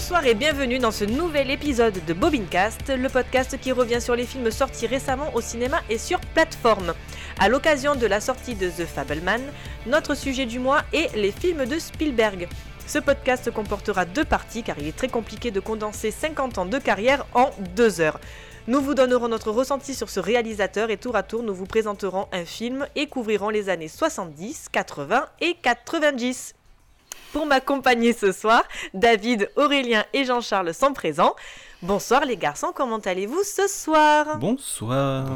Bonsoir et bienvenue dans ce nouvel épisode de Bobincast, le podcast qui revient sur les films sortis récemment au cinéma et sur plateforme. À l'occasion de la sortie de The Fabelman, notre sujet du mois est les films de Spielberg. Ce podcast comportera 2 parties car il est très compliqué de condenser 50 ans de carrière en 2 heures. Nous vous donnerons notre ressenti sur ce réalisateur et tour à tour nous vous présenterons un film et couvrirons les années 70, 80 et 90. Pour m'accompagner ce soir, David, Aurélien et Jean-Charles sont présents. Bonsoir les garçons, comment allez-vous ce soir ? Bonsoir.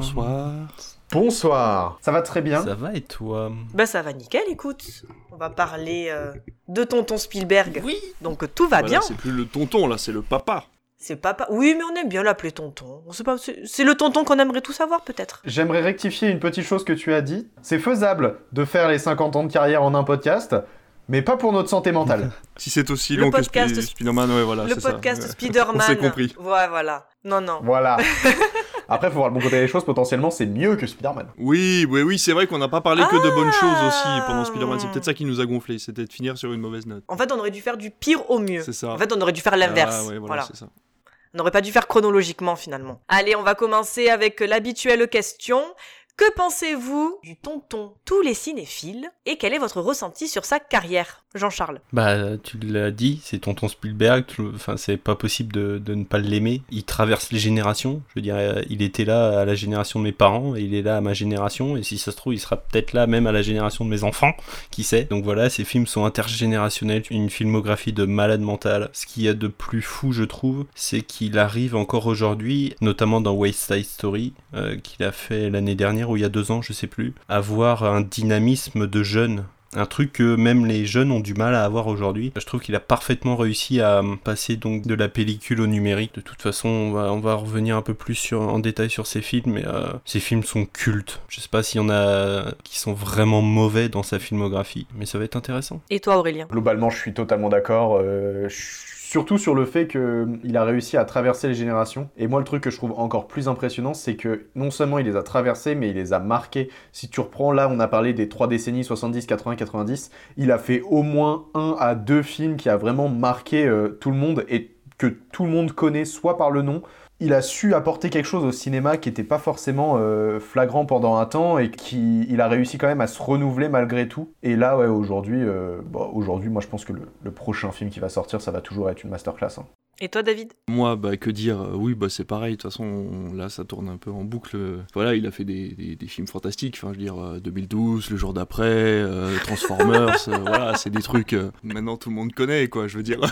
Bonsoir. Ça va très bien ? Ça va et toi ? Ça va nickel, écoute. On va parler de tonton Spielberg. Oui. Donc tout va bien. C'est plus le tonton là, c'est le papa. C'est papa. Oui, mais on aime bien l'appeler tonton. On sait pas, c'est le tonton qu'on aimerait tous avoir peut-être. J'aimerais rectifier une petite chose que tu as dit. C'est faisable de faire les 50 ans de carrière en un podcast, mais pas pour notre santé mentale. Si c'est aussi long que Spider-Man, ouais, voilà, le c'est ça. podcast Spider-Man. On s'est compris. Ouais, voilà. Non. Voilà. Après, faut voir le bon côté des choses, potentiellement, c'est mieux que Spider-Man. Oui, c'est vrai qu'on n'a pas parlé que de bonnes choses aussi pendant Spider-Man. C'est peut-être ça qui nous a gonflé, c'était de finir sur une mauvaise note. En fait, on aurait dû faire du pire au mieux. C'est ça. En fait, on aurait dû faire l'inverse. Ah ouais, voilà. C'est ça. On n'aurait pas dû faire chronologiquement, finalement. Allez, on va commencer avec l'habituelle question. Que pensez-vous du tonton tous les cinéphiles et quel est votre ressenti sur sa carrière, Jean-Charles ? Tu l'as dit, c'est tonton Spielberg, c'est pas possible de ne pas l'aimer. Il traverse les générations, je veux dire, il était là à la génération de mes parents, et il est là à ma génération, et si ça se trouve, il sera peut-être là même à la génération de mes enfants, qui sait. Donc voilà, ces films sont intergénérationnels, une filmographie de malade mental. Ce qu'il y a de plus fou, je trouve, c'est qu'il arrive encore aujourd'hui, notamment dans West Side Story, qu'il a fait l'année dernière, ou il y a 2 ans, je sais plus, avoir un dynamisme de jeune. Un truc que même les jeunes ont du mal à avoir aujourd'hui. Je trouve qu'il a parfaitement réussi à passer donc de la pellicule au numérique. De toute façon, on va revenir un peu plus en détail sur ces films, mais ces films sont cultes. Je sais pas s'il y en a qui sont vraiment mauvais dans sa filmographie, mais ça va être intéressant. Et toi, Aurélien ? Globalement, je suis totalement d'accord. Surtout sur le fait qu'il a réussi à traverser les générations. Et moi, le truc que je trouve encore plus impressionnant, c'est que non seulement il les a traversés, mais il les a marqués. Si tu reprends, là, on a parlé des 3 décennies, 70, 80, 90. Il a fait au moins 1 à 2 films qui a vraiment marqué tout le monde et que tout le monde connaît, soit par le nom. Il a su apporter quelque chose au cinéma qui n'était pas forcément flagrant pendant un temps et il a réussi quand même à se renouveler malgré tout. Et là, ouais, aujourd'hui, moi je pense que le prochain film qui va sortir, ça va toujours être une masterclass. Hein. Et toi, David ? Moi, que dire ? Oui, c'est pareil. De toute façon, là, ça tourne un peu en boucle. Voilà, il a fait des films fantastiques. Enfin, je veux dire, 2012, Le jour d'après, Transformers. Voilà, c'est des trucs. Maintenant, tout le monde connaît, quoi. Je veux dire.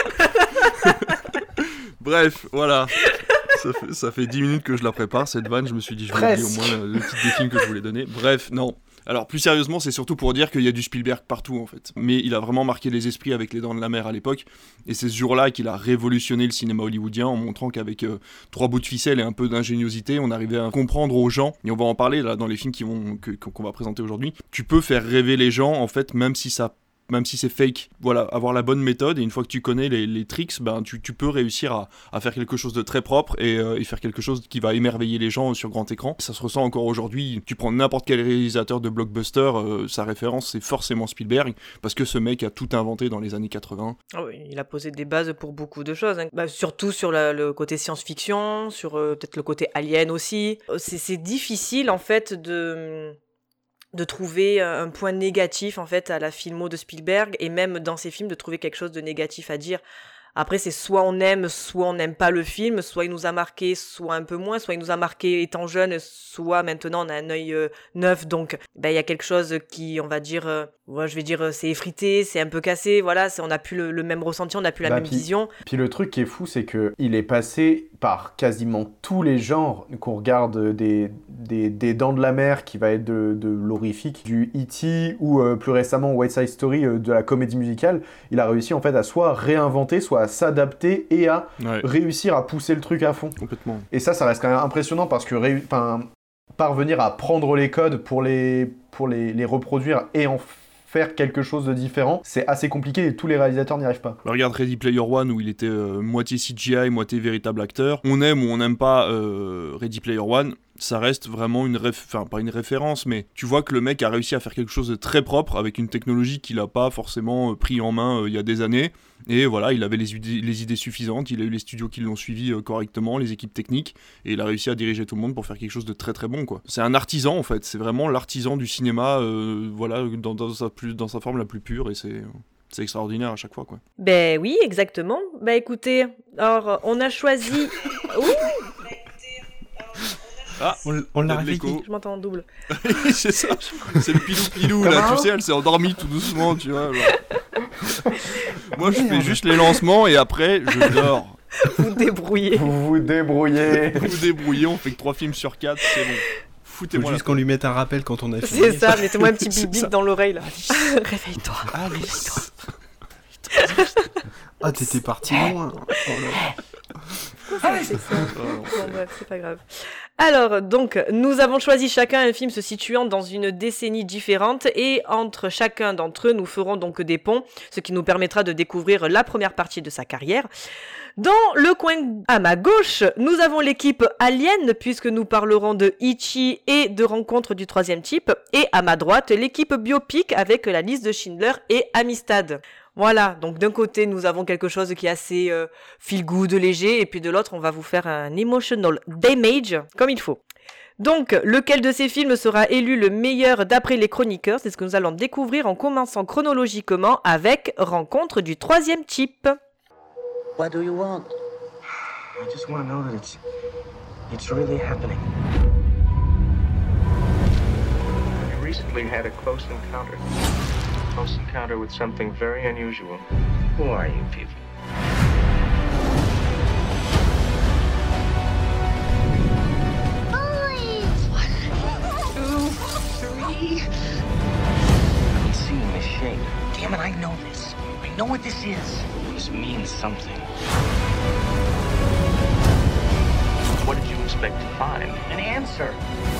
Bref, voilà. Ça fait 10 minutes que je la prépare, cette vanne. Je me suis dit, je vais oublier au moins le titre des films que je voulais donner. Bref, non. Alors, plus sérieusement, c'est surtout pour dire qu'il y a du Spielberg partout, en fait. Mais il a vraiment marqué les esprits avec Les Dents de la Mer à l'époque. Et c'est ce jour-là qu'il a révolutionné le cinéma hollywoodien en montrant qu'avec 3 bouts de ficelle et un peu d'ingéniosité, on arrivait à comprendre aux gens, et on va en parler là dans les films qu'on va présenter aujourd'hui, tu peux faire rêver les gens, en fait, même si c'est fake, voilà, avoir la bonne méthode, et une fois que tu connais les tricks, tu peux réussir à faire quelque chose de très propre et faire quelque chose qui va émerveiller les gens sur grand écran. Ça se ressent encore aujourd'hui. Tu prends n'importe quel réalisateur de blockbuster, sa référence c'est forcément Spielberg, parce que ce mec a tout inventé dans les années 80. Ah oui, il a posé des bases pour beaucoup de choses, hein. Surtout sur le côté science-fiction, sur peut-être le côté alien aussi. C'est difficile en fait de trouver un point négatif en fait à la filmo de Spielberg, et même dans ses films de trouver quelque chose de négatif à dire. Après, c'est soit on aime, soit on n'aime pas le film, soit il nous a marqué, soit un peu moins, soit il nous a marqué étant jeune, soit maintenant on a un œil neuf, donc il y a quelque chose qui, on va dire, c'est effrité, c'est un peu cassé, voilà, on n'a plus le même ressenti, on n'a plus la même vision. Puis le truc qui est fou, c'est qu'il est passé par quasiment tous les genres, qu'on regarde des Dents de la Mer, qui va être de l'horrifique, du E.T. ou plus récemment West Side Story, de la comédie musicale. Il a réussi en fait à soit réinventer, soit à s'adapter et à réussir à pousser le truc à fond. Complètement. Et ça reste quand même impressionnant parce que parvenir à prendre les codes pour les reproduire et en faire quelque chose de différent, c'est assez compliqué et tous les réalisateurs n'y arrivent pas. Regarde Ready Player One où il était moitié CGI, moitié véritable acteur. On aime ou on n'aime pas Ready Player One, ça reste vraiment pas une référence, mais tu vois que le mec a réussi à faire quelque chose de très propre avec une technologie qu'il a pas forcément pris en main il y a des années. Et voilà, il avait les idées suffisantes, il a eu les studios qui l'ont suivi correctement, les équipes techniques, et il a réussi à diriger tout le monde pour faire quelque chose de très très bon, quoi. C'est un artisan en fait, c'est vraiment l'artisan du cinéma, voilà, dans sa forme la plus pure, et c'est extraordinaire à chaque fois, quoi. Ben oui, exactement. Ben écoutez, alors on a choisi... Ah, on l'a réveillé. Je m'entends en double. C'est ça, c'est le pilou là, tu sais, elle s'est endormie tout doucement, tu vois. Genre. Moi je fais juste les lancements et après je dors. Vous débrouillez. Vous débrouillez, on fait que 3 films sur 4, c'est bon. Foutez-moi. Faut juste qu'on lui mette un rappel quand on a fini. C'est ça, mettez-moi un petit bip-bip dans l'oreille là. Réveille-toi. Alice. Ah, t'étais parti loin. C'est ça. Bon, bref, c'est pas grave. Alors, donc, nous avons choisi chacun un film se situant dans une décennie différente et entre chacun d'entre eux, nous ferons donc des ponts, ce qui nous permettra de découvrir la première partie de sa carrière. Dans le coin à ma gauche, nous avons l'équipe Alien, puisque nous parlerons de Ichi et de Rencontre du troisième type, et à ma droite, l'équipe biopic avec la liste de Schindler et Amistad. Voilà, donc d'un côté, nous avons quelque chose qui est assez feel-good, léger, et puis de l'autre, on va vous faire un emotional damage, comme il faut. Donc, lequel de ces films sera élu le meilleur d'après les chroniqueurs? C'est ce que nous allons découvrir en commençant chronologiquement avec Rencontre du troisième type. What do you want? I just want to know that it's really happening. I recently had a close encounter with something very unusual. Who are you people? Boys! 1, 2, 3. I'm seeing this shape. Damn it, I know this. I know what this is. This means something. What did you expect to find? An answer.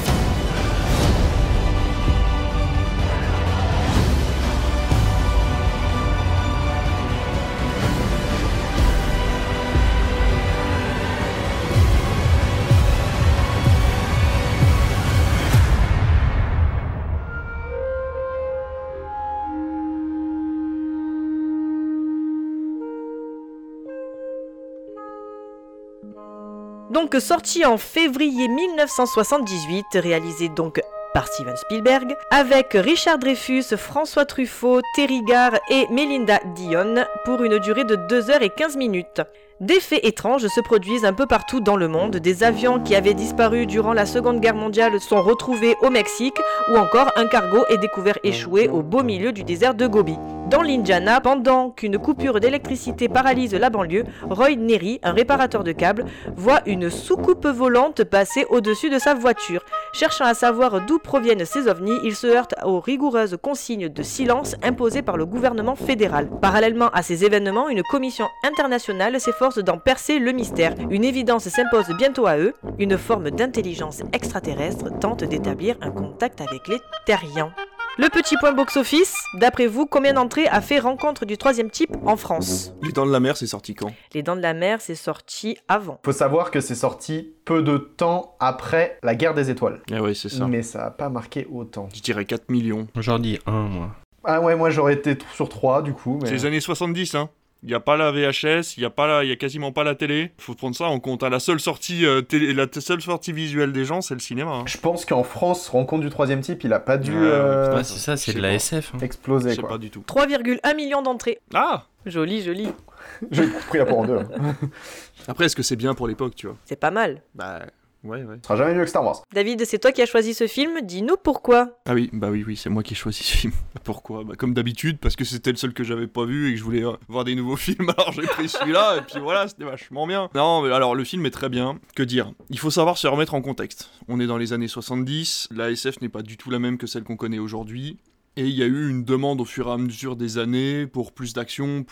Donc sorti en février 1978, réalisé donc par Steven Spielberg, avec Richard Dreyfuss, François Truffaut, Terry Garr et Melinda Dion pour une durée de 2h15. Des faits étranges se produisent un peu partout dans le monde. Des avions qui avaient disparu durant la Seconde Guerre mondiale sont retrouvés au Mexique, ou encore un cargo est découvert échoué au beau milieu du désert de Gobi. Dans l'Indiana, pendant qu'une coupure d'électricité paralyse la banlieue, Roy Neary, un réparateur de câbles, voit une soucoupe volante passer au-dessus de sa voiture. Cherchant à savoir d'où proviennent ces ovnis, il se heurte aux rigoureuses consignes de silence imposées par le gouvernement fédéral. Parallèlement à ces événements, une commission internationale s'efforce d'en percer le mystère. Une évidence s'impose bientôt à eux, une forme d'intelligence extraterrestre tente d'établir un contact avec les terriens. Le petit point box-office, d'après vous, combien d'entrées a fait Rencontre du troisième type en France? Les Dents de la Mer, c'est sorti quand? Les Dents de la Mer, c'est sorti avant. Faut savoir que c'est sorti peu de temps après la Guerre des Étoiles. Ah ouais, c'est ça. Mais ça a pas marqué autant. Je dirais 4 millions. J'en dis 1, moi. Ah ouais, moi j'aurais été sur 3 du coup. Mais... C'est les années 70, hein. Il n'y a pas la VHS, il y a quasiment pas la télé. Faut prendre ça en compte. La seule sortie seule sortie visuelle des gens, c'est le cinéma. Hein. Je pense qu'en France, Rencontre du troisième type, il a pas dû ouais, c'est ça, c'est de la SF. Hein. Exploser. Je sais quoi. pas du tout. 3,1 millions d'entrées. Ah, joli, joli. J'ai pris la poire en deux. après, est-ce que c'est bien pour l'époque, tu vois? C'est pas mal. Bah, ouais. Ce sera jamais mieux que Star Wars. David, c'est toi qui as choisi ce film, dis-nous pourquoi. Ah oui, c'est moi qui ai choisi ce film. Pourquoi? Comme d'habitude, parce que c'était le seul que j'avais pas vu et que je voulais voir des nouveaux films, alors j'ai pris celui-là, et puis voilà, c'était vachement bien. Non, mais alors le film est très bien, que dire? Il faut savoir se remettre en contexte. On est dans les années 70, la SF n'est pas du tout la même que celle qu'on connaît aujourd'hui. Et il y a eu une demande au fur et à mesure des années pour plus d'action,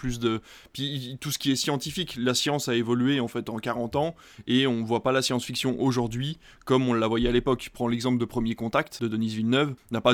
puis tout ce qui est scientifique. La science a évolué en fait en 40 ans et on ne voit pas la science-fiction aujourd'hui comme on la voyait à l'époque. Je prends l'exemple de Premier Contact de Denis Villeneuve.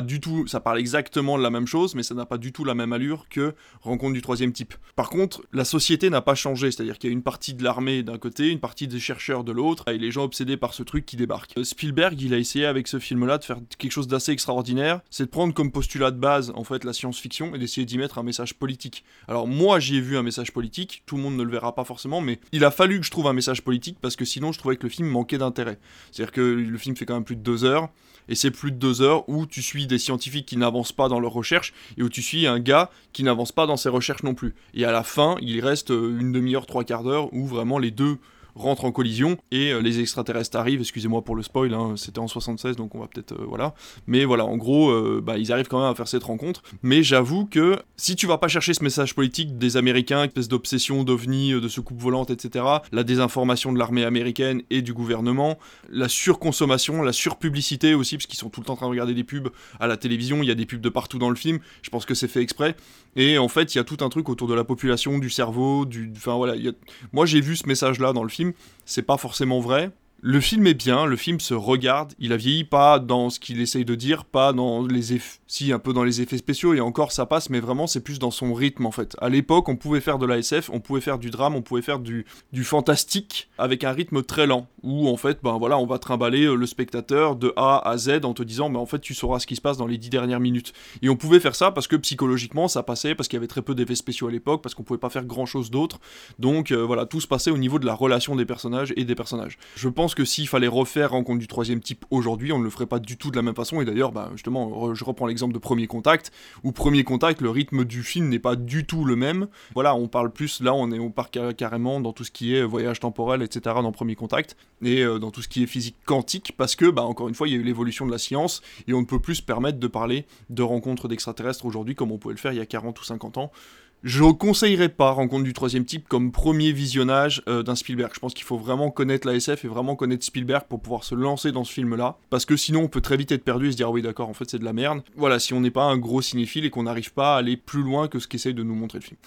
Ça parle exactement de la même chose, mais ça n'a pas du tout la même allure que Rencontre du troisième type. Par contre, la société n'a pas changé, c'est-à-dire qu'il y a une partie de l'armée d'un côté, une partie des chercheurs de l'autre, et les gens obsédés par ce truc qui débarque. Spielberg, il a essayé avec ce film-là de faire quelque chose d'assez extraordinaire, c'est de prendre comme postulat de base en fait la science-fiction et d'essayer d'y mettre un message politique. Alors moi j'y ai vu un message politique, tout le monde ne le verra pas forcément, mais il a fallu que je trouve un message politique parce que sinon je trouvais que le film manquait d'intérêt. C'est-à-dire que le film fait quand même plus de 2 heures, et c'est plus de 2 heures où tu suis des scientifiques qui n'avancent pas dans leurs recherches et où tu suis un gars qui n'avance pas dans ses recherches non plus. Et à la fin, il reste une demi-heure, 3/4 d'heure où vraiment les deux rentrent en collision et les extraterrestres arrivent, excusez-moi pour le spoil, hein, c'était en 76 donc on va peut-être voilà, mais voilà, en gros ils arrivent quand même à faire cette rencontre. Mais j'avoue que si tu vas pas chercher ce message politique des Américains, espèce d'obsession d'ovnis, de soucoupes volantes, etc., la désinformation de l'armée américaine et du gouvernement, la surconsommation, la surpublicité aussi, parce qu'ils sont tout le temps en train de regarder des pubs à la télévision, il y a des pubs de partout dans le film, je pense que c'est fait exprès, et en fait il y a tout un truc autour de la population, du cerveau, enfin voilà, moi j'ai vu ce message là dans le film. C'est pas forcément vrai. Le film est bien, le film se regarde, il a vieilli pas dans ce qu'il essaye de dire, pas dans les effets, si un peu dans les effets spéciaux, et encore ça passe, mais vraiment c'est plus dans son rythme en fait. À l'époque, on pouvait faire de la SF, on pouvait faire du drame, on pouvait faire du fantastique avec un rythme très lent, où en fait, on va trimballer le spectateur de A à Z en te disant, en fait tu sauras ce qui se passe dans les 10 dernières minutes. Et on pouvait faire ça parce que psychologiquement ça passait, parce qu'il y avait très peu d'effets spéciaux à l'époque, parce qu'on pouvait pas faire grand chose d'autre, donc tout se passait au niveau de la relation des personnages et des personnages. Je pense que s'il fallait refaire Rencontre du troisième type aujourd'hui, on ne le ferait pas du tout de la même façon, et d'ailleurs, justement, je reprends l'exemple de Premier Contact, où Premier Contact, le rythme du film n'est pas du tout le même. Voilà, on parle plus, là, on part carrément dans tout ce qui est voyage temporel, etc., dans Premier Contact, et dans tout ce qui est physique quantique, parce que, encore une fois, il y a eu l'évolution de la science, et on ne peut plus se permettre de parler de rencontres d'extraterrestres aujourd'hui, comme on pouvait le faire il y a 40 ou 50 ans. Je ne conseillerais pas Rencontre du troisième type comme premier visionnage d'un Spielberg. Je pense qu'il faut vraiment connaître la SF et vraiment connaître Spielberg pour pouvoir se lancer dans ce film-là. Parce que sinon, on peut très vite être perdu et se dire « Ah oui, d'accord, en fait, c'est de la merde ». Voilà, si on n'est pas un gros cinéphile et qu'on n'arrive pas à aller plus loin que ce qu'essaye de nous montrer le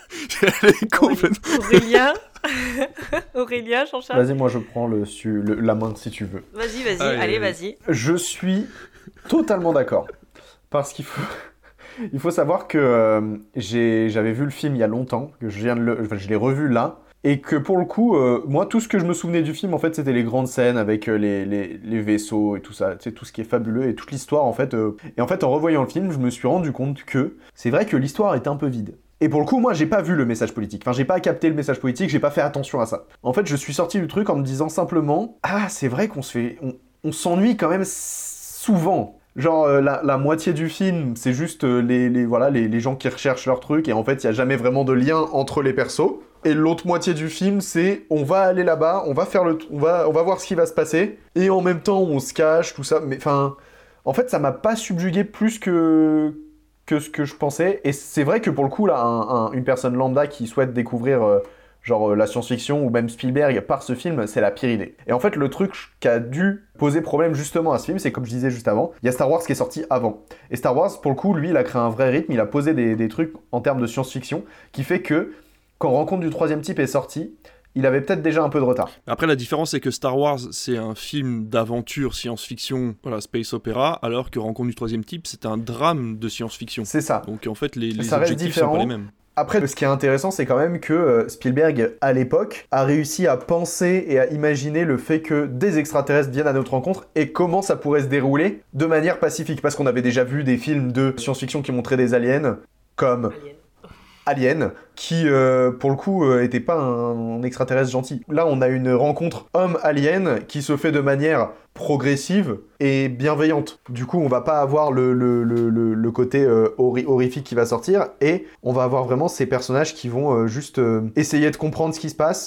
film. Aurélien, Jean-Charles. Vas-y, moi je prends la main si tu veux. Vas-y, allez, vas-y. Je suis totalement d'accord. Parce qu'il faut... Il faut savoir que j'avais vu le film il y a longtemps, que je l'ai revu là, et que pour le coup, moi, tout ce que je me souvenais du film, en fait, c'était les grandes scènes avec les vaisseaux et tout ça, tu sais, tout ce qui est fabuleux et toute l'histoire, en fait. Et en fait, en revoyant le film, je me suis rendu compte que c'est vrai que l'histoire était un peu vide. Et pour le coup, moi, j'ai pas vu le message politique. Enfin, j'ai pas capté le message politique, j'ai pas fait attention à ça. En fait, je suis sorti du truc en me disant simplement, ah, c'est vrai qu'on on s'ennuie quand même souvent. Genre, la moitié du film, c'est juste les gens qui recherchent leur truc, et en fait, il n'y a jamais vraiment de lien entre les persos. Et l'autre moitié du film, c'est on va aller là-bas, on va voir ce qui va se passer, et en même temps, on se cache, tout ça. Mais enfin, en fait, ça m'a pas subjugué plus que ce que je pensais. Et c'est vrai que pour le coup, là, une personne lambda qui souhaite découvrir... la science-fiction ou même Spielberg par ce film, c'est la pire idée. Et en fait, le truc qui a dû poser problème justement à ce film, c'est comme je disais juste avant, il y a Star Wars qui est sorti avant. Et Star Wars, pour le coup, lui, il a créé un vrai rythme, il a posé des trucs en termes de science-fiction, qui fait que, quand Rencontre du troisième type est sorti, il avait peut-être déjà un peu de retard. Après, la différence, c'est que Star Wars, c'est un film d'aventure science-fiction, space opéra, alors que Rencontre du troisième type, c'est un drame de science-fiction. C'est ça. Donc en fait, les objectifs sont pas les mêmes. Après, ce qui est intéressant, c'est quand même que Spielberg, à l'époque, a réussi à penser et à imaginer le fait que des extraterrestres viennent à notre rencontre et comment ça pourrait se dérouler de manière pacifique. Parce qu'on avait déjà vu des films de science-fiction qui montraient des aliens, comme Alien, qui, pour le coup, était pas un extraterrestre gentil. Là, on a une rencontre homme-alien qui se fait de manière progressive et bienveillante. Du coup, on va pas avoir le côté horrifique qui va sortir, et on va avoir vraiment ces personnages qui vont juste essayer de comprendre ce qui se passe,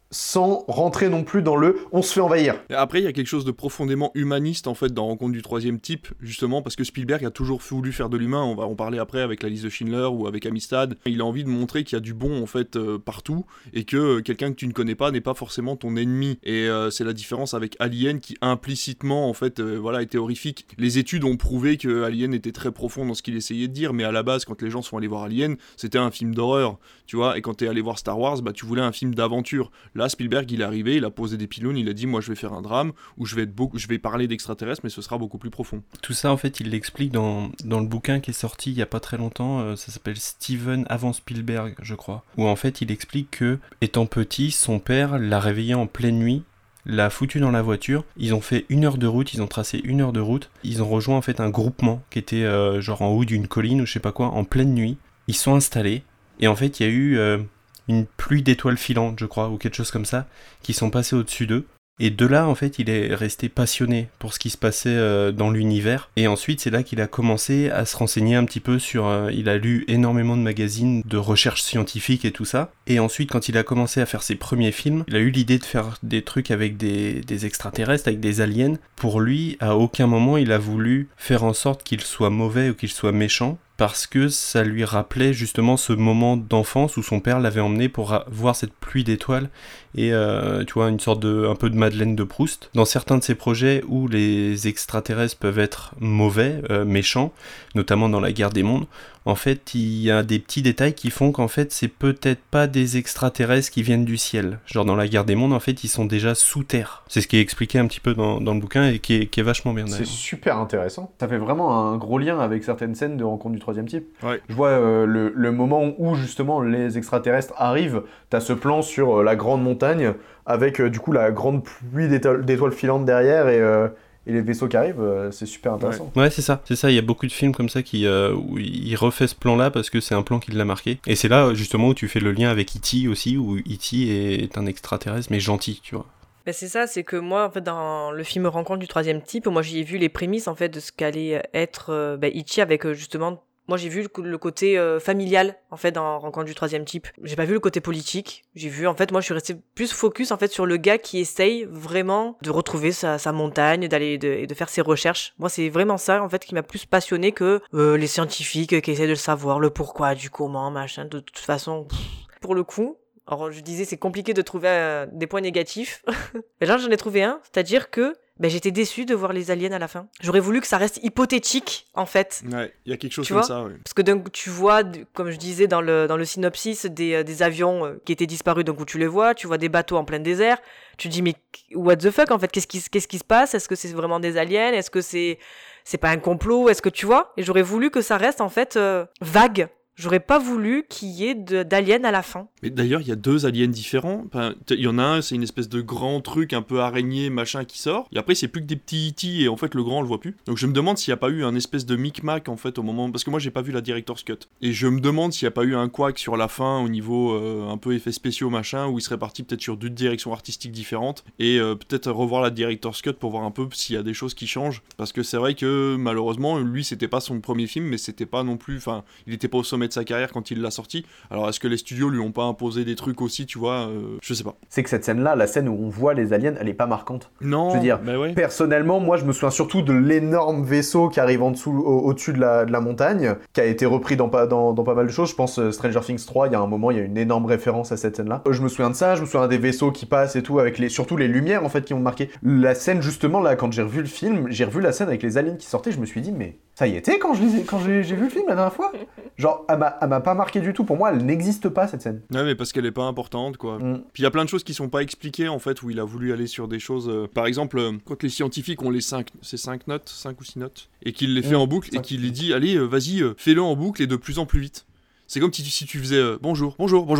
sans rentrer non plus dans le « on se fait envahir ». Et après, il y a quelque chose de profondément humaniste, en fait, dans Rencontre du troisième type, justement, parce que Spielberg a toujours voulu faire de l'humain, on va en parler après avec La liste de Schindler ou avec Amistad. Il a envie de montrer qu'il y a du bon, en fait, partout, et que quelqu'un que tu ne connais pas n'est pas forcément ton ennemi. Et c'est la différence avec Alien, qui implicitement, en fait, était horrifique. Les études ont prouvé que Alien était très profond dans ce qu'il essayait de dire, mais à la base, quand les gens sont allés voir Alien, c'était un film d'horreur, tu vois, et quand t'es allé voir Star Wars, bah tu voulais un film d'aventure. Là, Spielberg, il est arrivé, il a posé des pylônes, il a dit, moi je vais faire un drame, où je vais parler d'extraterrestres, mais ce sera beaucoup plus profond. Tout ça, en fait, il l'explique dans le bouquin qui est sorti il y a pas très longtemps, ça s'appelle Steven avant Spielberg, je crois, où en fait, il explique que, étant petit, son père l'a réveillé en pleine nuit, l'a foutu dans la voiture, ils ont fait 1 heure de route, ils ont tracé 1 heure de route, ils ont rejoint en fait un groupement qui était genre en haut d'une colline ou je sais pas quoi, en pleine nuit, ils sont installés, et en fait, il y a eu une pluie d'étoiles filantes, je crois, ou quelque chose comme ça, qui sont passées au-dessus d'eux. Et de là, en fait, il est resté passionné pour ce qui se passait dans l'univers. Et ensuite, c'est là qu'il a commencé à se renseigner un petit peu sur... il a lu énormément de magazines de recherche scientifique et tout ça. Et ensuite, quand il a commencé à faire ses premiers films, il a eu l'idée de faire des trucs avec des extraterrestres, avec des aliens. Pour lui, à aucun moment, il a voulu faire en sorte qu'ils soient mauvais ou qu'ils soient méchants, parce que ça lui rappelait justement ce moment d'enfance où son père l'avait emmené pour voir cette pluie d'étoiles et tu vois, une sorte un peu de Madeleine de Proust. Dans certains de ses projets où les extraterrestres peuvent être mauvais, méchants, notamment dans La Guerre des Mondes, en fait, il y a des petits détails qui font qu'en fait, c'est peut-être pas des extraterrestres qui viennent du ciel. Genre dans La Guerre des Mondes, en fait, ils sont déjà sous terre. C'est ce qui est expliqué un petit peu dans le bouquin et qui est vachement bien d'ailleurs. C'est super intéressant. Ça fait vraiment un gros lien avec certaines scènes de Rencontre du troisième type. Ouais. Je vois le moment où justement les extraterrestres arrivent, t'as ce plan sur la grande montagne avec du coup la grande pluie d'étoiles filantes derrière et les vaisseaux qui arrivent, c'est super intéressant. Ouais, c'est ça. Il y a beaucoup de films comme ça où il refait ce plan-là parce que c'est un plan qui l'a marqué. Et c'est là justement où tu fais le lien avec E.T. aussi, où E.T. est un extraterrestre mais gentil, tu vois. Ben c'est ça, c'est que moi, en fait, dans le film Rencontre du troisième type, moi j'y ai vu les prémices en fait de ce qu'allait être E.T. avec justement. Moi, j'ai vu le côté familial, en fait, dans Rencontre du troisième type. J'ai pas vu le côté politique. J'ai vu, en fait, moi, je suis restée plus focus, en fait, sur le gars qui essaye vraiment de retrouver sa montagne, d'aller de faire ses recherches. Moi, c'est vraiment ça, en fait, qui m'a plus passionné que les scientifiques qui essaient de le savoir, le pourquoi, du comment, machin. De toute façon, pour le coup... Alors, je disais, c'est compliqué de trouver des points négatifs. Mais là, j'en ai trouvé un, c'est-à-dire que j'étais déçue de voir les aliens à la fin. J'aurais voulu que ça reste hypothétique, en fait. Ouais, il y a quelque chose tu comme vois ça, ouais. Parce que donc, tu vois, comme je disais dans le synopsis, des avions qui étaient disparus, donc où tu les vois, tu vois des bateaux en plein désert. Tu te dis, mais what the fuck, en fait, qu'est-ce qui se passe? Est-ce que c'est vraiment des aliens? Est-ce que c'est pas un complot? Est-ce que tu vois? Et j'aurais voulu que ça reste, en fait, vague. J'aurais pas voulu qu'il y ait d'aliens à la fin. Mais d'ailleurs, il y a 2 aliens différents. Enfin, il y en a un, c'est une espèce de grand truc un peu araignée, machin, qui sort. Et après, c'est plus que des petits E.T. et en fait, le grand, on le voit plus. Donc je me demande s'il n'y a pas eu un espèce de micmac, en fait, au moment... Parce que moi, j'ai pas vu la Director's Cut. Et je me demande s'il n'y a pas eu un couac sur la fin, au niveau un peu effets spéciaux, machin, où il serait parti peut-être sur 2 directions artistiques différentes. Et peut-être revoir la Director's Cut pour voir un peu s'il y a des choses qui changent. Parce que c'est vrai que, malheureusement, lui, c'était pas son premier film, mais c'était pas non plus... Enfin, il était pas au sommet de sa carrière quand il l'a sorti. Alors est-ce que les studios lui ont pas imposé des trucs aussi, tu vois, je sais pas. C'est que cette scène-là, la scène où on voit les aliens, elle est pas marquante. Non, je veux dire, ouais. Personnellement, moi je me souviens surtout de l'énorme vaisseau qui arrive en dessous, au-dessus de la montagne, qui a été repris dans pas mal de choses. Je pense Stranger Things 3, il y a un moment, il y a une énorme référence à cette scène-là. Je me souviens de ça, je me souviens des vaisseaux qui passent et tout, avec surtout les lumières en fait qui m'ont marqué. La scène justement là, quand j'ai revu le film, j'ai revu la scène avec les aliens qui sortaient, je me suis dit mais ça y était quand j'ai vu le film la dernière fois. Genre, elle m'a pas marqué du tout. Pour moi, elle n'existe pas, cette scène. Ouais, mais parce qu'elle est pas importante, quoi. Puis il y a plein de choses qui sont pas expliquées, en fait, où il a voulu aller sur des choses... par exemple, quand les scientifiques ont les 5 notes, 5 ou 6 notes, et qu'il les fait en boucle, et qu'il les dit, allez, vas-y, fais-le en boucle et de plus en plus vite. C'est comme si tu faisais bonjour.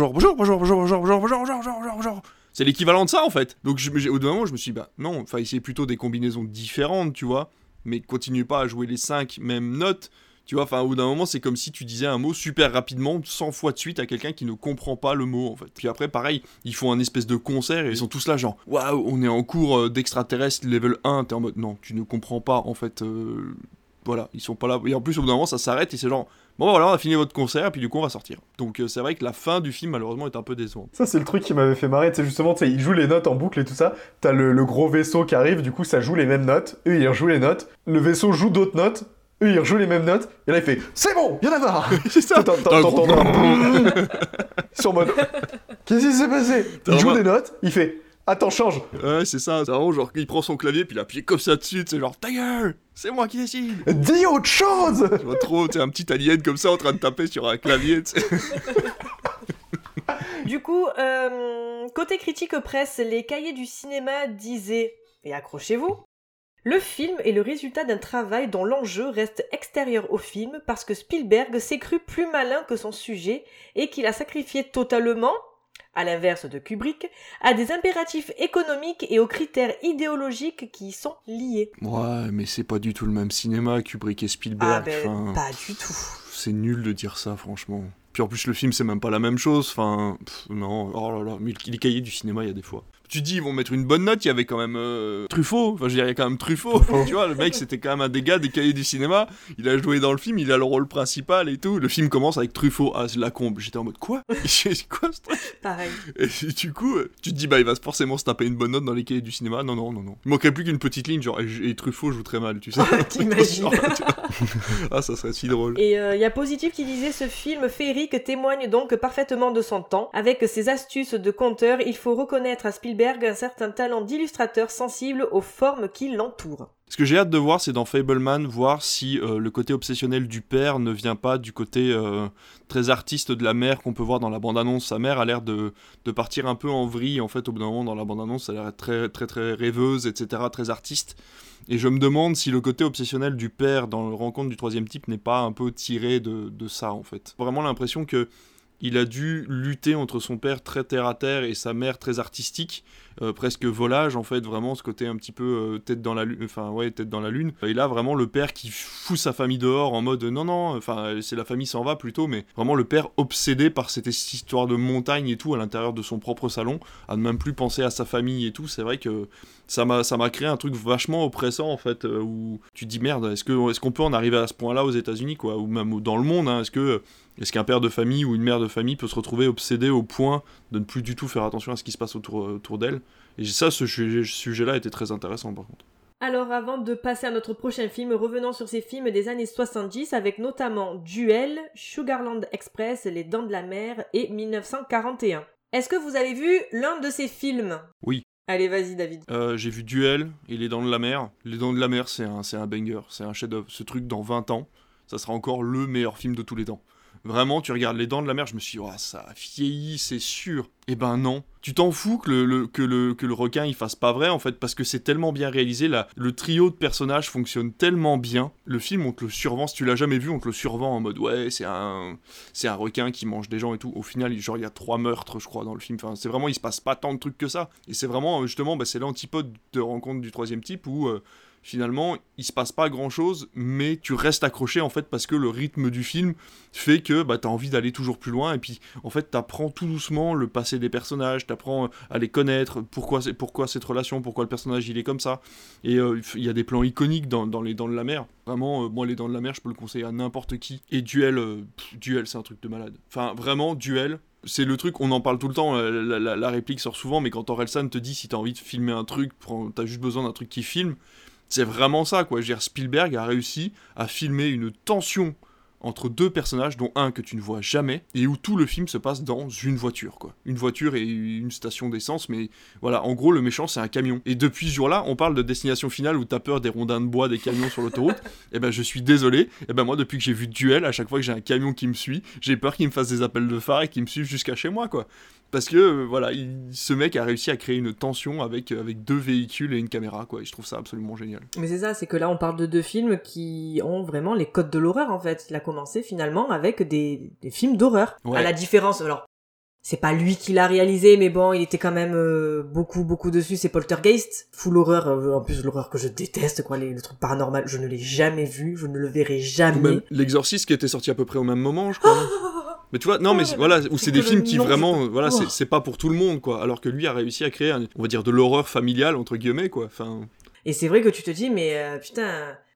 C'est l'équivalent de ça, en fait. Donc, au bout d'un moment, je me suis dit, bah non, enfin, essayer plutôt des combinaisons différentes, tu vois, mais continue pas à jouer les 5 mêmes notes. Tu vois, enfin, au bout d'un moment, c'est comme si tu disais un mot super rapidement, 100 fois de suite à quelqu'un qui ne comprend pas le mot, en fait. Puis après, pareil, ils font un espèce de concert et ils sont tous là, genre, waouh, on est en cours d'extraterrestre level 1. T'es en mode, non, tu ne comprends pas, en fait. Voilà, ils sont pas là. Et en plus, au bout d'un moment, ça s'arrête et c'est genre, bon voilà, on a fini votre concert, et puis du coup on va sortir. Donc c'est vrai que la fin du film malheureusement est un peu décevante. Ça c'est le truc qui m'avait fait marrer, tu sais justement, tu sais, ils jouent les notes en boucle et tout ça, t'as le gros vaisseau qui arrive, du coup ça joue les mêmes notes, eux ils rejouent les notes, le vaisseau joue d'autres notes, eux ils rejouent les mêmes notes, et là il fait « C'est bon, y'en a marre !» C'est ça. T'entends sur mode « Qu'est-ce qui s'est passé ?» Il joue des notes, il fait « Attends, change !» Ouais, c'est ça, c'est vraiment genre il prend son clavier, puis il appuie comme ça dessus, c'est genre « Ta gueule, c'est moi qui décide !» Dis autre chose. Je vois trop, tu sais, un petit alien comme ça en train de taper sur un clavier, tu sais. Du coup, côté critique presse, les cahiers du cinéma disaient, et accrochez-vous, le film est le résultat d'un travail dont l'enjeu reste extérieur au film parce que Spielberg s'est cru plus malin que son sujet et qu'il a sacrifié totalement, à l'inverse de Kubrick, à des impératifs économiques et aux critères idéologiques qui y sont liés. Ouais, mais c'est pas du tout le même cinéma, Kubrick et Spielberg. Pas du tout. C'est nul de dire ça, franchement. Puis en plus, le film, c'est même pas la même chose. Enfin, non, oh là là, mais les cahiers du cinéma, il y a des fois. Tu dis, ils vont mettre une bonne note, il y avait quand même Truffaut. Enfin, je veux dire, il y a quand même Truffaut. Tu vois, le mec, c'était quand même un des gars des cahiers du cinéma. Il a joué dans le film, il a le rôle principal et tout. Le film commence avec Truffaut. Ah, la combe. J'étais en mode, quoi? C'est quoi ce truc? Pareil. Et du coup, tu te dis, bah, il va forcément se taper une bonne note dans les cahiers du cinéma. Non. Il manquerait plus qu'une petite ligne, genre, et Truffaut joue très mal, tu sais. T'imagines? Ah, ça serait si drôle. Et il y a Positif qui disait ce film féerique témoigne donc parfaitement de son temps. Avec ses astuces de conteur, il faut reconnaître à Spielberg un certain talent d'illustrateur sensible aux formes qui l'entourent. Ce que j'ai hâte de voir, c'est dans Fableman, voir si le côté obsessionnel du père ne vient pas du côté très artiste de la mère qu'on peut voir dans la bande-annonce. Sa mère a l'air de partir un peu en vrille, en fait, au bout d'un moment, dans la bande-annonce, elle a l'air très, très, très rêveuse, etc., très artiste. Et je me demande si le côté obsessionnel du père dans le Rencontre du troisième type n'est pas un peu tiré de ça, en fait. Vraiment l'impression que il a dû lutter entre son père très terre-à-terre et sa mère très artistique, presque volage en fait, vraiment ce côté un petit peu tête dans la lune. Et là vraiment le père qui fout sa famille dehors en mode non, enfin c'est la famille s'en va plutôt, mais vraiment le père obsédé par cette histoire de montagne et tout à l'intérieur de son propre salon, à ne même plus penser à sa famille et tout. C'est vrai que ça m'a créé un truc vachement oppressant en fait, où tu te dis merde, est-ce qu'on peut en arriver à ce point-là aux États-Unis quoi, ou même dans le monde, hein, est-ce qu'un père de famille ou une mère de famille peut se retrouver obsédé au point de ne plus du tout faire attention à ce qui se passe autour d'elle? Et ça, ce sujet-là était très intéressant par contre. Alors avant de passer à notre prochain film, revenons sur ces films des années 70 avec notamment Duel, Sugarland Express, Les Dents de la Mer et 1941. Est-ce que vous avez vu l'un de ces films? Oui. Allez, vas-y David. J'ai vu Duel et Les Dents de la Mer. Les Dents de la Mer, c'est un banger, c'est un chef-d'œuvre. Ce truc, dans 20 ans, ça sera encore le meilleur film de tous les temps. Vraiment, tu regardes Les Dents de la Mer, je me suis dit, oh, ça a vieilli, c'est sûr. Eh ben non. Tu t'en fous que le requin il fasse pas vrai en fait, parce que c'est tellement bien réalisé, le trio de personnages fonctionne tellement bien. Le film, on te le survend, si tu l'as jamais vu, on te le survend en mode ouais, c'est un requin qui mange des gens et tout. Au final, genre il y a 3 meurtres, je crois, dans le film. Enfin, c'est vraiment, il se passe pas tant de trucs que ça. Et c'est vraiment, justement, c'est l'antipode de Rencontre du troisième type où finalement, il se passe pas grand-chose, mais tu restes accroché en fait parce que le rythme du film fait que t'as envie d'aller toujours plus loin, et puis en fait t'apprends tout doucement le passé des personnages, t'apprends à les connaître, pourquoi cette relation, pourquoi le personnage il est comme ça, et il y a des plans iconiques dans Les Dents de la Mer. Vraiment, moi Les Dents de la Mer, je peux le conseiller à n'importe qui. Et Duel, c'est un truc de malade. Enfin, vraiment, Duel, c'est le truc, on en parle tout le temps, la réplique sort souvent, mais quand Orelsan te dit si t'as envie de filmer un truc, t'as juste besoin d'un truc qui filme, c'est vraiment ça, quoi. Je veux dire, Spielberg a réussi à filmer une tension entre deux personnages, dont un que tu ne vois jamais, et où tout le film se passe dans une voiture, quoi. Une voiture et une station d'essence, mais voilà, en gros, le méchant, c'est un camion. Et depuis ce jour-là, on parle de Destination Finale où t'as peur des rondins de bois, des camions sur l'autoroute. Et ben, je suis désolé, et ben moi, depuis que j'ai vu Duel, à chaque fois que j'ai un camion qui me suit, j'ai peur qu'il me fasse des appels de phare et qu'il me suive jusqu'à chez moi, quoi. Parce que, voilà, ce mec a réussi à créer une tension avec 2 véhicules et une caméra, quoi. Et je trouve ça absolument génial. Mais c'est ça, c'est que là, on parle de 2 films qui ont vraiment les codes de l'horreur, en fait. Il a commencé, finalement, avec des films d'horreur. Ouais. À la différence, alors, c'est pas lui qui l'a réalisé, mais bon, il était quand même beaucoup dessus. C'est Poltergeist, full horreur. En plus, l'horreur que je déteste, quoi. Le truc paranormal, je ne l'ai jamais vu, je ne le verrai jamais. Même L'Exorciste qui était sorti à peu près au même moment, je crois. Mais tu vois, non, mais voilà, où c'est des films qui vraiment, voilà, c'est pas pour tout le monde, quoi. Alors que lui a réussi à créer, on va dire, de l'horreur familiale, entre guillemets, quoi. Enfin... Et c'est vrai que tu te dis, mais putain,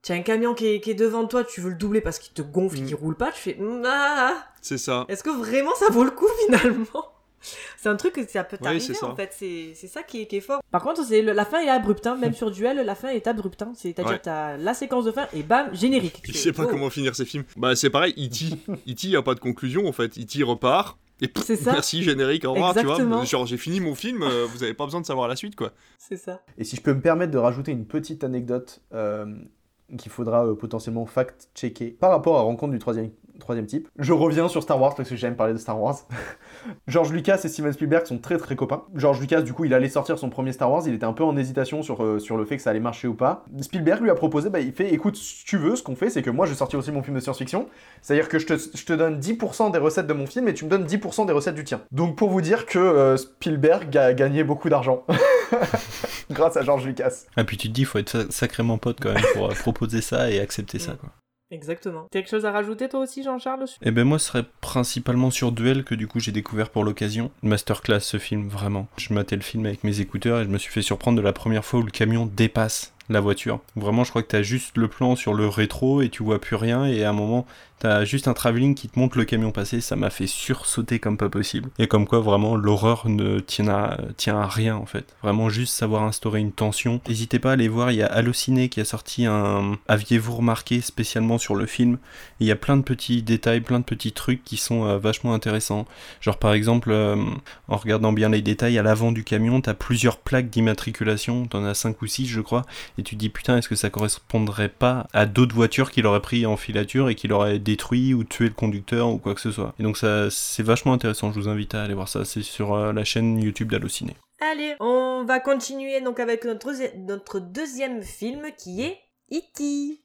T'as un camion qui est devant toi, tu veux le doubler parce qu'il te gonfle, qu'il roule pas, tu fais C'est ça. Est-ce que vraiment ça vaut le coup finalement? C'est un truc que ça peut t'arriver c'est ça. en fait, c'est ça qui est fort. Par contre, la fin est abrupte, hein. Même sur Duel, la fin est abrupte. Hein. C'est-à-dire t'as la séquence de fin et bam, générique. Je sais pas comment finir ces films. Bah c'est pareil, E.T. y a pas de conclusion en fait. E.T. repart. Et c'est ça. Merci, générique, au revoir, Exactement. tu vois. Genre j'ai fini mon film, vous avez pas besoin de savoir la suite quoi. C'est ça. Et si je peux me permettre de rajouter une petite anecdote qu'il faudra potentiellement fact-checker par rapport à la rencontre du troisième type. Je reviens sur Star Wars parce que j'aime parler de Star Wars. George Lucas et Steven Spielberg sont très très copains. George Lucas, du coup, il allait sortir son premier Star Wars, il était un peu en hésitation sur le fait que ça allait marcher ou pas. Spielberg lui a proposé, il fait, écoute, si tu veux, ce qu'on fait, c'est que moi je vais sortir aussi mon film de science-fiction, c'est-à-dire que je te donne 10% des recettes de mon film et tu me donnes 10% des recettes du tien. Donc pour vous dire que Spielberg a gagné beaucoup d'argent grâce à George Lucas. Ah puis tu te dis, il faut être sacrément pote quand même pour proposer ça et accepter ça quoi. Exactement. T'as quelque chose à rajouter toi aussi Jean-Charles? Eh ben moi ce serait principalement sur Duel que du coup j'ai découvert pour l'occasion. Masterclass ce film, vraiment. Je matais le film avec mes écouteurs et je me suis fait surprendre de la première fois où le camion dépasse la voiture. Vraiment je crois que t'as juste le plan sur le rétro et tu vois plus rien et à un moment t'as juste un travelling qui te montre le camion passer, ça m'a fait sursauter comme pas possible. Et comme quoi vraiment l'horreur ne tient à rien en fait. Vraiment juste savoir instaurer une tension. N'hésitez pas à aller voir, il y a Allociné qui a sorti un Aviez-vous remarqué spécialement sur le film. Il y a plein de petits détails, plein de petits trucs qui sont vachement intéressants. Genre par exemple, en regardant bien les détails, à l'avant du camion, t'as plusieurs plaques d'immatriculation, t'en as 5 ou 6 je crois, et tu te dis putain est-ce que ça correspondrait pas à d'autres voitures qu'il aurait pris en filature et qu'il aurait détruit ou tué le conducteur ou quoi que ce soit. Et donc ça c'est vachement intéressant, je vous invite à aller voir ça, c'est sur la chaîne YouTube d'Allociné. Allez, on va continuer donc avec notre deuxième film qui est E.T.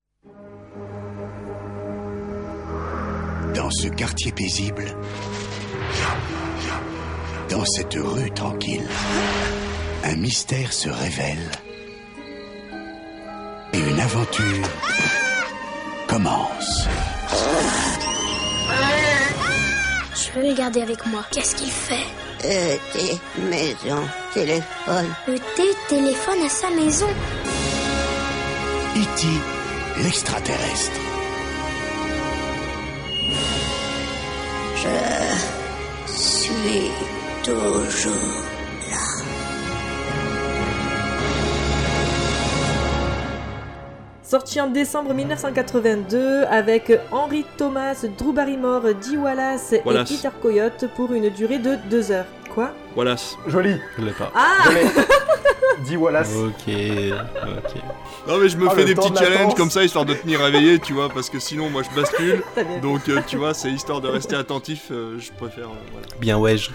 Dans ce quartier paisible, dans cette rue tranquille, un mystère se révèle et une aventure commence. Je veux le garder avec moi. Qu'est-ce qu'il fait? E.T. maison, téléphone. E.T. téléphone à sa maison. E.T. l'extraterrestre. Je suis toujours là. Sorti en décembre 1982 avec Henry Thomas, Drew Barrymore, Dee Wallace et Peter Coyote pour une durée de 2 heures. Quoi? Wallace. Joli. Je l'ai pas. Ah Dee Wallace. Ok. Non mais je me fais des petits challenges latence. comme ça histoire de tenir réveillé, tu vois, parce que sinon moi je bascule. Donc tu vois, c'est histoire de rester attentif, je préfère voilà. Bien wesh.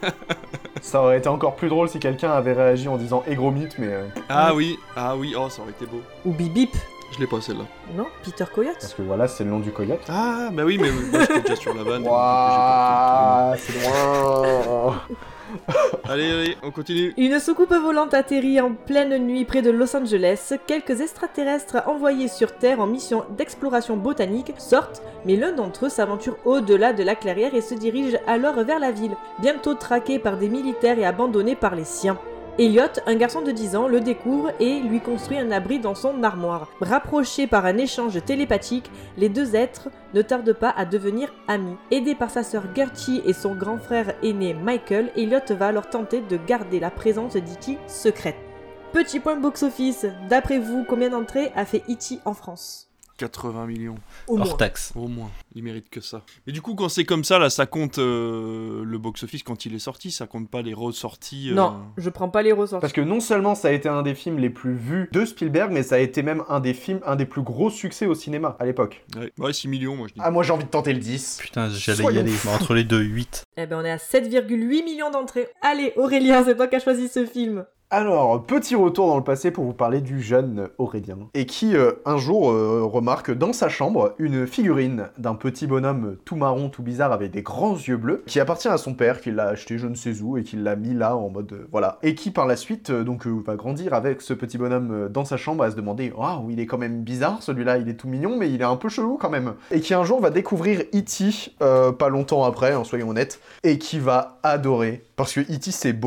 Ça aurait été encore plus drôle si quelqu'un avait réagi en disant Egromite, mais... Ah oui, oh ça aurait été beau. Ou Bip Bip. Je l'ai pas celle-là. Non, Peter Coyote. Parce que voilà, c'est le nom du coyote. Ah bah oui, mais moi j'étais déjà sur la vanne. Waouh, c'est loin. Allez, on continue. Une soucoupe volante atterrit en pleine nuit près de Los Angeles. Quelques extraterrestres envoyés sur Terre en mission d'exploration botanique sortent, mais l'un d'entre eux s'aventure au-delà de la clairière et se dirige alors vers la ville, bientôt traqué par des militaires et abandonné par les siens. Elliot, un garçon de 10 ans, le découvre et lui construit un abri dans son armoire. Rapprochés par un échange télépathique, les deux êtres ne tardent pas à devenir amis. Aidé par sa sœur Gertie et son grand frère aîné Michael, Elliot va alors tenter de garder la présence d'E.T. secrète. Petit point box-office, d'après vous, combien d'entrées a fait E.T. en France ? 80 millions. Hors taxe. Au moins, il mérite que ça. Mais du coup, quand c'est comme ça, là, ça compte le box-office quand il est sorti, ça compte pas les ressorties. Non, je prends pas les ressorties. Parce que non seulement ça a été un des films les plus vus de Spielberg, mais ça a été même un des plus gros succès au cinéma à l'époque. Ouais, 6 millions, moi je dis. Ah, moi j'ai envie de tenter le 10. Putain, j'allais y aller, entre les deux, 8. Eh ben on est à 7,8 millions d'entrées. Allez, Aurélien, c'est toi qui as choisi ce film. Alors, petit retour dans le passé pour vous parler du jeune Aurélien, et qui un jour remarque dans sa chambre une figurine d'un petit bonhomme tout marron, tout bizarre, avec des grands yeux bleus, qui appartient à son père, qui l'a acheté je ne sais où, et qui l'a mis là en mode voilà. Et qui par la suite va grandir avec ce petit bonhomme dans sa chambre à se demander « Waouh, il est quand même bizarre celui-là, il est tout mignon, mais il est un peu chelou quand même ». Et qui un jour va découvrir E.T. Pas longtemps après, soyons honnêtes, et qui va adorer, parce que E.T. c'est beau,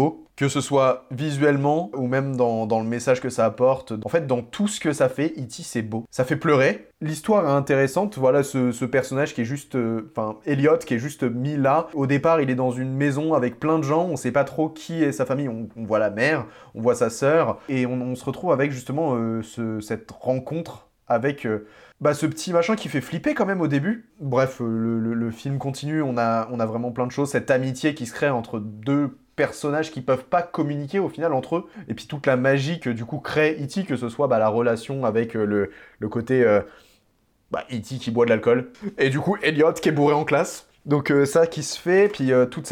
Que ce soit visuellement ou même dans le message que ça apporte. En fait, dans tout ce que ça fait, E.T. c'est beau. Ça fait pleurer. L'histoire est intéressante. Voilà ce personnage qui est juste... Elliot qui est juste mis là. Au départ, il est dans une maison avec plein de gens. On sait pas trop qui est sa famille. On voit la mère, on voit sa sœur. Et on se retrouve avec justement cette rencontre avec... ce petit machin qui fait flipper quand même au début. Bref, le film continue. On a vraiment plein de choses. Cette amitié qui se crée entre deux personnages qui peuvent pas communiquer au final entre eux, et puis toute la magie que du coup crée E.T., que ce soit la relation avec le côté E.T. qui boit de l'alcool, et du coup Elliot qui est bourré en classe. Donc ça qui se fait, puis toute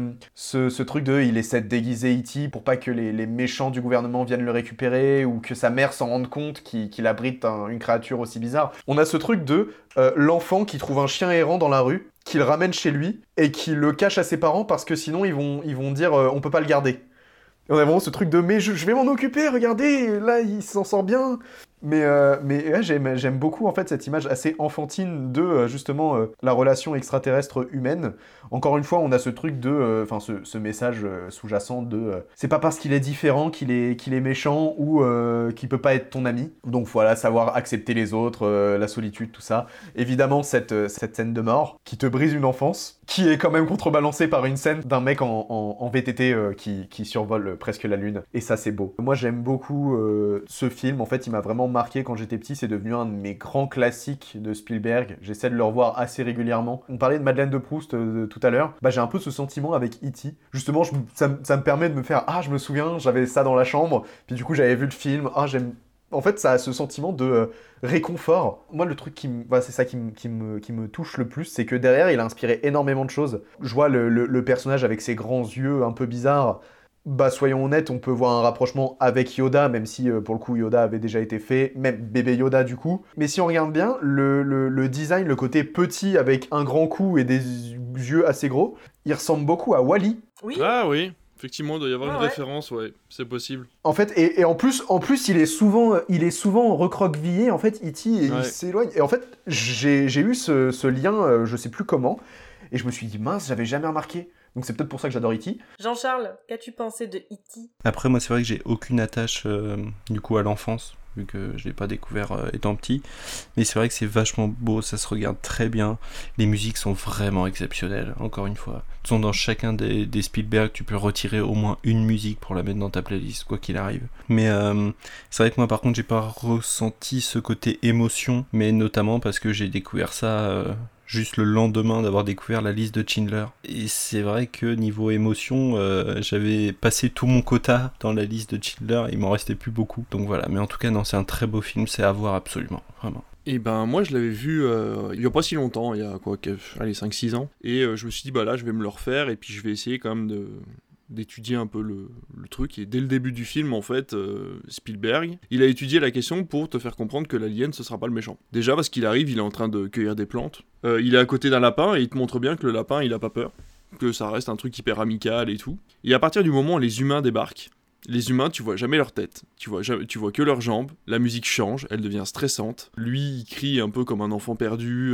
ce truc de il essaie de déguiser E.T. pour pas que les méchants du gouvernement viennent le récupérer, ou que sa mère s'en rende compte qu'il abrite une créature aussi bizarre. On a ce truc de l'enfant qui trouve un chien errant dans la rue, qu'il ramène chez lui, et qui le cache à ses parents parce que sinon ils vont dire on peut pas le garder. Et on a vraiment ce truc de mais je vais m'en occuper, regardez, là il s'en sort bien. Mais ouais, j'aime beaucoup en fait cette image assez enfantine de justement la relation extraterrestre humaine. Encore une fois, on a ce truc de, ce message sous-jacent de c'est pas parce qu'il est différent qu'il est méchant ou qu'il peut pas être ton ami. Donc voilà, savoir accepter les autres, la solitude, tout ça. Évidemment, cette scène de mort qui te brise une enfance, qui est quand même contrebalancée par une scène d'un mec en VTT qui survole presque la lune. Et ça, c'est beau. Moi, j'aime beaucoup ce film. En fait, il m'a vraiment marqué quand j'étais petit. C'est devenu un de mes grands classiques de Spielberg. J'essaie de le revoir assez régulièrement. On parlait de Madeleine de Proust tout à l'heure. J'ai un peu ce sentiment avec E.T. Justement, ça me permet de me faire je me souviens, j'avais ça dans la chambre. Puis du coup, j'avais vu le film. J'aime. En fait, ça a ce sentiment de réconfort. Moi, le truc c'est ça qui me touche le plus, c'est que derrière, il a inspiré énormément de choses. Je vois le personnage avec ses grands yeux un peu bizarres. Soyons honnêtes, on peut voir un rapprochement avec Yoda, même si pour le coup Yoda avait déjà été fait, même bébé Yoda du coup. Mais si on regarde bien, le design, le côté petit avec un grand cou et des yeux assez gros, il ressemble beaucoup à Wall-E. Oui. Ah oui, effectivement, il doit y avoir une référence, ouais, c'est possible. En fait, et en plus, il est souvent recroquevillé, en fait, E.T., et il s'éloigne. Et en fait, j'ai eu ce lien, je sais plus comment, et je me suis dit, mince, j'avais jamais remarqué. Donc c'est peut-être pour ça que j'adore E.T. Jean-Charles, qu'as-tu pensé de E.T. Après, moi, c'est vrai que j'ai aucune attache du coup à l'enfance, vu que je l'ai pas découvert étant petit. Mais c'est vrai que c'est vachement beau, ça se regarde très bien. Les musiques sont vraiment exceptionnelles, encore une fois. De toute façon, dans chacun des Spielberg, tu peux retirer au moins une musique pour la mettre dans ta playlist, quoi qu'il arrive. Mais c'est vrai que moi, par contre, j'ai pas ressenti ce côté émotion, mais notamment parce que j'ai découvert ça... juste le lendemain d'avoir découvert la liste de Schindler. Et c'est vrai que niveau émotion, j'avais passé tout mon quota dans la liste de Schindler et il m'en restait plus beaucoup. Donc voilà, mais en tout cas, non, c'est un très beau film, c'est à voir absolument, vraiment. Et moi je l'avais vu il y a pas si longtemps, il y a 5-6 ans. Et je me suis dit, là je vais me le refaire et puis je vais essayer quand même d'étudier un peu le truc. Et dès le début du film, en fait, Spielberg, il a étudié la question pour te faire comprendre que l'alien, ce sera pas le méchant. Déjà parce qu'il arrive, il est en train de cueillir des plantes. Il est à côté d'un lapin et il te montre bien que le lapin, il a pas peur. Que ça reste un truc hyper amical et tout. Et à partir du moment où les humains débarquent, les humains, tu vois jamais leur tête, tu vois que leurs jambes, la musique change, elle devient stressante. Lui, il crie un peu comme un enfant perdu,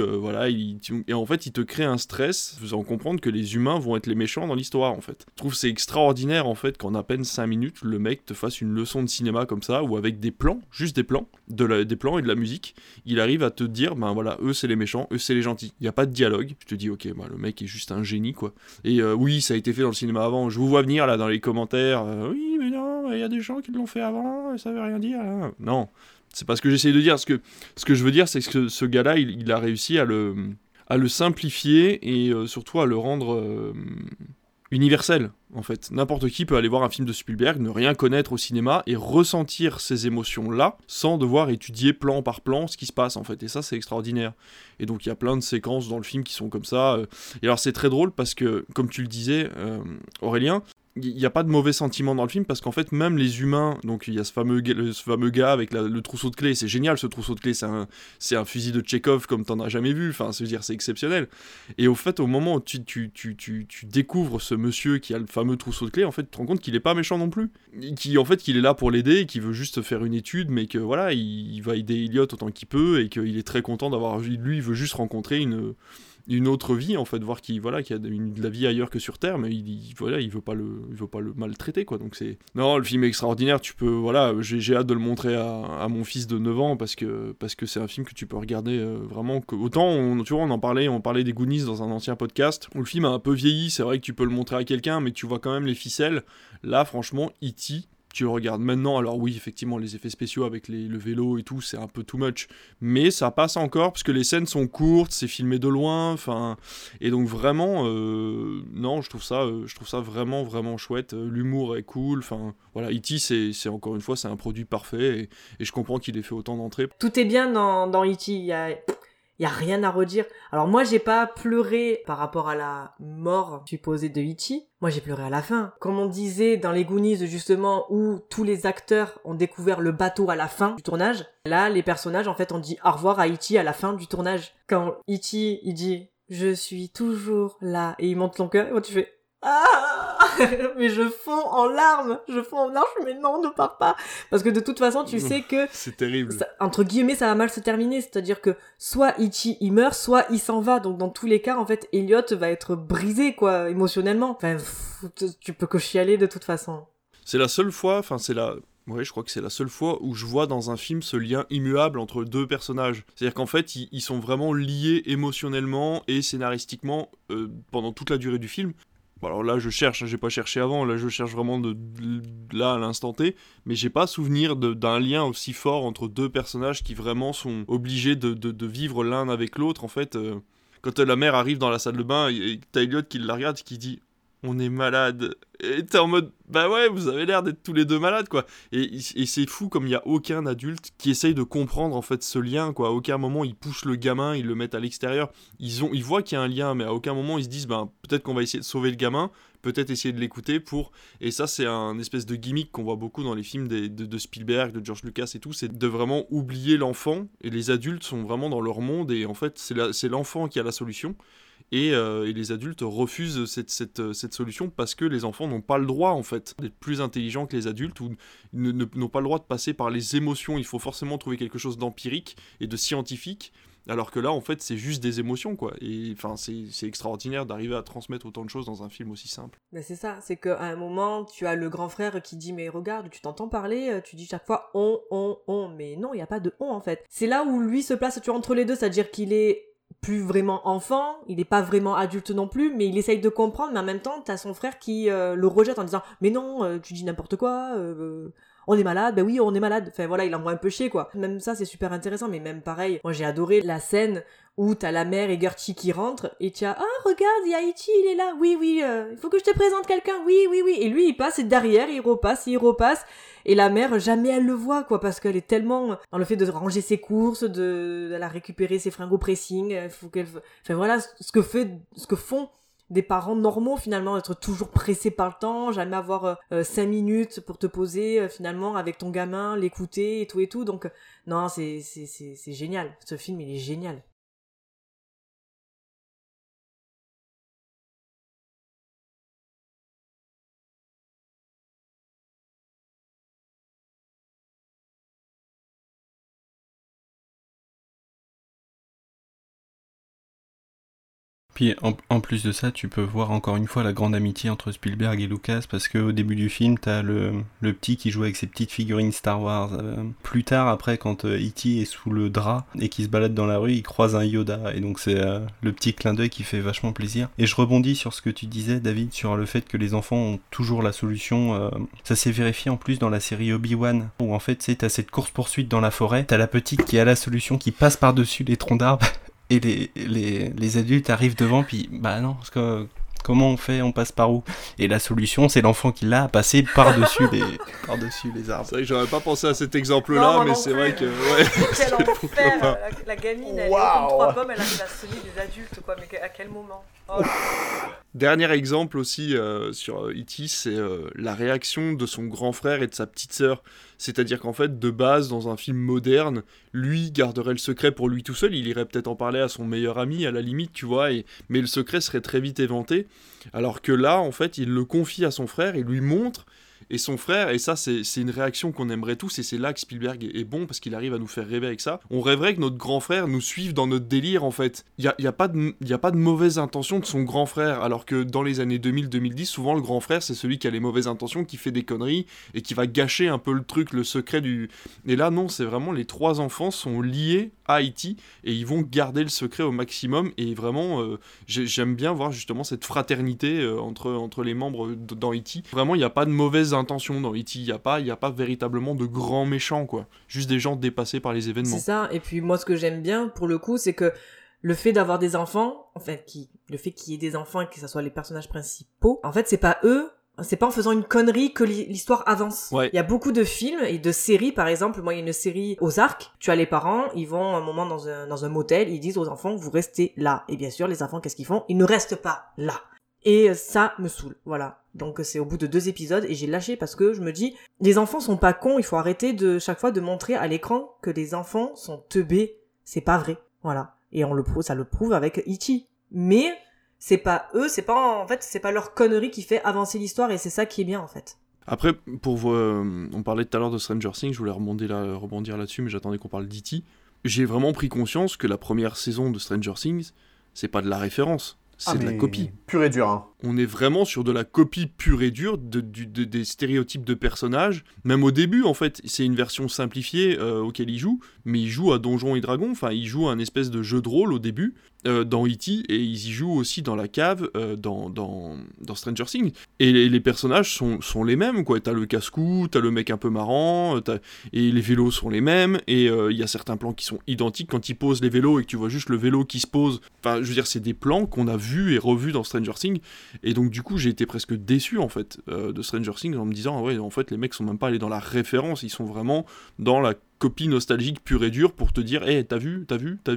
et en fait, il te crée un stress, faisant comprendre que les humains vont être les méchants dans l'histoire, en fait. Je trouve que c'est extraordinaire, en fait, qu'en à peine 5 minutes, le mec te fasse une leçon de cinéma comme ça, ou avec des plans, juste des plans, des plans et de la musique, il arrive à te dire, eux c'est les méchants, eux c'est les gentils. Il n'y a pas de dialogue, je te dis, ok, le mec est juste un génie, quoi. Et oui, ça a été fait dans le cinéma avant, je vous vois venir, là, dans les commentaires, oui, mais non, il y a des gens qui l'ont fait avant, et ça veut rien dire. Là. Non, c'est pas ce que j'essaye de dire. Ce que je veux dire, c'est que ce gars-là, il a réussi à le simplifier et surtout à le rendre universel, en fait. N'importe qui peut aller voir un film de Spielberg, ne rien connaître au cinéma et ressentir ces émotions-là sans devoir étudier plan par plan ce qui se passe, en fait. Et ça, c'est extraordinaire. Et donc, il y a plein de séquences dans le film qui sont comme ça. Et alors, c'est très drôle parce que, comme tu le disais, Aurélien, il n'y a pas de mauvais sentiments dans le film parce qu'en fait même les humains, donc il y a ce fameux gars avec le trousseau de clés, c'est génial ce trousseau de clés, c'est un fusil de Tchekhov comme t'en as jamais vu, c'est exceptionnel. Et au fait au moment où tu découvres ce monsieur qui a le fameux trousseau de clés, en fait tu te rends compte qu'il est pas méchant non plus, qu'il est là pour l'aider et qu'il veut juste faire une étude, mais que voilà il va aider Elliot autant qu'il peut et qu'il est très content d'avoir, lui il veut juste rencontrer une autre vie en fait, voir qu'il y a de la vie ailleurs que sur Terre, mais il veut pas le maltraiter quoi. Donc c'est non, le film est extraordinaire. Tu peux j'ai hâte de le montrer à mon fils de 9 ans parce que c'est un film que tu peux regarder vraiment autant on parlait des Goonies dans un ancien podcast où le film a un peu vieilli. C'est vrai que tu peux le montrer à quelqu'un, mais tu vois quand même les ficelles. Là franchement, E.T., tu le regardes maintenant, alors oui, effectivement, les effets spéciaux avec le vélo et tout, c'est un peu too much, mais ça passe encore, parce que les scènes sont courtes, c'est filmé de loin, enfin, et donc vraiment, non, je trouve ça vraiment, vraiment chouette, l'humour est cool, enfin, voilà, E.T., c'est encore une fois, c'est un produit parfait, et je comprends qu'il ait fait autant d'entrées. Tout est bien dans E.T., il y a rien à redire. Alors moi, j'ai pas pleuré par rapport à la mort supposée de E.T. Moi, j'ai pleuré à la fin. Comme on disait dans les Goonies, justement, où tous les acteurs ont découvert le bateau à la fin du tournage, là, les personnages, en fait, ont dit au revoir à E.T. à la fin du tournage. Quand E.T., il dit « Je suis toujours là » et il monte ton cœur, et moi, tu fais « Ah !» Mais je fonds en larmes, mais non, ne pars pas. Parce que de toute façon, tu sais que... C'est terrible. Ça, entre guillemets, ça va mal se terminer. C'est-à-dire que soit E.T. il meurt, soit il s'en va. Donc dans tous les cas, en fait, Elliot va être brisé, quoi, émotionnellement. Enfin, tu peux que chialer de toute façon. C'est la seule fois, je crois que c'est la seule fois où je vois dans un film ce lien immuable entre deux personnages. C'est-à-dire qu'en fait, ils sont vraiment liés émotionnellement et scénaristiquement pendant toute la durée du film. Bon, alors là, je cherche, j'ai pas cherché avant, là je cherche vraiment là à l'instant T, mais j'ai pas souvenir d'un lien aussi fort entre deux personnages qui vraiment sont obligés de vivre l'un avec l'autre. En fait, quand la mère arrive dans la salle de bain, et t'as Elliot qui la regarde, qui dit « On est malade ». Et t'es en mode « Bah ouais, vous avez l'air d'être tous les deux malades, quoi ». Et c'est fou comme il y a aucun adulte qui essaye de comprendre en fait ce lien, quoi. À aucun moment ils poussent le gamin, ils le mettent à l'extérieur. Ils voient qu'il y a un lien, mais à aucun moment ils se disent peut-être qu'on va essayer de sauver le gamin, peut-être essayer de l'écouter pour... Et ça, c'est un espèce de gimmick qu'on voit beaucoup dans les films de Spielberg, de George Lucas et tout, c'est de vraiment oublier l'enfant, et les adultes sont vraiment dans leur monde, et en fait c'est l'enfant qui a la solution. Et les adultes refusent cette solution parce que les enfants n'ont pas le droit en fait d'être plus intelligents que les adultes, ou n'ont pas le droit de passer par les émotions. Il faut forcément trouver quelque chose d'empirique et de scientifique, alors que là en fait c'est juste des émotions, quoi. Et enfin c'est extraordinaire d'arriver à transmettre autant de choses dans un film aussi simple. Mais c'est ça, c'est qu'à un moment tu as le grand frère qui dit mais regarde, tu t'entends parler, tu dis chaque fois on, mais non, il n'y a pas de on en fait. C'est là où lui se place, tu vois, entre les deux, c'est-à-dire qu'il est plus vraiment enfant, il est pas vraiment adulte non plus, mais il essaye de comprendre, mais en même temps t'as son frère qui le rejette en disant mais non, tu dis n'importe quoi, on est malade, ben oui on est malade, enfin voilà, il envoie un peu chier, quoi. Même ça c'est super intéressant, mais même pareil, moi j'ai adoré la scène où t'as la mère et Gertie qui rentrent, et tu as regarde, il y a E.T., il est là, oui, il faut que je te présente quelqu'un, oui, et lui il passe, et derrière il repasse, et la mère, jamais elle le voit, quoi, parce qu'elle est tellement dans le fait de ranger ses courses, de la récupérer ses fringues au pressing, faut qu'elle... Enfin voilà, ce que font des parents normaux, finalement, être toujours pressés par le temps, jamais avoir 5 minutes pour te poser, finalement, avec ton gamin, l'écouter, et tout, donc, non, c'est génial, ce film, il est génial. Puis en plus de ça, tu peux voir encore une fois la grande amitié entre Spielberg et Lucas, parce qu'au début du film, t'as le petit qui joue avec ses petites figurines Star Wars. Plus tard, après, quand E.T. est sous le drap et qu'il se balade dans la rue, il croise un Yoda, et donc c'est le petit clin d'œil qui fait vachement plaisir. Et je rebondis sur ce que tu disais, David, sur le fait que les enfants ont toujours la solution. Ça s'est vérifié en plus dans la série Obi-Wan, où en fait, tu sais, t'as cette course-poursuite dans la forêt, t'as la petite qui a la solution, qui passe par-dessus les troncs d'arbres, et les adultes arrivent devant, puis bah non, parce que comment on fait, on passe par où? Et la solution, c'est l'enfant qui l'a passé par-dessus les arbres. C'est vrai que j'aurais pas pensé à cet exemple-là, mais c'est vrai que... Ouais, quel enfer, la gamine, elle est comme 3 pommes, elle arrive à semer des adultes, quoi, mais à quel moment? Dernier exemple aussi sur E.T., c'est la réaction de son grand frère et de sa petite sœur. C'est-à-dire qu'en fait, de base, dans un film moderne, lui garderait le secret pour lui tout seul, il irait peut-être en parler à son meilleur ami, à la limite, tu vois, mais le secret serait très vite éventé, alors que là, en fait, il le confie à son frère, il lui montre, et son frère, et ça c'est une réaction qu'on aimerait tous, et c'est là que Spielberg est bon, parce qu'il arrive à nous faire rêver avec ça. On rêverait que notre grand frère nous suive dans notre délire, en fait. Il y a pas de mauvaise intention de son grand frère, alors que dans les années 2000-2010, souvent le grand frère c'est celui qui a les mauvaises intentions, qui fait des conneries, et qui va gâcher un peu le truc, le secret du... Et là non, c'est vraiment les 3 enfants sont liés à E.T. et ils vont garder le secret au maximum, et vraiment j'aime bien voir justement cette fraternité entre les membres dans E.T. Vraiment il n'y a pas de mauvaise intention dans E.T. il y a pas véritablement de grands méchants, quoi, juste des gens dépassés par les événements. C'est ça, et puis moi ce que j'aime bien pour le coup, c'est que le fait d'avoir des enfants, le fait qu'il y ait des enfants et que ça soit les personnages principaux, en fait c'est pas en faisant une connerie que l'histoire avance. Ouais. Il y a beaucoup de films et de séries, par exemple, moi il y a une série Ozark, tu as les parents, ils vont un moment dans un motel, ils disent aux enfants, vous restez là. Et bien sûr, les enfants, qu'est-ce qu'ils font ? Ils ne restent pas là. Et ça me saoule, voilà. Donc c'est au bout de 2 épisodes et j'ai lâché parce que je me dis, les enfants sont pas cons, il faut arrêter de chaque fois de montrer à l'écran que les enfants sont teubés. C'est pas vrai, voilà. Et ça le prouve avec E.T. Mais... c'est pas leur connerie qui fait avancer l'histoire, et c'est ça qui est bien en fait. Après, on parlait tout à l'heure de Stranger Things, je voulais rebondir là-dessus, mais j'attendais qu'on parle d'E.T. J'ai vraiment pris conscience que la première saison de Stranger Things, c'est pas de la référence, c'est de la copie. Pure et dure, hein. On est vraiment sur de la copie pure et dure des stéréotypes de personnages. Même au début, en fait, c'est une version simplifiée auquel il joue, mais il joue à Donjons et Dragons, enfin, il joue à un espèce de jeu de rôle au début, dans E.T., et ils y jouent aussi dans la cave, dans Stranger Things. Et les personnages sont les mêmes, quoi. T'as le casse-cou, t'as le mec un peu marrant, et les vélos sont les mêmes, et il y a certains plans qui sont identiques. Quand ils posent les vélos et que tu vois juste le vélo qui se pose, enfin, je veux dire, c'est des plans qu'on a vus et revus dans Stranger Things. Et donc du coup j'ai été presque déçu en fait de Stranger Things en me disant ouais, en fait les mecs sont même pas allés dans la référence, ils sont vraiment dans la copie nostalgique pure et dure pour te dire hey, t'as vu.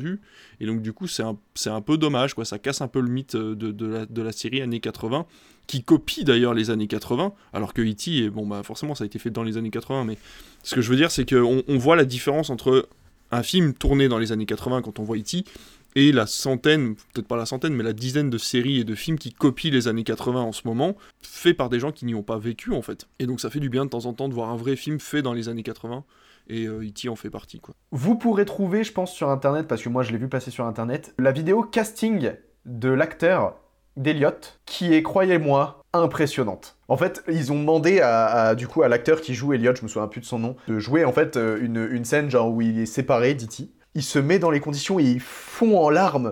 Et donc du coup c'est un peu dommage, quoi, ça casse un peu le mythe de la série années 80 qui copie d'ailleurs les années 80, alors que E.T. forcément ça a été fait dans les années 80, mais ce que je veux dire c'est qu'on voit la différence entre un film tourné dans les années 80 quand on voit E.T. et la centaine, peut-être pas la centaine, mais la dizaine de séries et de films qui copient les années 80 en ce moment, faits par des gens qui n'y ont pas vécu, en fait. Et donc ça fait du bien de temps en temps de voir un vrai film fait dans les années 80, et E.T. en fait partie, quoi. Vous pourrez trouver, je pense, sur Internet, parce que moi je l'ai vu passer sur Internet, la vidéo casting de l'acteur d'Elliot, qui est, croyez-moi, impressionnante. En fait, ils ont demandé à l'acteur qui joue Elliot, je me souviens plus de son nom, de jouer en fait une scène genre où il est séparé d'E.T. Il se met dans les conditions et il fond en larmes.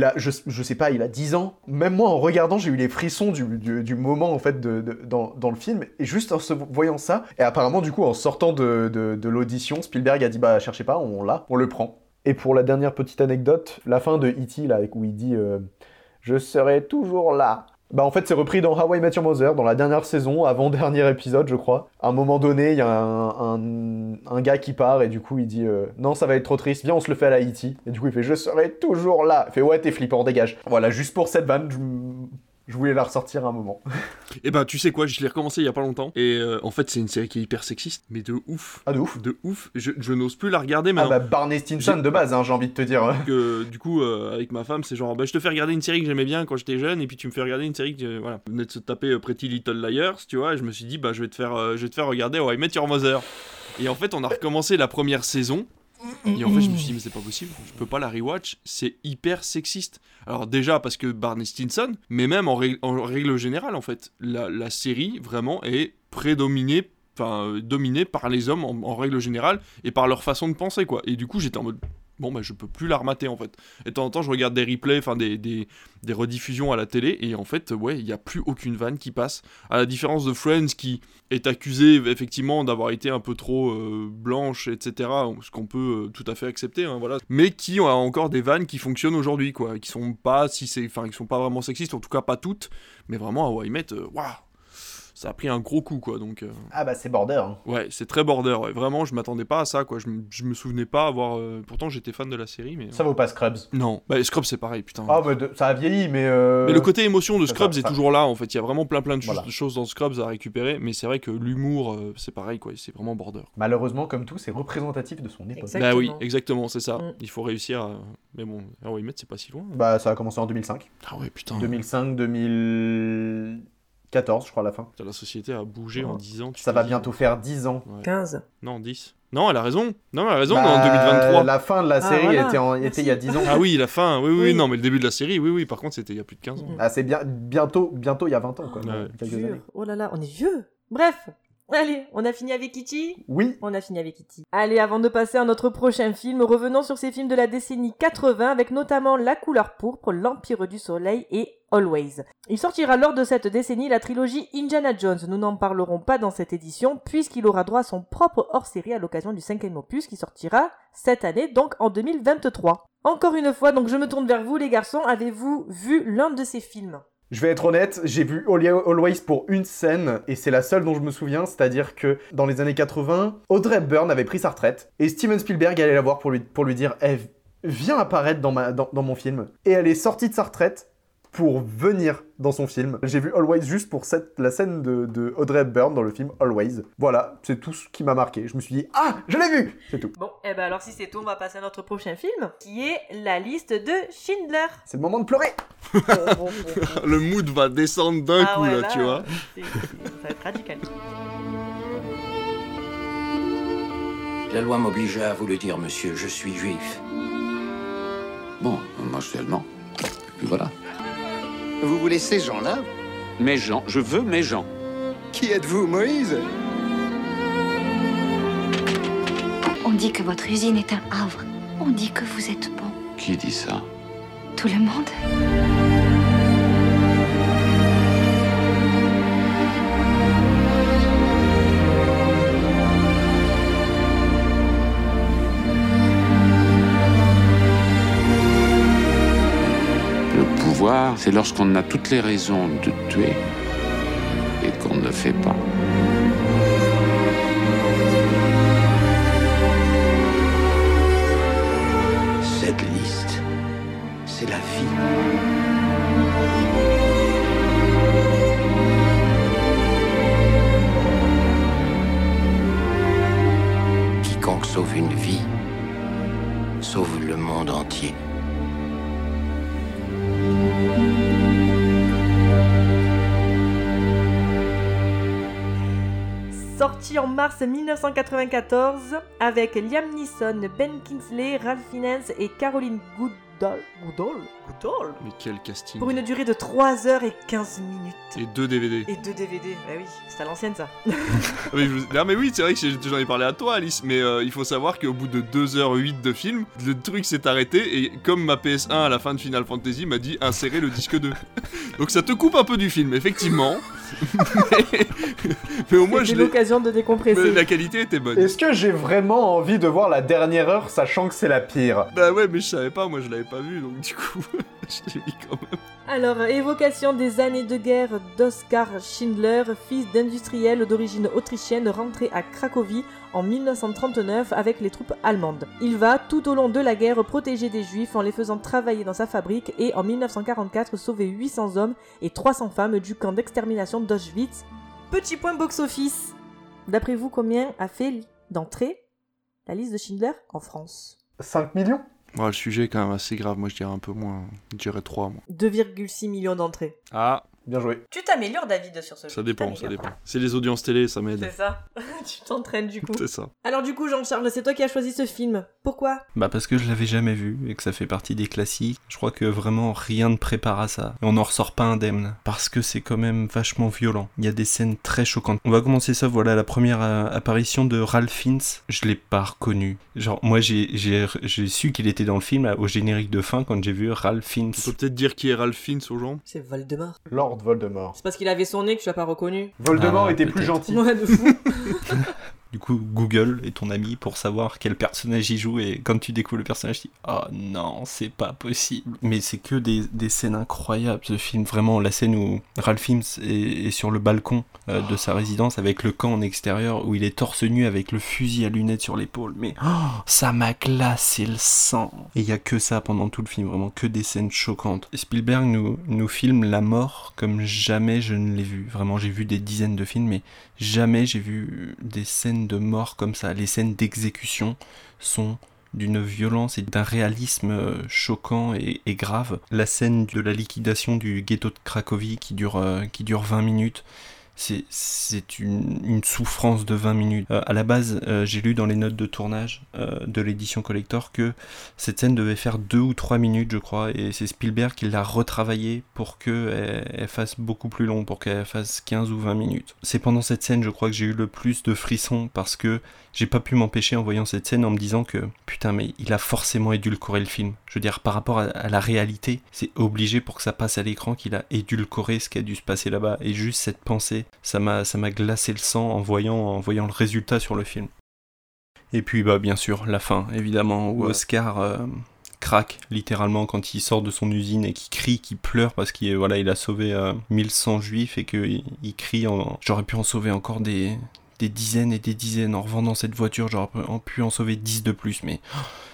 Je sais pas, il a 10 ans. Même moi, en regardant, j'ai eu les frissons du moment, en fait, dans le film. Et juste en voyant ça, et apparemment, du coup, en sortant de l'audition, Spielberg a dit, bah, cherchez pas, on le prend. Et pour la dernière petite anecdote, la fin de E.T., là, où il dit « Je serai toujours là ». Bah en fait c'est repris dans How I Met Your Mother, dans la dernière saison, avant-dernier épisode je crois. À un moment donné, il y a un gars qui part et du coup il dit non ça va être trop triste, viens on se le fait à la E.T. Et du coup il fait je serai toujours là. Il fait ouais t'es flippant, dégage. Voilà, juste pour cette vanne, je voulais la ressortir un moment. Et bah tu sais quoi, je l'ai recommencé il y a pas longtemps et en fait c'est une série qui est hyper sexiste, mais de ouf. Ah de ouf. De ouf, je n'ose plus la regarder maintenant. Ah bah Barney Stinson de base hein, j'ai envie de te dire. Du coup avec ma femme c'est genre bah je te fais regarder une série que j'aimais bien quand j'étais jeune et puis tu me fais regarder une série que voilà, on venait de se taper Pretty Little Liars, tu vois, et je me suis dit bah je vais te faire regarder How I Met Your Mother. Et en fait on a recommencé la première saison. Et en fait, je me suis dit, mais c'est pas possible, je peux pas la rewatch, c'est hyper sexiste. Alors, déjà parce que Barney Stinson, mais même en règle générale, en fait, la série vraiment est dominée par les hommes en règle générale et par leur façon de penser, quoi. Et du coup, j'étais en mode. Bon, bah, je peux plus la remater en fait. Et de temps en temps, je regarde des replays, enfin des rediffusions à la télé, et en fait, ouais, il n'y a plus aucune vanne qui passe. À la différence de Friends, qui est accusé effectivement d'avoir été un peu trop blanche, etc. Ce qu'on peut tout à fait accepter, hein, voilà. Mais qui a encore des vannes qui fonctionnent aujourd'hui, quoi. Qui sont pas qui sont pas vraiment sexistes, en tout cas pas toutes, mais vraiment à How I Met, waouh. Ça a pris un gros coup, quoi, donc... Ah bah c'est border. Hein. Ouais, c'est très border, ouais. Vraiment, je m'attendais pas à ça, quoi. Je me souvenais pas avoir... Pourtant, j'étais fan de la série, mais... Ça vaut pas Scrubs. Non, bah Scrubs, c'est pareil, putain. Ah bah ça a vieilli, mais... Mais le côté émotion de Scrubs est toujours là, en fait. Il y a vraiment plein de choses dans Scrubs à récupérer, mais c'est vrai que l'humour, c'est pareil, quoi. C'est vraiment border. Malheureusement, comme tout, c'est représentatif de son époque. Bah oui, exactement, c'est ça. Il faut réussir à... Mais bon, How I Met, c'est pas si loin. Bah ça a commencé en 2005. Ah ouais, putain. 2005, 2000... 14, je crois, à la fin. La société a bougé en 10 ans. Ça va bientôt faire 10 ans. Ouais. 15. Non, 10. Non, elle a raison. Non, elle a raison, en 2023. La fin de la série voilà. était il y a 10 ans. Ah oui, la fin, oui, Oui. non, mais le début de la série, oui, par contre, c'était il y a plus de 15 ans. Ah, c'est bientôt il y a 20 ans, quoi. Ouais. Quelques Jure. années. Oh là là, on est vieux. Bref, allez, on a fini avec Kitty. Oui. On a fini avec Kitty. Allez, avant de passer à notre prochain film, revenons sur ces films de la décennie 80 avec notamment La couleur pourpre, L'Empire du Soleil et Always. Il sortira lors de cette décennie la trilogie Indiana Jones. Nous n'en parlerons pas dans cette édition puisqu'il aura droit à son propre hors-série à l'occasion du 5e opus qui sortira cette année, donc en 2023. Encore une fois, donc je me tourne vers vous les garçons, avez-vous vu l'un de ces films ? Je vais être honnête, j'ai vu Always pour une scène, et c'est la seule dont je me souviens, c'est-à-dire que dans les années 80, Audrey Hepburn avait pris sa retraite, et Steven Spielberg allait la voir pour lui dire « viens apparaître dans mon film ». Et elle est sortie de sa retraite pour venir dans son film. J'ai vu Always juste pour la scène de Audrey Hepburn dans le film Always. Voilà, c'est tout ce qui m'a marqué. Je me suis dit « ah, je l'ai vu !» C'est tout. Bon, et ben alors si c'est tout, on va passer à notre prochain film, qui est La liste de Schindler. C'est le moment de pleurer. Le mood va descendre d'un coup, ouais, là, tu vois. Ça va être radical. La loi m'obligeait à vous le dire, monsieur, je suis juif. Bon, moi je suis allemand. Puis voilà. Vous voulez ces gens-là? Mes gens, je veux mes gens. Qui êtes-vous, Moïse? On dit que votre usine est un havre. On dit que vous êtes bon. Qui dit ça? Tout le monde. Le pouvoir, c'est lorsqu'on a toutes les raisons de tuer et qu'on ne le fait pas. Cette liste, c'est la vie. Quiconque sauve une vie, sauve le monde entier. Sorti en mars 1994 avec Liam Neeson, Ben Kingsley, Ralph Fiennes et Caroline Goodall. Mais quel casting. Pour une durée de 3h15 minutes. Et 2 DVD. Et 2 DVD, bah oui, c'est à l'ancienne ça. Non mais oui, c'est vrai que j'en ai parlé à toi Alice, mais il faut savoir qu'au bout de 2h08 de film, le truc s'est arrêté et comme ma PS1 à la fin de Final Fantasy m'a dit insérer le disque 2. Donc ça te coupe un peu du film, effectivement. mais au moins c'était l'occasion de décompresser. Mais la qualité était bonne. Est-ce que j'ai vraiment envie de voir la dernière heure sachant que c'est la pire? Bah ouais, mais je savais pas, moi je l'avais pas vu, donc du coup, je l'ai mis quand même. Alors, évocation des années de guerre d'Oskar Schindler, fils d'industriel d'origine autrichienne rentré à Cracovie en 1939 avec les troupes allemandes. Il va, tout au long de la guerre, protéger des juifs en les faisant travailler dans sa fabrique et en 1944 sauver 800 hommes et 300 femmes du camp d'extermination d'Auschwitz. Petit point box-office. D'après vous, combien a fait d'entrées la liste de Schindler en France? 5 millions? Ouais, le sujet est quand même assez grave, moi je dirais un peu moins, je dirais 3 moi. 2,6 millions d'entrées. Ah, bien joué. Tu t'améliores David sur ce jeu. Ça dépend. C'est les audiences télé, ça m'aide. C'est ça. Tu t'entraînes du coup. C'est ça. Alors du coup Jean-Charles, c'est toi qui as choisi ce film. Pourquoi? Bah parce que je l'avais jamais vu et que ça fait partie des classiques. Je crois que vraiment rien ne prépare à ça. Et on n'en ressort pas indemne. Parce que c'est quand même vachement violent. Il y a des scènes très choquantes. On va commencer ça, voilà la première apparition de Ralph Fiennes. Je l'ai pas reconnu. Genre moi j'ai su qu'il était dans le film au générique de fin quand j'ai vu Ralph Fiennes. On peut peut-être dire qui est Ralph Fiennes aux gens? C'est Voldemort. Lord Voldemort. C'est parce qu'il avait son nez que tu l'as pas reconnu. Voldemort était plus gentil. Ouais, de fou. Du coup, Google est ton ami pour savoir quel personnage il joue, et quand tu découvres le personnage, tu dis « Oh non, c'est pas possible !» Mais c'est que des scènes incroyables, ce film. Vraiment, la scène où Ralph Fiennes est sur le balcon de sa résidence avec le camp en extérieur, où il est torse nu avec le fusil à lunettes sur l'épaule. Mais ça m'a glacé le sang. Et il y a que ça pendant tout le film, vraiment que des scènes choquantes. Spielberg nous filme la mort comme jamais je ne l'ai vu. Vraiment, j'ai vu des dizaines de films, mais jamais j'ai vu des scènes de mort comme ça. Les scènes d'exécution sont d'une violence et d'un réalisme choquant et grave. La scène de la liquidation du ghetto de Cracovie qui dure 20 minutes, c'est une souffrance de 20 minutes. À la base, j'ai lu dans les notes de tournage de l'édition collector que cette scène devait faire 2 ou 3 minutes, je crois, et c'est Spielberg qui l'a retravaillée pour qu'elle fasse beaucoup plus long, pour qu'elle fasse 15 ou 20 minutes. C'est pendant cette scène, je crois, que j'ai eu le plus de frissons, parce que j'ai pas pu m'empêcher en voyant cette scène en me disant que, putain, mais il a forcément édulcoré le film. Je veux dire, par rapport à la réalité, c'est obligé pour que ça passe à l'écran qu'il a édulcoré ce qui a dû se passer là-bas. Et juste cette pensée, ça m'a glacé le sang en voyant le résultat sur le film. Et puis, bien sûr, la fin, évidemment, où Oscar craque littéralement quand il sort de son usine et qu'il crie, qu'il pleure parce qu'il a sauvé 1100 juifs et qu'il crie j'aurais pu en sauver encore des dizaines et des dizaines en revendant cette voiture, j'aurais pu en sauver 10 de plus, mais...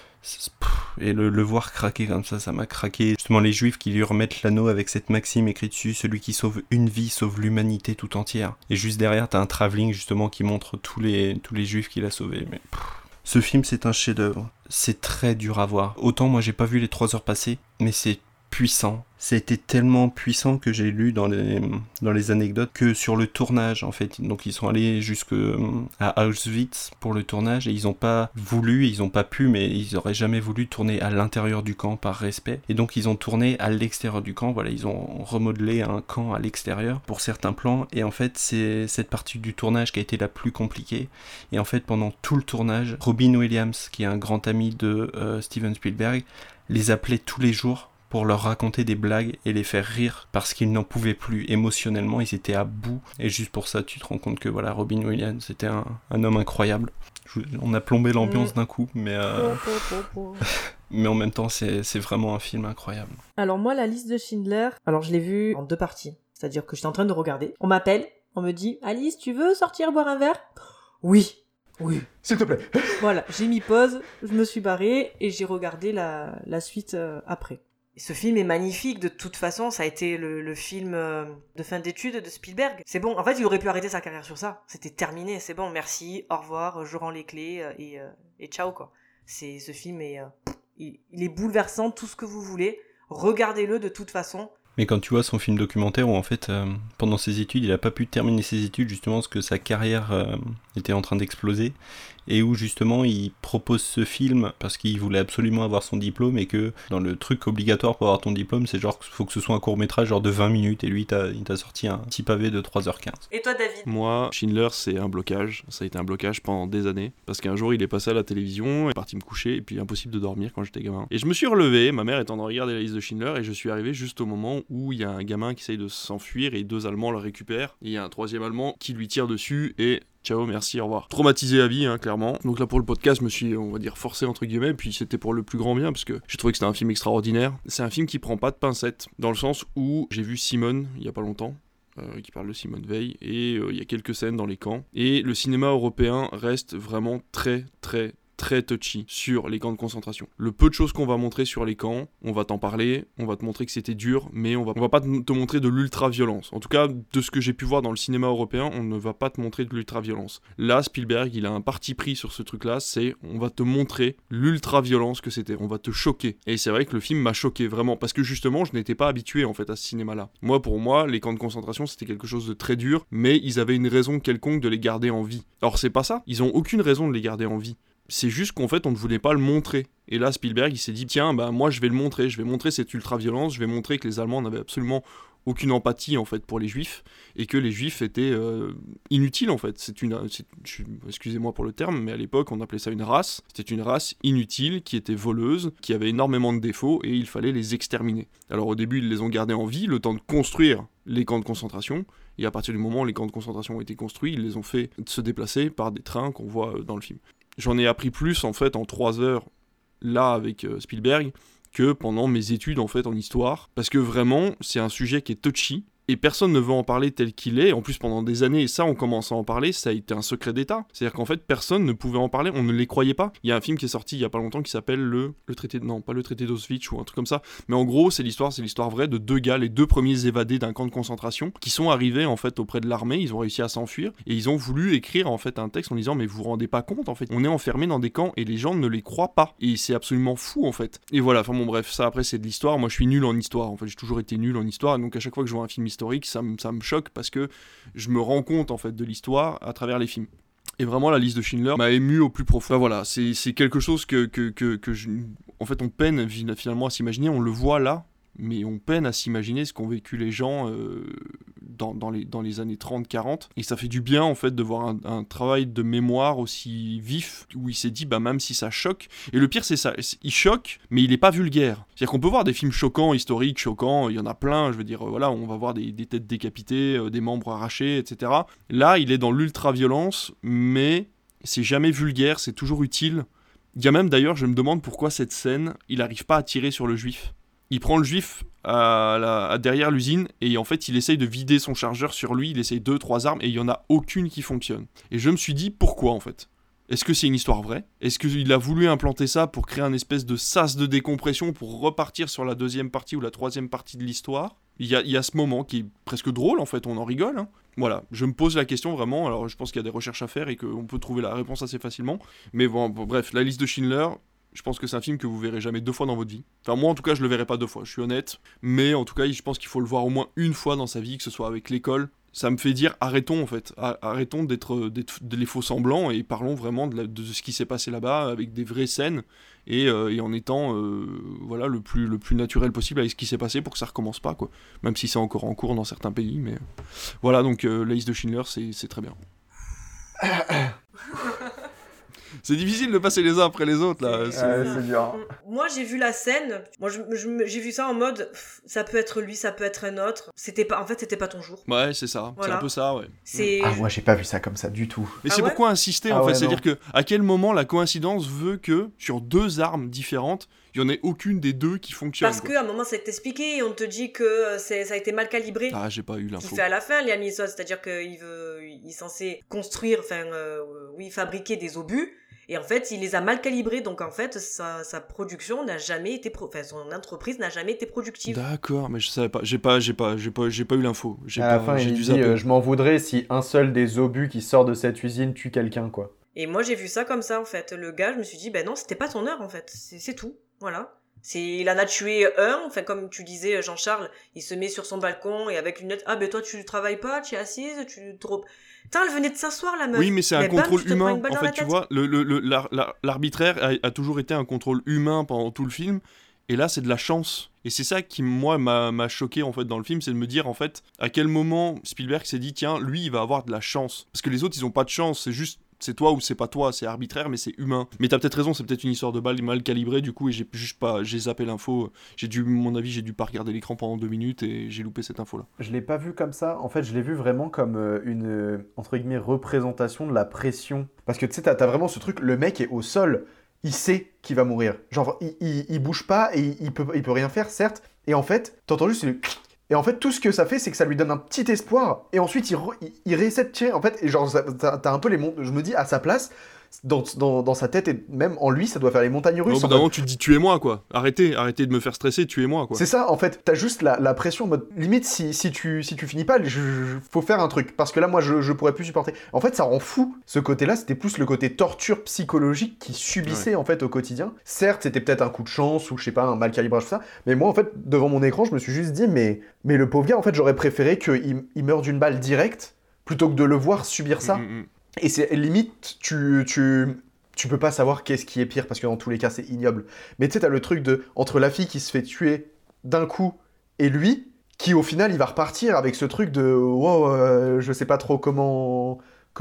Et le voir craquer comme ça m'a craqué. Justement, les juifs qui lui remettent l'anneau avec cette maxime écrite dessus, celui qui sauve une vie sauve l'humanité tout entière. Et juste derrière, t'as un travelling justement qui montre tous les juifs qu'il a sauvés. Mais ce film, c'est un chef-d'œuvre. C'est très dur à voir. Autant moi, j'ai pas vu les 3 heures passer, mais c'est puissant. Ça a été tellement puissant que j'ai lu dans les anecdotes que sur le tournage, en fait, donc ils sont allés jusqu'à Auschwitz pour le tournage et ils n'ont pas voulu, ils n'ont pas pu, mais ils auraient jamais voulu tourner à l'intérieur du camp par respect. Et donc ils ont tourné à l'extérieur du camp, voilà, ils ont remodelé un camp à l'extérieur pour certains plans. Et en fait, c'est cette partie du tournage qui a été la plus compliquée. Et en fait, pendant tout le tournage, Robin Williams, qui est un grand ami de Steven Spielberg, les appelait tous les jours pour leur raconter des blagues et les faire rire parce qu'ils n'en pouvaient plus émotionnellement, ils étaient à bout. Et juste pour ça, tu te rends compte que voilà, Robin Williams, c'était un homme incroyable. On a plombé l'ambiance d'un coup, mais mais en même temps, c'est vraiment un film incroyable. Alors moi, la liste de Schindler, alors je l'ai vue en 2 parties. C'est-à-dire que j'étais en train de regarder. On m'appelle, on me dit « Alice, tu veux sortir boire un verre ?» Oui. S'il te plaît. Voilà, j'ai mis pause, je me suis barrée et j'ai regardé la suite après. Ce film est magnifique, de toute façon, ça a été le film de fin d'études de Spielberg. C'est bon, en fait, il aurait pu arrêter sa carrière sur ça. C'était terminé, c'est bon, merci, au revoir, je rends les clés et ciao, quoi. Ce film il est bouleversant, tout ce que vous voulez. Regardez-le de toute façon. Mais quand tu vois son film documentaire où en fait, pendant ses études, il n'a pas pu terminer ses études justement parce que sa carrière était en train d'exploser et où justement il propose ce film parce qu'il voulait absolument avoir son diplôme et que dans le truc obligatoire pour avoir ton diplôme, c'est genre qu'il faut que ce soit un court-métrage genre de 20 minutes et lui il t'a sorti un petit pavé de 3h15. Et toi David ? Moi, Schindler c'est un blocage, ça a été un blocage pendant des années parce qu'un jour il est passé à la télévision, il est parti me coucher et puis impossible de dormir quand j'étais gamin. Et je me suis relevé, ma mère est en train de regarder la liste de Schindler et je suis arrivé juste au moment où il y a un gamin qui essaye de s'enfuir et 2 Allemands le récupèrent et il y a un 3e Allemand qui lui tire dessus et ciao, merci, au revoir. Traumatisé à vie, clairement. Donc là, pour le podcast, je me suis, on va dire, forcé, entre guillemets, puis c'était pour le plus grand bien, parce que j'ai trouvé que c'était un film extraordinaire. C'est un film qui prend pas de pincettes, dans le sens où j'ai vu Simone, il y a pas longtemps, qui parle de Simone Veil, et il y a quelques scènes dans les camps. Et le cinéma européen reste vraiment très, très, très touchy sur les camps de concentration. Le peu de choses qu'on va montrer sur les camps, on va t'en parler, on va te montrer que c'était dur, mais on va pas te montrer de l'ultra-violence. En tout cas, de ce que j'ai pu voir dans le cinéma européen, on ne va pas te montrer de l'ultra-violence. Là, Spielberg, il a un parti pris sur ce truc-là, c'est on va te montrer l'ultra-violence que c'était, on va te choquer. Et c'est vrai que le film m'a choqué, vraiment, parce que justement, je n'étais pas habitué, en fait, à ce cinéma-là. Pour moi, les camps de concentration, c'était quelque chose de très dur, mais ils avaient une raison quelconque de les garder en vie. Or, c'est pas ça, ils ont aucune raison de les garder en vie. C'est juste qu'en fait on ne voulait pas le montrer. Et là Spielberg il s'est dit tiens moi je vais le montrer, je vais montrer cette ultra-violence, je vais montrer que les Allemands n'avaient absolument aucune empathie en fait pour les Juifs et que les Juifs étaient inutiles en fait. Excusez-moi pour le terme, mais à l'époque on appelait ça une race. C'était une race inutile qui était voleuse, qui avait énormément de défauts et il fallait les exterminer. Alors au début ils les ont gardés en vie, le temps de construire les camps de concentration. Et à partir du moment où les camps de concentration ont été construits, ils les ont fait se déplacer par des trains qu'on voit dans le film. J'en ai appris plus en fait en 3 heures là avec Spielberg que pendant mes études en fait en histoire parce que vraiment c'est un sujet qui est touchy et personne ne veut en parler tel qu'il est. En plus, pendant des années, et ça, on commence à en parler, ça a été un secret d'État. C'est-à-dire qu'en fait, personne ne pouvait en parler, on ne les croyait pas. Il y a un film qui est sorti il y a pas longtemps qui s'appelle le traité... Non, pas le traité d'Auschwitz ou un truc comme ça, mais en gros, c'est l'histoire vraie de 2 gars, les 2 premiers évadés d'un camp de concentration, qui sont arrivés, en fait, auprès de l'armée, ils ont réussi à s'enfuir, et ils ont voulu écrire, en fait, un texte en disant, mais vous vous rendez pas compte, en fait, on est enfermés dans des camps, et les gens ne les croient pas. Et c'est absolument fou, en fait. Et voilà, enfin bon, bref, ça, après, c'est de l'histoire. Moi, je suis nul en histoire, en fait, j'ai toujours été nul en histoire, donc à chaque fois que je vois un film historique, ça me choque parce que je me rends compte en fait de l'histoire à travers les films. Et vraiment, la liste de Schindler m'a ému au plus profond. Enfin, voilà, c'est quelque chose que en fait, on peine finalement à s'imaginer. On le voit là, mais on peine à s'imaginer ce qu'ont vécu les gens dans les années 30-40. Et ça fait du bien, en fait, de voir un travail de mémoire aussi vif, où il s'est dit, bah, même si ça choque... Et le pire, c'est ça, il choque, mais il n'est pas vulgaire. C'est-à-dire qu'on peut voir des films choquants, historiques, choquants, il y en a plein, je veux dire, voilà, on va voir des têtes décapitées, des membres arrachés, etc. Là, il est dans l'ultra-violence, mais c'est jamais vulgaire, c'est toujours utile. Il y a même, d'ailleurs, je me demande pourquoi cette scène, il n'arrive pas à tirer sur le juif. Il prend le juif derrière l'usine et en fait il essaye de vider son chargeur sur lui, il essaye 2-3 armes et il n'y en a aucune qui fonctionne. Et je me suis dit pourquoi en fait ? Est-ce que c'est une histoire vraie ? Est-ce qu'il a voulu implanter ça pour créer un espèce de sas de décompression pour repartir sur la 2e partie ou la 3e partie de l'histoire ? Il y a ce moment qui est presque drôle en fait, on en rigole. Hein. Voilà, je me pose la question vraiment, alors je pense qu'il y a des recherches à faire et qu'on peut trouver la réponse assez facilement. Mais bon, bref, la liste de Schindler... Je pense que c'est un film que vous verrez jamais 2 fois dans votre vie. Enfin, moi, en tout cas, je le verrai pas 2 fois, je suis honnête. Mais en tout cas, je pense qu'il faut le voir au moins 1 fois dans sa vie, que ce soit avec l'école. Ça me fait dire, arrêtons, en fait. Arrêtons d'être les faux semblants et parlons vraiment de ce qui s'est passé là-bas, avec des vraies scènes, et en étant voilà, le plus naturel possible avec ce qui s'est passé pour que ça recommence pas, quoi. Même si c'est encore en cours dans certains pays, mais... Voilà, donc, la liste de Schindler, c'est très bien. C'est difficile de passer les uns après les autres là. C'est dur. Moi j'ai vu la scène. Moi j'ai vu ça en mode ça peut être lui, ça peut être un autre. C'était pas ton jour. Ouais c'est ça. Voilà. C'est un peu ça ouais. Moi j'ai pas vu ça comme ça du tout. Mais c'est pourquoi insister en fait. C'est-à-dire que à quel moment la coïncidence veut que sur 2 armes différentes il n'y en ait aucune des 2 qui fonctionne. Parce qu'à un moment ça a été expliqué et on te dit que ça a été mal calibré. Ah j'ai pas eu l'info. Il fait à la fin Liam Neeson, c'est-à-dire qu'il est censé construire, fabriquer des obus. Et en fait, il les a mal calibrés, donc en fait, sa production n'a jamais été, son entreprise n'a jamais été productive. D'accord, mais je savais pas, j'ai pas eu l'info. À la fin, il dit, je m'en voudrais si un seul des obus qui sort de cette usine tue quelqu'un, quoi. Et moi, j'ai vu ça comme ça, en fait. Le gars, je me suis dit, non, c'était pas ton heure, en fait. C'est tout, voilà. Il en a tué un, enfin, comme tu disais, Jean-Charles, il se met sur son balcon et avec une lunette, toi, tu travailles pas, tu es assise, Putain, elle venait de s'asseoir, la meuf. Oui, mais c'est un contrôle humain. En fait, tu vois, l'arbitraire a toujours été un contrôle humain pendant tout le film. Et là, c'est de la chance. Et c'est ça qui, moi, m'a choqué, en fait, dans le film. C'est de me dire, en fait, à quel moment Spielberg s'est dit, tiens, lui, il va avoir de la chance. Parce que les autres, ils ont pas de chance. C'est juste, c'est toi ou c'est pas toi. C'est arbitraire, mais c'est humain. Mais t'as peut-être raison, c'est peut-être une histoire de balle mal calibrée, du coup, et j'ai zappé l'info. J'ai dû pas regarder l'écran pendant 2 minutes et j'ai loupé cette info-là. Je l'ai pas vu comme ça. En fait, je l'ai vu vraiment comme une, entre guillemets, représentation de la pression. Parce que tu sais, t'as vraiment ce truc, le mec est au sol. Il sait qu'il va mourir. Genre, il bouge pas et il peut rien faire, certes. Et en fait, t'entends juste le... Et en fait, tout ce que ça fait, c'est que ça lui donne un petit espoir. Et ensuite, il réessaie de tirer. En fait, et genre, t'as un peu les... Je me dis, à sa place, dans sa tête et même en lui, ça doit faire les montagnes russes. Au bout d'un moment, tu te dis, tuez-moi, quoi. Arrêtez de me faire stresser, tuez-moi, quoi. C'est ça, en fait. T'as juste la pression en mode... Limite, si tu finis pas, faut faire un truc. Parce que là, moi, je pourrais plus supporter. En fait, ça rend fou. Ce côté-là, c'était plus le côté torture psychologique qu'il subissait, en fait, au quotidien. Certes, c'était peut-être un coup de chance ou, je sais pas, un mal calibrage, tout ça. Mais moi, en fait, devant mon écran, je me suis juste dit, mais le pauvre gars, en fait, j'aurais préféré qu'il meure d'une balle directe plutôt que de le voir subir ça. Et c'est limite, tu peux pas savoir qu'est-ce qui est pire, parce que dans tous les cas, c'est ignoble. Mais tu sais, t'as le truc entre la fille qui se fait tuer d'un coup et lui, qui au final, il va repartir avec ce truc de « wow, je sais pas trop comment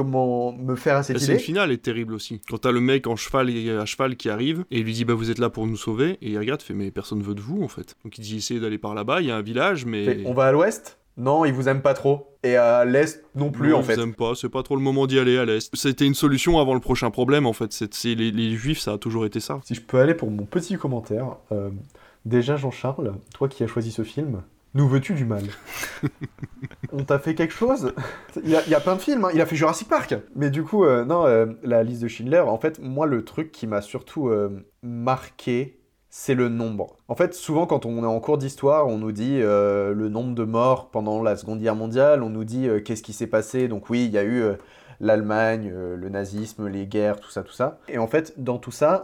me faire à cette idée. » Le final est terrible aussi. Quand t'as le mec à cheval qui arrive, et il lui dit « vous êtes là pour nous sauver », et il regarde, fait « mais personne veut de vous, en fait ». Donc il dit « essayez d'aller par là-bas, il y a un village, mais... » On va à l'ouest ? Non, ils vous aiment pas trop. Et à l'est non plus, en fait. Ils vous aiment pas, c'est pas trop le moment d'y aller à l'est. C'était une solution avant le prochain problème, en fait. Les juifs, ça a toujours été ça. Si je peux aller pour mon petit commentaire. Déjà, Jean-Charles, toi qui as choisi ce film, Nous veux-tu du mal? On t'a fait quelque chose? Il y a plein de films, hein. Il a fait Jurassic Park. Mais du coup, la liste de Schindler, en fait, moi, le truc qui m'a surtout marqué, c'est le nombre. En fait, souvent, quand on est en cours d'histoire, on nous dit le nombre de morts pendant la Seconde Guerre mondiale, on nous dit qu'est-ce qui s'est passé. Donc oui, il y a eu l'Allemagne, le nazisme, les guerres, tout ça. Et en fait, dans tout ça,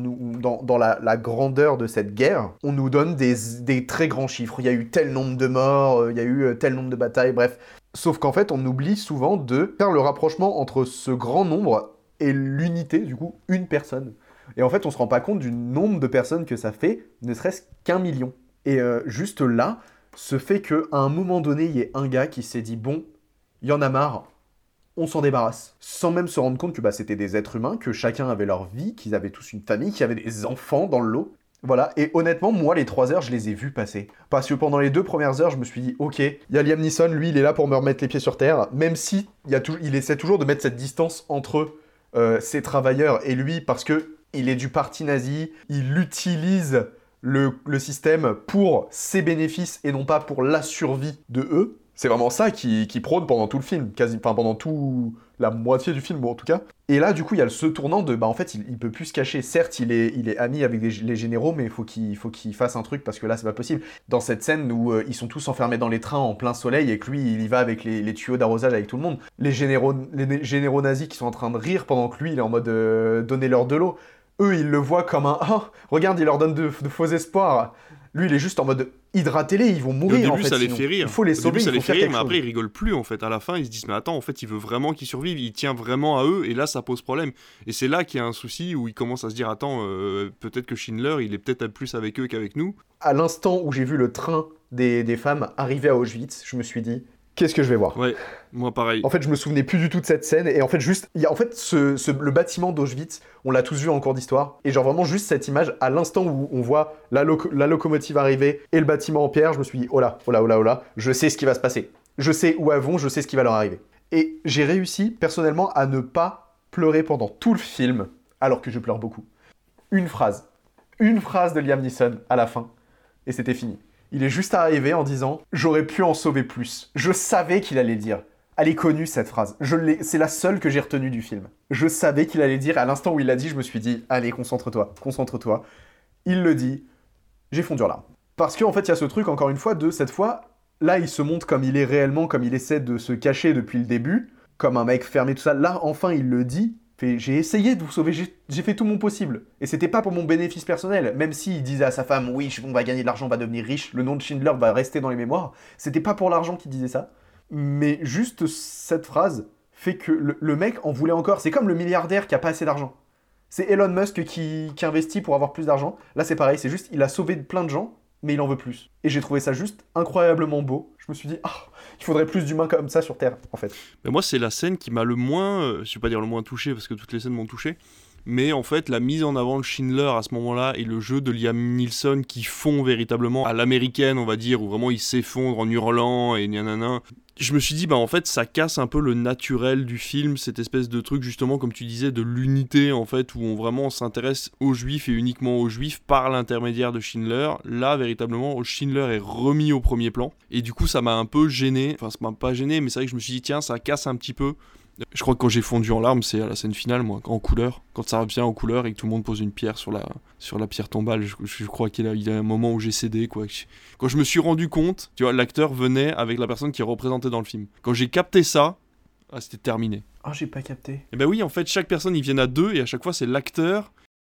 dans la grandeur de cette guerre, on nous donne des très grands chiffres. Il y a eu tel nombre de morts, il y a eu tel nombre de batailles, bref. Sauf qu'en fait, on oublie souvent de faire le rapprochement entre ce grand nombre et l'unité, du coup, une personne. Et en fait, on se rend pas compte du nombre de personnes que ça fait, ne serait-ce qu'1 million. Et juste là, ce fait qu'à un moment donné, il y ait un gars qui s'est dit « Bon, il y en a marre, on s'en débarrasse ». Sans même se rendre compte que c'était des êtres humains, que chacun avait leur vie, qu'ils avaient tous une famille, qu'ils avaient des enfants dans le lot. Voilà, et honnêtement, moi, les 3 heures, je les ai vus passer. Parce que pendant les 2 premières heures, je me suis dit « Ok, il y a Liam Neeson, lui, il est là pour me remettre les pieds sur terre », même si il essaie toujours de mettre cette distance entre ses travailleurs et lui, parce que il est du parti nazi, il utilise le système pour ses bénéfices et non pas pour la survie de eux. C'est vraiment ça qui prône pendant tout le film, pendant la moitié du film, bon, en tout cas. Et là, du coup, il y a ce tournant de, en fait, il peut plus se cacher. Certes, il est ami avec les généraux, mais il faut qu'il fasse un truc, parce que là, c'est pas possible. Dans cette scène où ils sont tous enfermés dans les trains en plein soleil, et que lui, il y va avec les tuyaux d'arrosage avec tout le monde. Les généraux nazis qui sont en train de rire pendant que lui, il est en mode donnez-leur de l'eau. Eux, ils le voient comme un « Oh, regarde, il leur donne de faux espoirs ». Lui, il est juste en mode « Hydratez-les, ils vont mourir, en fait, ça les sinon. fait rire. Il faut les sauver, il faut faire quelque mais chose. » après, ils rigolent plus, en fait. À la fin, ils se disent « Mais attends, en fait, il veut vraiment qu'ils survivent, il tient vraiment à eux, et là, ça pose problème. » Et c'est là qu'il y a un souci, où ils commencent à se dire « Attends, peut-être que Schindler, il est peut-être plus avec eux qu'avec nous. » À l'instant où j'ai vu le train des femmes arriver à Auschwitz, je me suis dit « Qu'est-ce que je vais voir ?» Ouais, moi pareil. En fait, je me souvenais plus du tout de cette scène, et en fait, le bâtiment d'Auschwitz, on l'a tous vu en cours d'histoire, et genre vraiment juste cette image, à l'instant où on voit la locomotive arriver, et le bâtiment en pierre, je me suis dit, oh là, je sais ce qui va se passer. Je sais où elles vont, je sais ce qui va leur arriver. Et j'ai réussi, personnellement, à ne pas pleurer pendant tout le film, alors que je pleure beaucoup. Une phrase de Liam Neeson à la fin, et c'était fini. Il est juste arrivé en disant « J'aurais pu en sauver plus ». Je savais qu'il allait le dire. Elle est connue, cette phrase. C'est la seule que j'ai retenue du film. Je savais qu'il allait le dire. À l'instant où il l'a dit, je me suis dit « Allez, concentre-toi. Il le dit. J'ai fondu en larmes. Parce qu'en fait, il y a ce truc, encore une fois, de cette fois, là, il se montre comme il est réellement, comme il essaie de se cacher depuis le début, comme un mec fermé, tout ça. Là, enfin, il le dit. J'ai essayé de vous sauver, j'ai fait tout mon possible. Et c'était pas pour mon bénéfice personnel. Même s'il disait à sa femme, oui, on va gagner de l'argent, on va devenir riche, le nom de Schindler va rester dans les mémoires. C'était pas pour l'argent qu'il disait ça. Mais juste cette phrase fait que le mec en voulait encore. C'est comme le milliardaire qui a pas assez d'argent. C'est Elon Musk qui investit pour avoir plus d'argent. Là, c'est pareil, c'est juste, il a sauvé plein de gens, mais il en veut plus. Et j'ai trouvé ça juste incroyablement beau. Je me suis dit, il faudrait plus d'humains comme ça sur Terre, en fait. Mais moi, c'est la scène qui m'a le moins, je vais pas dire le moins touché, parce que toutes les scènes m'ont touché, mais en fait, la mise en avant de Schindler à ce moment-là, et le jeu de Liam Neeson qui fond véritablement à l'américaine, on va dire, où vraiment il s'effondre en hurlant, et nanana. Je me suis dit, en fait, ça casse un peu le naturel du film, cette espèce de truc, justement, comme tu disais, de l'unité, en fait, où on s'intéresse aux Juifs et uniquement aux Juifs par l'intermédiaire de Schindler. Là, véritablement, Schindler est remis au premier plan. Et du coup, ça m'a un peu gêné. Enfin, ça m'a pas gêné, mais c'est vrai que je me suis dit, tiens, ça casse un petit peu. Je crois que quand j'ai fondu en larmes, c'est à la scène finale, moi, en couleur. Quand ça revient en couleur et que tout le monde pose une pierre sur la pierre tombale, je crois qu'il y a un moment où j'ai cédé, quoi. Quand je me suis rendu compte, tu vois, l'acteur venait avec la personne qui est représentée dans le film. Quand j'ai capté ça, c'était terminé. Ah, j'ai pas capté. Et oui, en fait, chaque personne, ils viennent à 2 et à chaque fois, c'est l'acteur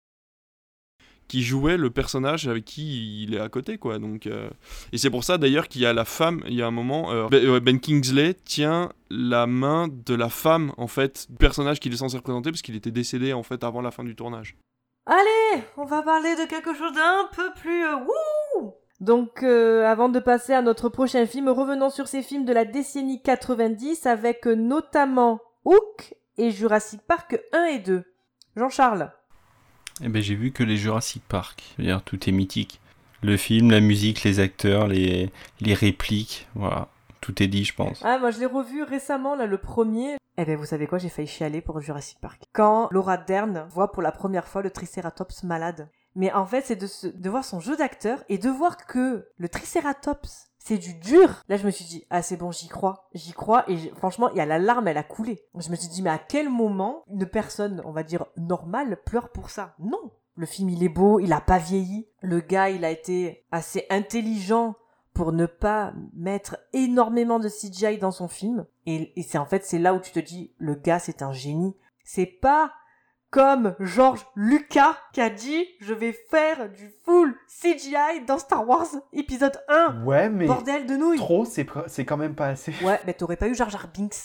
qui jouait le personnage avec qui il est à côté, quoi. Donc, et c'est pour ça, d'ailleurs, qu'il y a la femme, il y a un moment, Ben Kingsley tient la main de la femme, en fait, du personnage qu'il est censé représenter, parce qu'il était décédé, en fait, avant la fin du tournage. Allez, on va parler de quelque chose d'un peu plus... wouh. Donc, avant de passer à notre prochain film, revenons sur ces films de la décennie 90, avec notamment Hook et Jurassic Park 1 et 2. Jean-Charles. Eh ben, j'ai vu que les Jurassic Park. C'est-à-dire, tout est mythique. Le film, la musique, les acteurs, les répliques, voilà. Tout est dit, je pense. Ah, moi, je l'ai revu récemment, là, le premier. Eh ben, vous savez quoi, j'ai failli chialer pour Jurassic Park. Quand Laura Dern voit pour la première fois le Triceratops malade. Mais en fait, c'est de voir son jeu d'acteur et de voir que le Triceratops, c'est du dur. Là, je me suis dit, ah, c'est bon, j'y crois, et franchement, il y a la larme, elle a coulé. Je me suis dit, mais à quel moment une personne, on va dire, normale, pleure pour ça? Non. Le film, il est beau, il a pas vieilli. Le gars, il a été assez intelligent pour ne pas mettre énormément de CGI dans son film. Et c'est là où tu te dis, le gars, c'est un génie. C'est pas comme George Lucas qui a dit, je vais faire du full CGI dans Star Wars épisode 1. Ouais, mais bordel de nouilles. Trop, c'est quand même pas assez. Ouais, mais t'aurais pas eu Jar Jar Binks.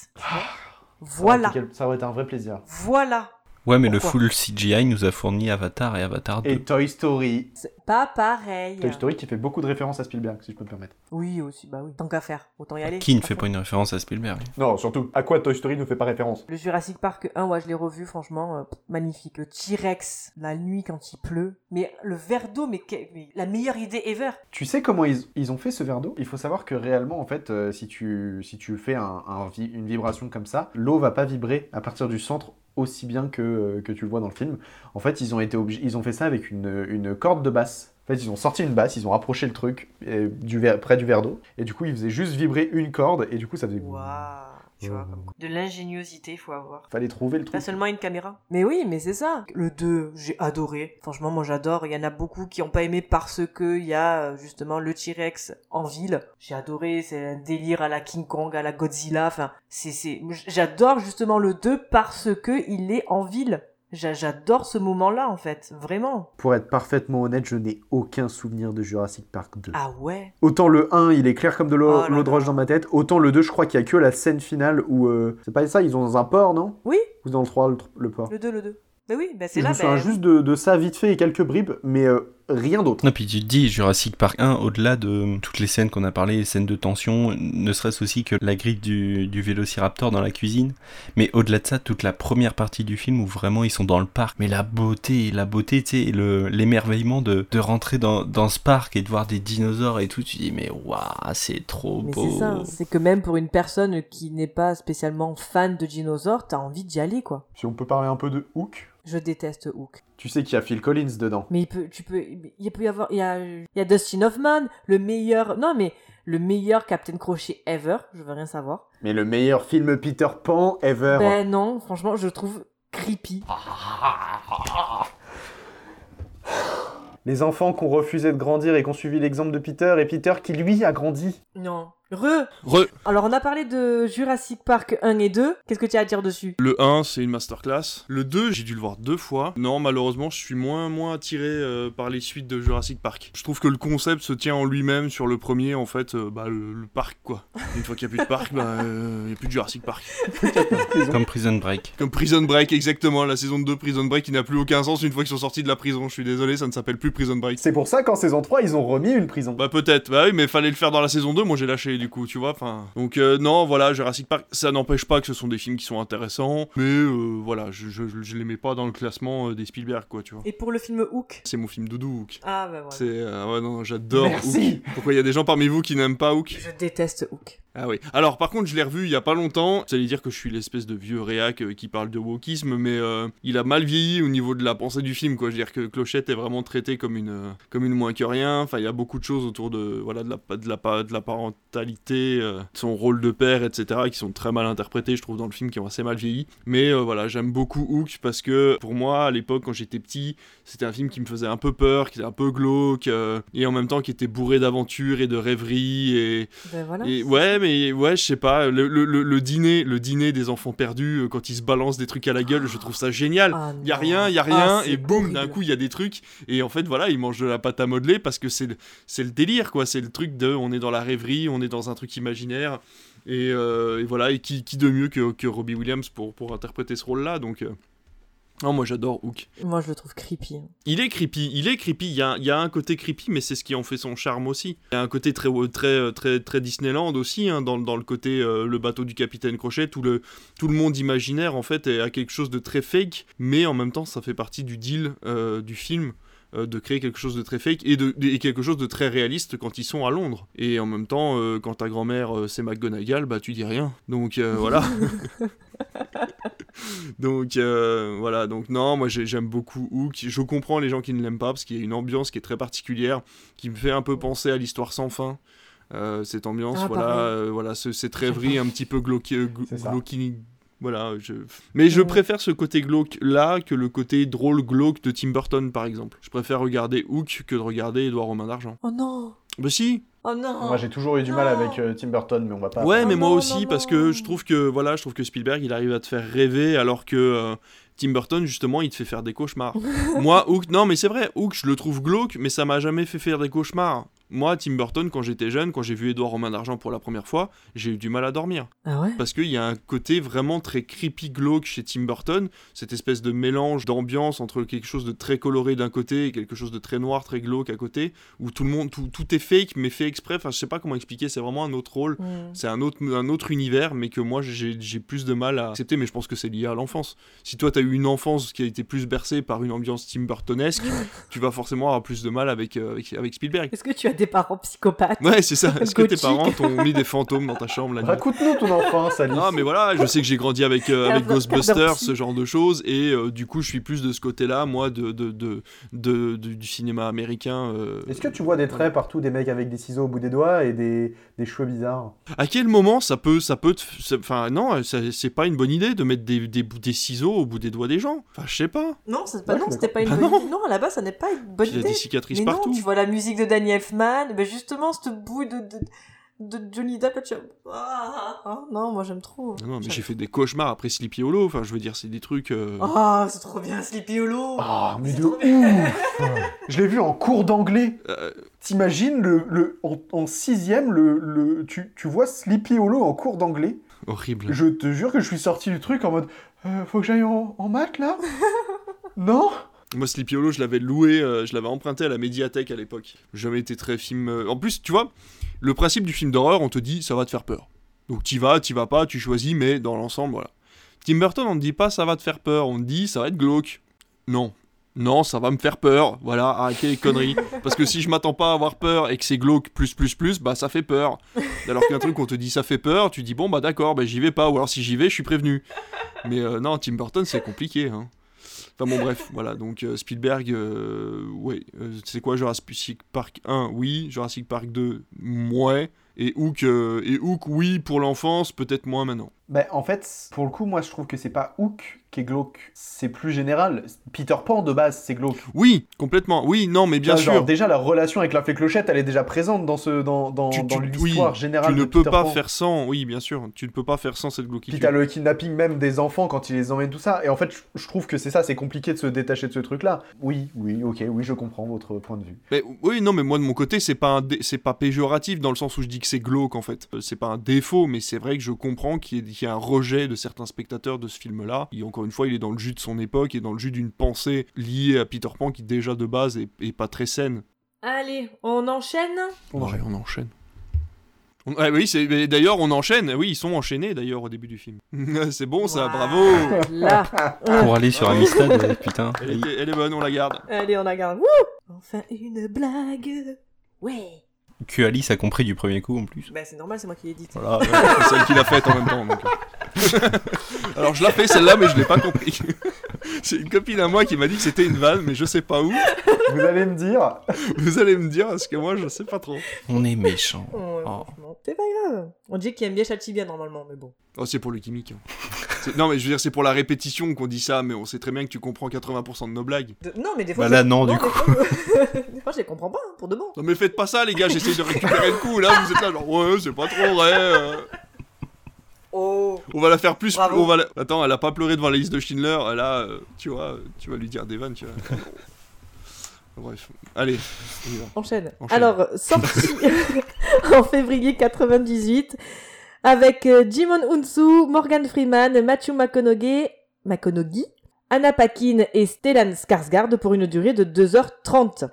Voilà. Ça aurait été un vrai plaisir. Voilà. Ouais, mais pourquoi? Le full CGI nous a fourni Avatar et Avatar 2. Et Toy Story. C'est pas pareil. Toy Story qui fait beaucoup de références à Spielberg, si je peux me permettre. Oui, aussi, bah oui. Tant qu'à faire, autant y aller. Qui ne fait pas une référence à Spielberg? Non, surtout, à quoi Toy Story ne fait pas référence? Le Jurassic Park 1, ouais, je l'ai revu, franchement, magnifique. Le T-Rex, la nuit quand il pleut. Mais le verre d'eau, mais la meilleure idée ever. Tu sais comment ils ont fait ce verre d'eau? Il faut savoir que réellement, en fait, si tu fais une vibration comme ça, l'eau va pas vibrer à partir du centre aussi bien que tu le vois dans le film. En fait, ils ont fait ça avec une corde de basse. En fait, ils ont sorti une basse, ils ont rapproché le truc près du verre d'eau, et du coup, ils faisaient juste vibrer une corde, et du coup, ça faisait... Waouh. Tu vois, de l'ingéniosité, il faut avoir. Fallait trouver le truc. Pas seulement une caméra. Mais oui, mais c'est ça. Le 2, j'ai adoré. Franchement, moi j'adore. Il y en a beaucoup qui n'ont pas aimé parce que il y a justement le T-Rex en ville. J'ai adoré, c'est un délire à la King Kong, à la Godzilla. Enfin, j'adore justement le 2 parce que il est en ville. J'adore ce moment-là, en fait. Vraiment. Pour être parfaitement honnête, je n'ai aucun souvenir de Jurassic Park 2. Ah ouais? Autant le 1, il est clair comme de l'eau de roche dans ma tête. Autant le 2, je crois qu'il n'y a que la scène finale où... c'est pas ça, ils ont dans un port, non? Oui. Ou dans le 3, le port? Le 2. Mais oui, c'est là... Je me souviens juste de ça vite fait et quelques bribes, mais rien d'autre. Non, puis tu te dis, Jurassic Park 1, au-delà de toutes les scènes qu'on a parlé, les scènes de tension, ne serait-ce aussi que la griffe du vélociraptor dans la cuisine, mais au-delà de ça, toute la première partie du film où vraiment ils sont dans le parc, mais la beauté, tu sais, et l'émerveillement de rentrer dans ce parc et de voir des dinosaures et tout, tu dis, mais waouh, c'est trop beau. Mais c'est ça, c'est que même pour une personne qui n'est pas spécialement fan de dinosaures, t'as envie d'y aller, quoi. Si on peut parler un peu de Hook. Je déteste Hook. Tu sais qu'il y a Phil Collins dedans. Mais il peut y avoir, il y a Dustin Hoffman, le meilleur Captain Crochet ever, je veux rien savoir. Mais le meilleur film Peter Pan ever. Ben non, franchement, je le trouve creepy. Les enfants qui ont refusé de grandir et qui ont suivi l'exemple de Peter, et Peter qui lui a grandi. Non. Alors on a parlé de Jurassic Park 1 et 2, qu'est-ce que tu as à dire dessus? Le 1 c'est une masterclass, le 2 j'ai dû le voir 2 fois. Non, malheureusement je suis moins attiré par les suites de Jurassic Park. Je trouve que le concept se tient en lui-même sur le premier, en fait, le parc quoi. Une fois qu'il n'y a plus de parc, il n'y a plus de Jurassic Park. Comme Prison Break. Comme Prison Break, exactement, la saison 2 Prison Break qui n'a plus aucun sens une fois qu'ils sont sortis de la prison. Je suis désolé, ça ne s'appelle plus Prison Break. C'est pour ça qu'en saison 3 ils ont remis une prison. Bah peut-être, bah oui, mais fallait le faire dans la saison 2, moi j'ai lâché du coup, tu vois, enfin... Donc non, voilà, Jurassic Park, ça n'empêche pas que ce sont des films qui sont intéressants, mais voilà, je les mets pas dans le classement des Spielberg, quoi, tu vois. Et pour le film Hook? C'est mon film doudou, Hook. Ah bah voilà. C'est, ouais, non, j'adore Merci. Hook. Pourquoi il y a des gens parmi vous qui n'aiment pas Hook? Je déteste Hook. Ah oui. Alors par contre, je l'ai revu il y a pas longtemps. Vous allez dire que je suis l'espèce de vieux réac qui parle de wokisme, mais il a mal vieilli au niveau de la pensée du film, quoi. Je veux dire que Clochette est vraiment traité comme une moins que rien. Enfin, il y a beaucoup de choses autour de la parentalité, son rôle de père, etc., qui sont très mal interprétés, je trouve, dans le film, qui ont assez mal vieilli. Mais voilà, j'aime beaucoup Hook parce que pour moi, à l'époque, quand j'étais petit, c'était un film qui me faisait un peu peur, qui était un peu glauque, et en même temps qui était bourré d'aventures et de rêveries et ben voilà, et ouais, mais ouais, je sais pas, le dîner des enfants perdus, quand ils se balancent des trucs à la gueule, je trouve ça génial. Il y a rien, et boum, d'un coup il y a des trucs, et en fait voilà, ils mangent de la pâte à modeler parce que c'est le délire, quoi, c'est le truc de, on est dans la rêverie, on est dans un truc imaginaire, et voilà, et qui de mieux que Robbie Williams pour interpréter ce rôle-là, donc... Non, moi j'adore Hook. Moi je le trouve creepy. Il est creepy, il y a un côté creepy, mais c'est ce qui en fait son charme aussi. Il y a un côté très Disneyland aussi, hein, dans le côté le bateau du capitaine Crochet, tout le monde imaginaire en fait a quelque chose de très fake, mais en même temps ça fait partie du deal du film. De créer quelque chose de très fake et quelque chose de très réaliste quand ils sont à Londres. Et en même temps, quand ta grand-mère c'est McGonagall, bah tu dis rien. Donc voilà. Donc voilà, donc non, moi j'aime beaucoup Hook. Je comprends les gens qui ne l'aiment pas parce qu'il y a une ambiance qui est très particulière, qui me fait un peu penser à l'Histoire sans fin. cette ambiance, voilà, cette rêverie un petit peu glauque. Voilà, mais je préfère ce côté glauque là que le côté drôle glauque de Tim Burton par exemple. Je préfère regarder Hook que de regarder Édouard aux mains d'argent. Oh non. Bah si. Oh non. Moi j'ai toujours eu du mal avec Tim Burton, mais on va pas. Ouais, mais moi aussi parce que je trouve que Spielberg il arrive à te faire rêver alors que Tim Burton justement il te fait faire des cauchemars. Moi Hook, non mais c'est vrai, Hook je le trouve glauque, mais ça m'a jamais fait faire des cauchemars. Moi, Tim Burton, quand j'étais jeune, quand j'ai vu Édouard aux mains d'argent pour la première fois, j'ai eu du mal à dormir. Ah ouais ? Parce qu'il y a un côté vraiment très creepy glauque chez Tim Burton, cette espèce de mélange d'ambiance entre quelque chose de très coloré d'un côté et quelque chose de très noir, très glauque à côté, où tout est fake, mais fait exprès. Enfin, je sais pas comment expliquer, c'est vraiment un autre rôle, c'est un autre univers, mais que moi, j'ai plus de mal à accepter, mais je pense que c'est lié à l'enfance. Si toi, t'as eu une enfance qui a été plus bercée par une ambiance Tim Burtonesque, tu vas forcément avoir plus de mal avec Spielberg. Est-ce que tu as des parents psychopathes? Ouais, c'est ça. Est-ce que tes parents t'ont mis des fantômes dans ta chambre la nuit? Raconte-nous ton enfance, Alice. Non, mais voilà, je sais que j'ai grandi avec Ghostbusters, ce genre de choses, et du coup, je suis plus de ce côté-là, moi, du cinéma américain. Est-ce que tu vois des traits partout, des mecs avec des ciseaux au bout des doigts et des cheveux bizarres? À quel moment ça peut enfin, non, c'est pas une bonne idée de mettre des ciseaux au bout des doigts des gens. Enfin, je sais pas. Non, c'était pas une bonne idée. Non, à la base, ça n'est pas une bonne idée. Il y a des cicatrices mais partout. Non, tu vois la musique de Danny Elfman, ben justement, cette bouille de Johnny Depp, là, tu non, moi j'aime trop. Non, mais j'ai fait des cauchemars après Sleepy Hollow, enfin, je veux dire, c'est des trucs... c'est trop bien, Sleepy Hollow. Mais de ouf. Je l'ai vu en cours d'anglais. T'imagines, en 6ème, tu vois Sleepy Hollow en cours d'anglais. Horrible. Je te jure que je suis sorti du truc en mode, faut que j'aille en maths, là? Non? Moi, Sleepy Hollow, je l'avais loué, je l'avais emprunté à la médiathèque à l'époque. J'ai jamais été très film... En plus, tu vois, le principe du film d'horreur, on te dit, ça va te faire peur. Donc t'y vas pas, tu choisis, mais dans l'ensemble, voilà. Tim Burton, on ne dit pas, ça va te faire peur, on te dit, ça va être glauque. Non, ça va me faire peur, voilà, arrêtez les conneries. Parce que si je m'attends pas à avoir peur et que c'est glauque plus, bah ça fait peur. Alors qu'un truc, on te dit, ça fait peur, tu dis, bon, bah d'accord, bah j'y vais pas, ou alors si j'y vais, je suis prévenu. Mais non, Tim Burton, c'est compliqué, hein. Enfin bon, bref, voilà, donc Spielberg, c'est quoi, Jurassic Park 1, oui, Jurassic Park 2, ouais, et Hook, oui, pour l'enfance, peut-être moins maintenant. Bah, en fait, pour le coup, moi, je trouve que c'est pas Hook qui est glauque, c'est plus général. Peter Pan, de base, c'est glauque. Oui, complètement, oui, non, mais bien sûr. Déjà, la relation avec la fée Clochette, elle est déjà présente dans l'histoire générale de Peter Pan. Tu ne peux pas faire sans, oui, bien sûr, tu ne peux pas faire sans cette glauquitude. Puis t'as le kidnapping même des enfants quand il les emmène, tout ça. Et en fait, je trouve que c'est ça, c'est compliqué de se détacher de ce truc-là. Oui, ok, oui, je comprends votre point de vue. Mais, oui, non, mais moi, de mon côté, c'est pas péjoratif, dans le sens où je dis que c'est glauque, en fait. C'est pas un défaut, mais c'est vrai que je comprends qu'il y a un rejet de certains spectateurs de ce film-là. Et encore une fois, il est dans le jus de son époque et dans le jus d'une pensée liée à Peter Pan qui, déjà, de base, est pas très saine. Allez, on enchaîne ? On enchaîne. Oui, d'ailleurs, on enchaîne. Oui, ils sont enchaînés, d'ailleurs, au début du film. C'est bon, ça, bravo. Là. Pour aller sur Amistad, putain. Elle est bonne, on la garde. Allez, on la garde. Wouh, enfin, une blague. Ouais. Que Alice a compris du premier coup, en plus. Bah, c'est normal, c'est moi qui l'ai dit. Voilà, c'est celle qui l'a faite en même temps. Donc. Alors, je l'ai fait celle-là, mais je l'ai pas compris. C'est une copine à moi qui m'a dit que c'était une vanne, mais je sais pas où. Vous allez me dire. Parce que moi, je sais pas trop. On est méchants. C'est pas grave. On dit qu'il aime bien châtie bien, normalement, mais bon. Oh, c'est pour le gimmick. Non, mais je veux dire, c'est pour la répétition qu'on dit ça, mais on sait très bien que tu comprends 80% de nos blagues. Non, mais des fois... Bah là, non, du coup. Des fois, je les comprends pas, pour de bon. Non, mais faites pas ça, les gars, j'essaye de récupérer le coup. Là, vous êtes là, genre, ouais, c'est pas trop vrai. Oh. On va la faire plus... Attends, elle a pas pleuré devant la liste de Schindler. Là, tu vois, tu vas lui dire des vannes, tu vois. Bref, allez, on y va. Enchaîne. Alors, sorti en février 98, avec Djimon Hounsou, Morgan Freeman, Matthew McConaughey, Anna Paquin et Stellan Skarsgård pour une durée de 2h30.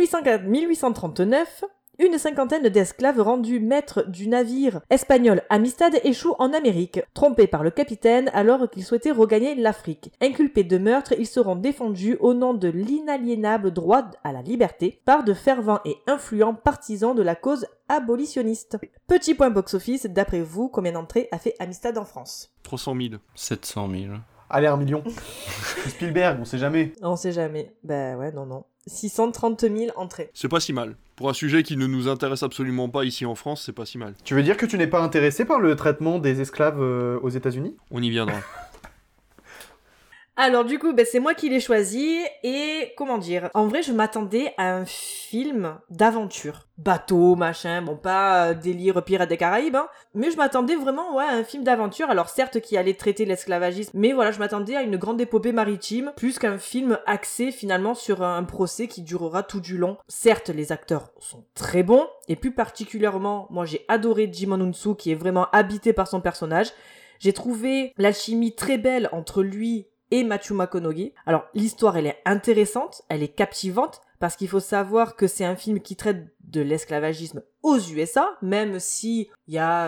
1839, une cinquantaine d'esclaves rendus maîtres du navire espagnol Amistad échouent en Amérique. Trompés par le capitaine alors qu'ils souhaitaient regagner l'Afrique. Inculpés de meurtre, ils seront défendus au nom de l'inaliénable droit à la liberté par de fervents et influents partisans de la cause abolitionniste. Petit point box-office, d'après vous, combien d'entrées a fait Amistad en France ? 300 000. 700 000. Allez, 1 million. Spielberg, on sait jamais. On sait jamais. Bah ouais, non. 630 000 entrées. C'est pas si mal. Pour un sujet qui ne nous intéresse absolument pas ici en France, c'est pas si mal. Tu veux dire que tu n'es pas intéressé par le traitement des esclaves aux États-Unis ? On y viendra. Alors du coup, c'est moi qui l'ai choisi et comment dire, en vrai je m'attendais à un film d'aventure. Bateau, machin, bon pas délire Pirates des Caraïbes, hein, mais je m'attendais vraiment à un film d'aventure, alors certes qui allait traiter l'esclavagisme, mais voilà, je m'attendais à une grande épopée maritime, plus qu'un film axé finalement sur un procès qui durera tout du long. Certes, les acteurs sont très bons, et plus particulièrement, moi j'ai adoré Djimon Hounsou qui est vraiment habité par son personnage. J'ai trouvé l'alchimie très belle entre lui et Matthew McConaughey. Alors, l'histoire, elle est intéressante, elle est captivante, parce qu'il faut savoir que c'est un film qui traite de l'esclavagisme aux USA, même si il y a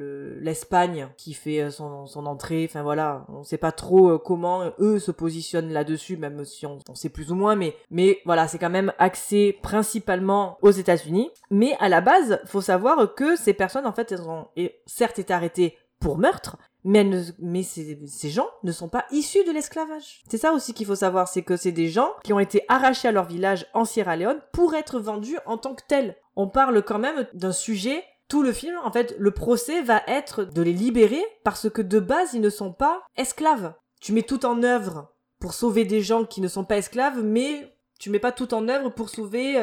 l'Espagne qui fait son entrée, enfin voilà, on sait pas trop comment eux se positionnent là-dessus, même si on sait plus ou moins, mais voilà, c'est quand même axé principalement aux États-Unis. Mais à la base, faut savoir que ces personnes, en fait, elles ont certes été arrêtées pour meurtre, mais ces gens ne sont pas issus de l'esclavage. C'est ça aussi qu'il faut savoir, c'est que c'est des gens qui ont été arrachés à leur village en Sierra Leone pour être vendus en tant que tels. On parle quand même d'un sujet, tout le film, en fait, le procès va être de les libérer parce que de base, ils ne sont pas esclaves. Tu mets tout en œuvre pour sauver des gens qui ne sont pas esclaves, mais tu mets pas tout en œuvre pour sauver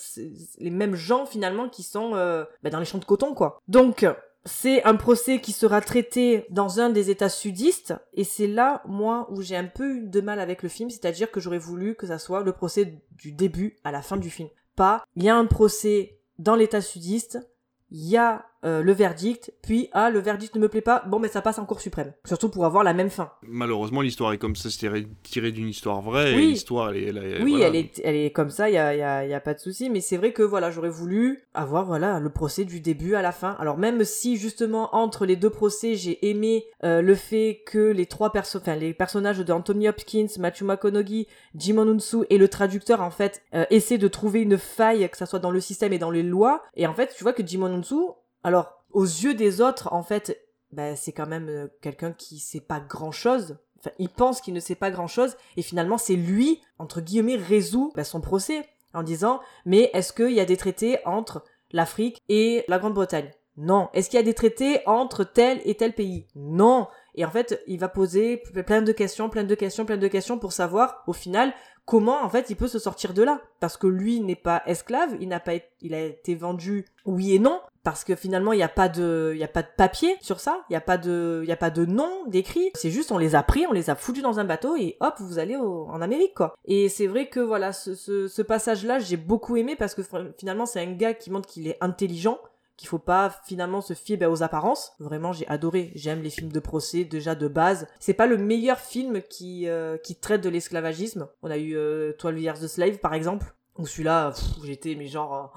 les mêmes gens finalement qui sont dans les champs de coton, quoi. Donc, c'est un procès qui sera traité dans un des États sudistes, et c'est là, moi, où j'ai un peu eu de mal avec le film, c'est-à-dire que j'aurais voulu que ça soit le procès du début à la fin du film. Pas, il y a un procès dans l'État sudiste, il y a le verdict, puis le verdict ne me plaît pas, bon ça passe en Cour suprême. Surtout pour avoir la même fin. Malheureusement, l'histoire est comme ça, c'est tiré d'une histoire vraie, oui. Et l'histoire, oui, voilà. elle est comme ça, il y a pas de souci, mais c'est vrai que voilà, j'aurais voulu avoir le procès du début à la fin. Alors même si justement entre les deux procès, j'ai aimé le fait que les les personnages de Anthony Hopkins, Matthew McConaughey, Djimon Hounsou et le traducteur en fait essaient de trouver une faille, que ça soit dans le système et dans les lois. Et en fait, tu vois que Djimon Hounsou, alors, aux yeux des autres, en fait, c'est quand même quelqu'un qui sait pas grand-chose. Enfin, il pense qu'il ne sait pas grand-chose, et finalement, c'est lui, entre guillemets, résout son procès, en disant « Mais est-ce qu'il y a des traités entre l'Afrique et la Grande-Bretagne ?» Non. Est-ce qu'il y a des traités entre tel et tel pays ? Non. Et en fait, il va poser plein de questions pour savoir, au final, comment, en fait, il peut se sortir de là. Parce que lui n'est pas esclave, il a été vendu oui et non, parce que finalement, il y a pas de papier sur ça, il y a pas de nom décrit. C'est juste, on les a pris, on les a foutus dans un bateau et hop, vous allez en Amérique, quoi. Et c'est vrai que voilà, ce passage-là, j'ai beaucoup aimé parce que finalement, c'est un gars qui montre qu'il est intelligent, qu'il faut pas finalement se fier aux apparences. Vraiment, j'ai adoré. J'aime les films de procès déjà de base. C'est pas le meilleur film qui traite de l'esclavagisme. On a eu 12 Years a Slave par exemple, où celui-là, j'étais mais genre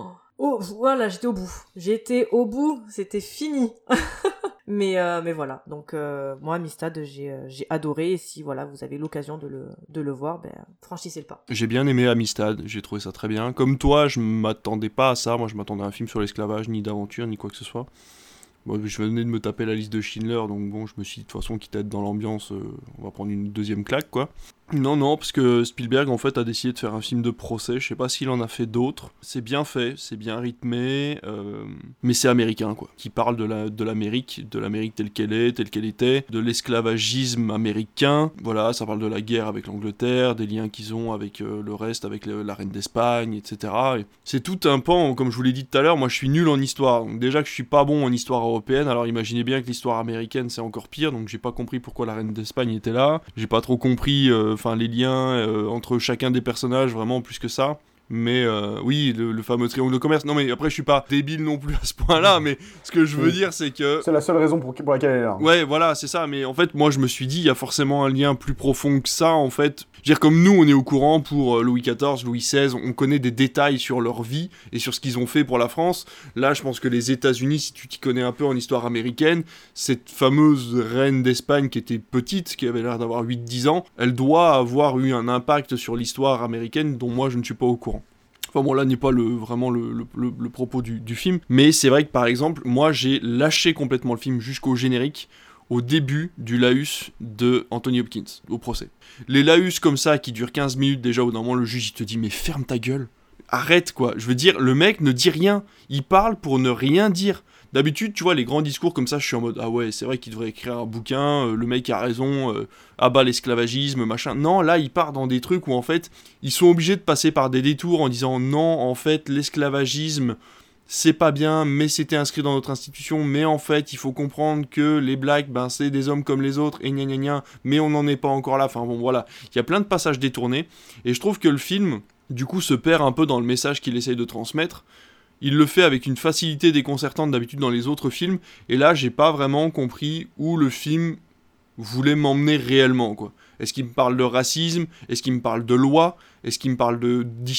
voilà, j'étais au bout, c'était fini. mais voilà. Donc moi Amistad, j'ai adoré, et si voilà, vous avez l'occasion de le voir, franchissez le pas. J'ai bien aimé Amistad, j'ai trouvé ça très bien. Comme toi, je m'attendais pas à ça. Moi, je m'attendais à un film sur l'esclavage, ni d'aventure, ni quoi que ce soit. Bon, je venais de me taper la liste de Schindler, donc bon, je me suis dit, de toute façon, quitte à être dans l'ambiance, on va prendre une deuxième claque, quoi. Non, parce que Spielberg, en fait, a décidé de faire un film de procès. Je sais pas s'il en a fait d'autres. C'est bien fait, c'est bien rythmé, mais c'est américain, quoi. Qui parle de l'Amérique telle qu'elle était, de l'esclavagisme américain. Voilà, ça parle de la guerre avec l'Angleterre, des liens qu'ils ont avec le reste, avec la reine d'Espagne, etc. Et c'est tout un pan, comme je vous l'ai dit tout à l'heure, moi je suis nul en histoire. Donc déjà que je suis pas bon en histoire européenne, alors imaginez bien que l'histoire américaine c'est encore pire, donc j'ai pas compris pourquoi la reine d'Espagne était là. J'ai pas trop compris les liens entre chacun des personnages, vraiment plus que ça. Mais oui, le fameux triangle de commerce. Non mais après je suis pas débile non plus à ce point-là, mais ce que je veux dire c'est que... C'est la seule raison pour laquelle elle est là. Ouais, voilà, c'est ça. Mais en fait, moi je me suis dit, il y a forcément un lien plus profond que ça, en fait. Je veux dire, comme nous, on est au courant pour Louis XIV, Louis XVI, on connaît des détails sur leur vie et sur ce qu'ils ont fait pour la France. Là, je pense que les États-Unis, si tu t'y connais un peu en histoire américaine, cette fameuse reine d'Espagne qui était petite, qui avait l'air d'avoir 8-10 ans, elle doit avoir eu un impact sur l'histoire américaine dont moi je ne suis pas au courant. Enfin bon, là n'est pas vraiment le propos du film, mais c'est vrai que par exemple, moi j'ai lâché complètement le film jusqu'au générique, au début du laïus de Anthony Hopkins, au procès. Les laïus comme ça, qui durent 15 minutes déjà, au bout d'un moment, le juge il te dit « mais ferme ta gueule !» Arrête quoi, je veux dire, le mec ne dit rien, il parle pour ne rien dire. D'habitude, tu vois, les grands discours comme ça, je suis en mode, ah ouais, c'est vrai qu'il devrait écrire un bouquin, le mec a raison, abat l'esclavagisme, machin. Non, là, il part dans des trucs où en fait, ils sont obligés de passer par des détours en disant, non, en fait, l'esclavagisme, c'est pas bien, mais c'était inscrit dans notre institution, mais en fait, il faut comprendre que les blacks, ben, c'est des hommes comme les autres, et gna gna gna, mais on n'en est pas encore là. Enfin bon, voilà, il y a plein de passages détournés, et je trouve que le film, du coup, se perd un peu dans le message qu'il essaye de transmettre. Il le fait avec une facilité déconcertante d'habitude dans les autres films, et là, j'ai pas vraiment compris où le film voulait m'emmener réellement, quoi. Est-ce qu'il me parle de racisme ? Est-ce qu'il me parle de loi ? Est-ce qu'il me parle d'histoire ?